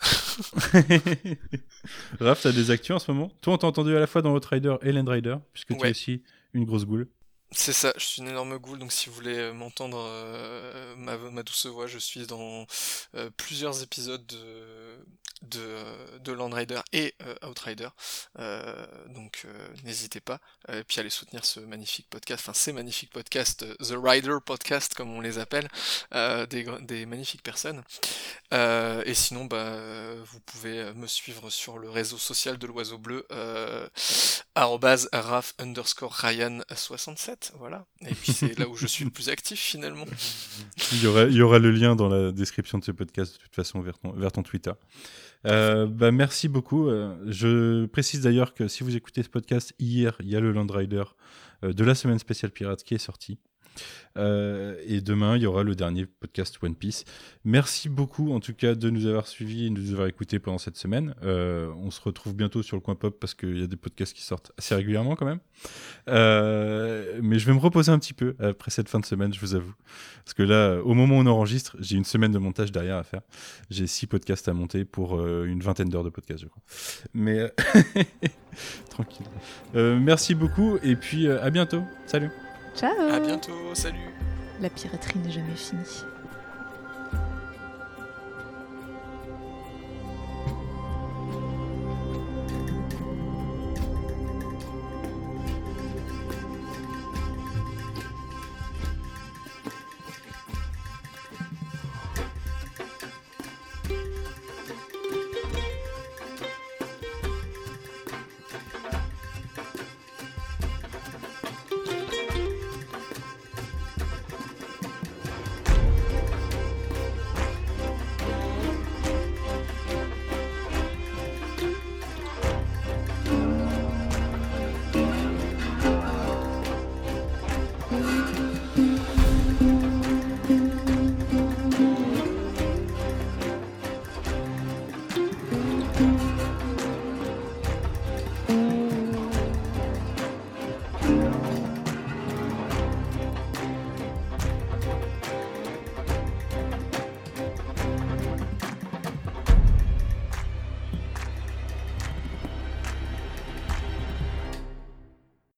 Raph, t'as des actus en ce moment? Toi, on t'a entendu à la fois dans Outrider et Land Rider, puisque tu ouais. es aussi une grosse goule. C'est ça, je suis une énorme goule, donc si vous voulez m'entendre euh, ma, ma douce voix, je suis dans euh, plusieurs épisodes de, de, de Land Rider et euh, Outrider, euh, donc euh, n'hésitez pas, et puis allez soutenir ce magnifique podcast, enfin ces magnifiques podcasts, euh, The Rider Podcast comme on les appelle, euh, des, des magnifiques personnes, euh, et sinon bah, vous pouvez me suivre sur le réseau social de l'Oiseau Bleu, euh, arrobase raf underscore Ryan soixante-sept. Voilà, et puis c'est là où je suis le plus actif finalement. Il y aura, il y aura le lien dans la description de ce podcast de toute façon vers ton, vers ton Twitter. Euh, bah merci beaucoup. Euh, je précise d'ailleurs que si vous écoutez ce podcast hier, il y a le Land Rider euh, de la semaine spéciale pirate qui est sorti. Euh, et demain, il y aura le dernier podcast One Piece. Merci beaucoup en tout cas de nous avoir suivis et de nous avoir écoutés pendant cette semaine. Euh, on se retrouve bientôt sur le Coin Pop parce qu'il y a des podcasts qui sortent assez régulièrement quand même. Euh, mais je vais me reposer un petit peu après cette fin de semaine, je vous avoue. Parce que là, au moment où on enregistre, j'ai une semaine de montage derrière à faire. J'ai six podcasts à monter pour euh, une vingtaine d'heures de podcast, je crois. Mais euh... tranquille. Euh, merci beaucoup et puis euh, à bientôt. Salut. Ciao. À bientôt, salut. La piraterie n'est jamais finie.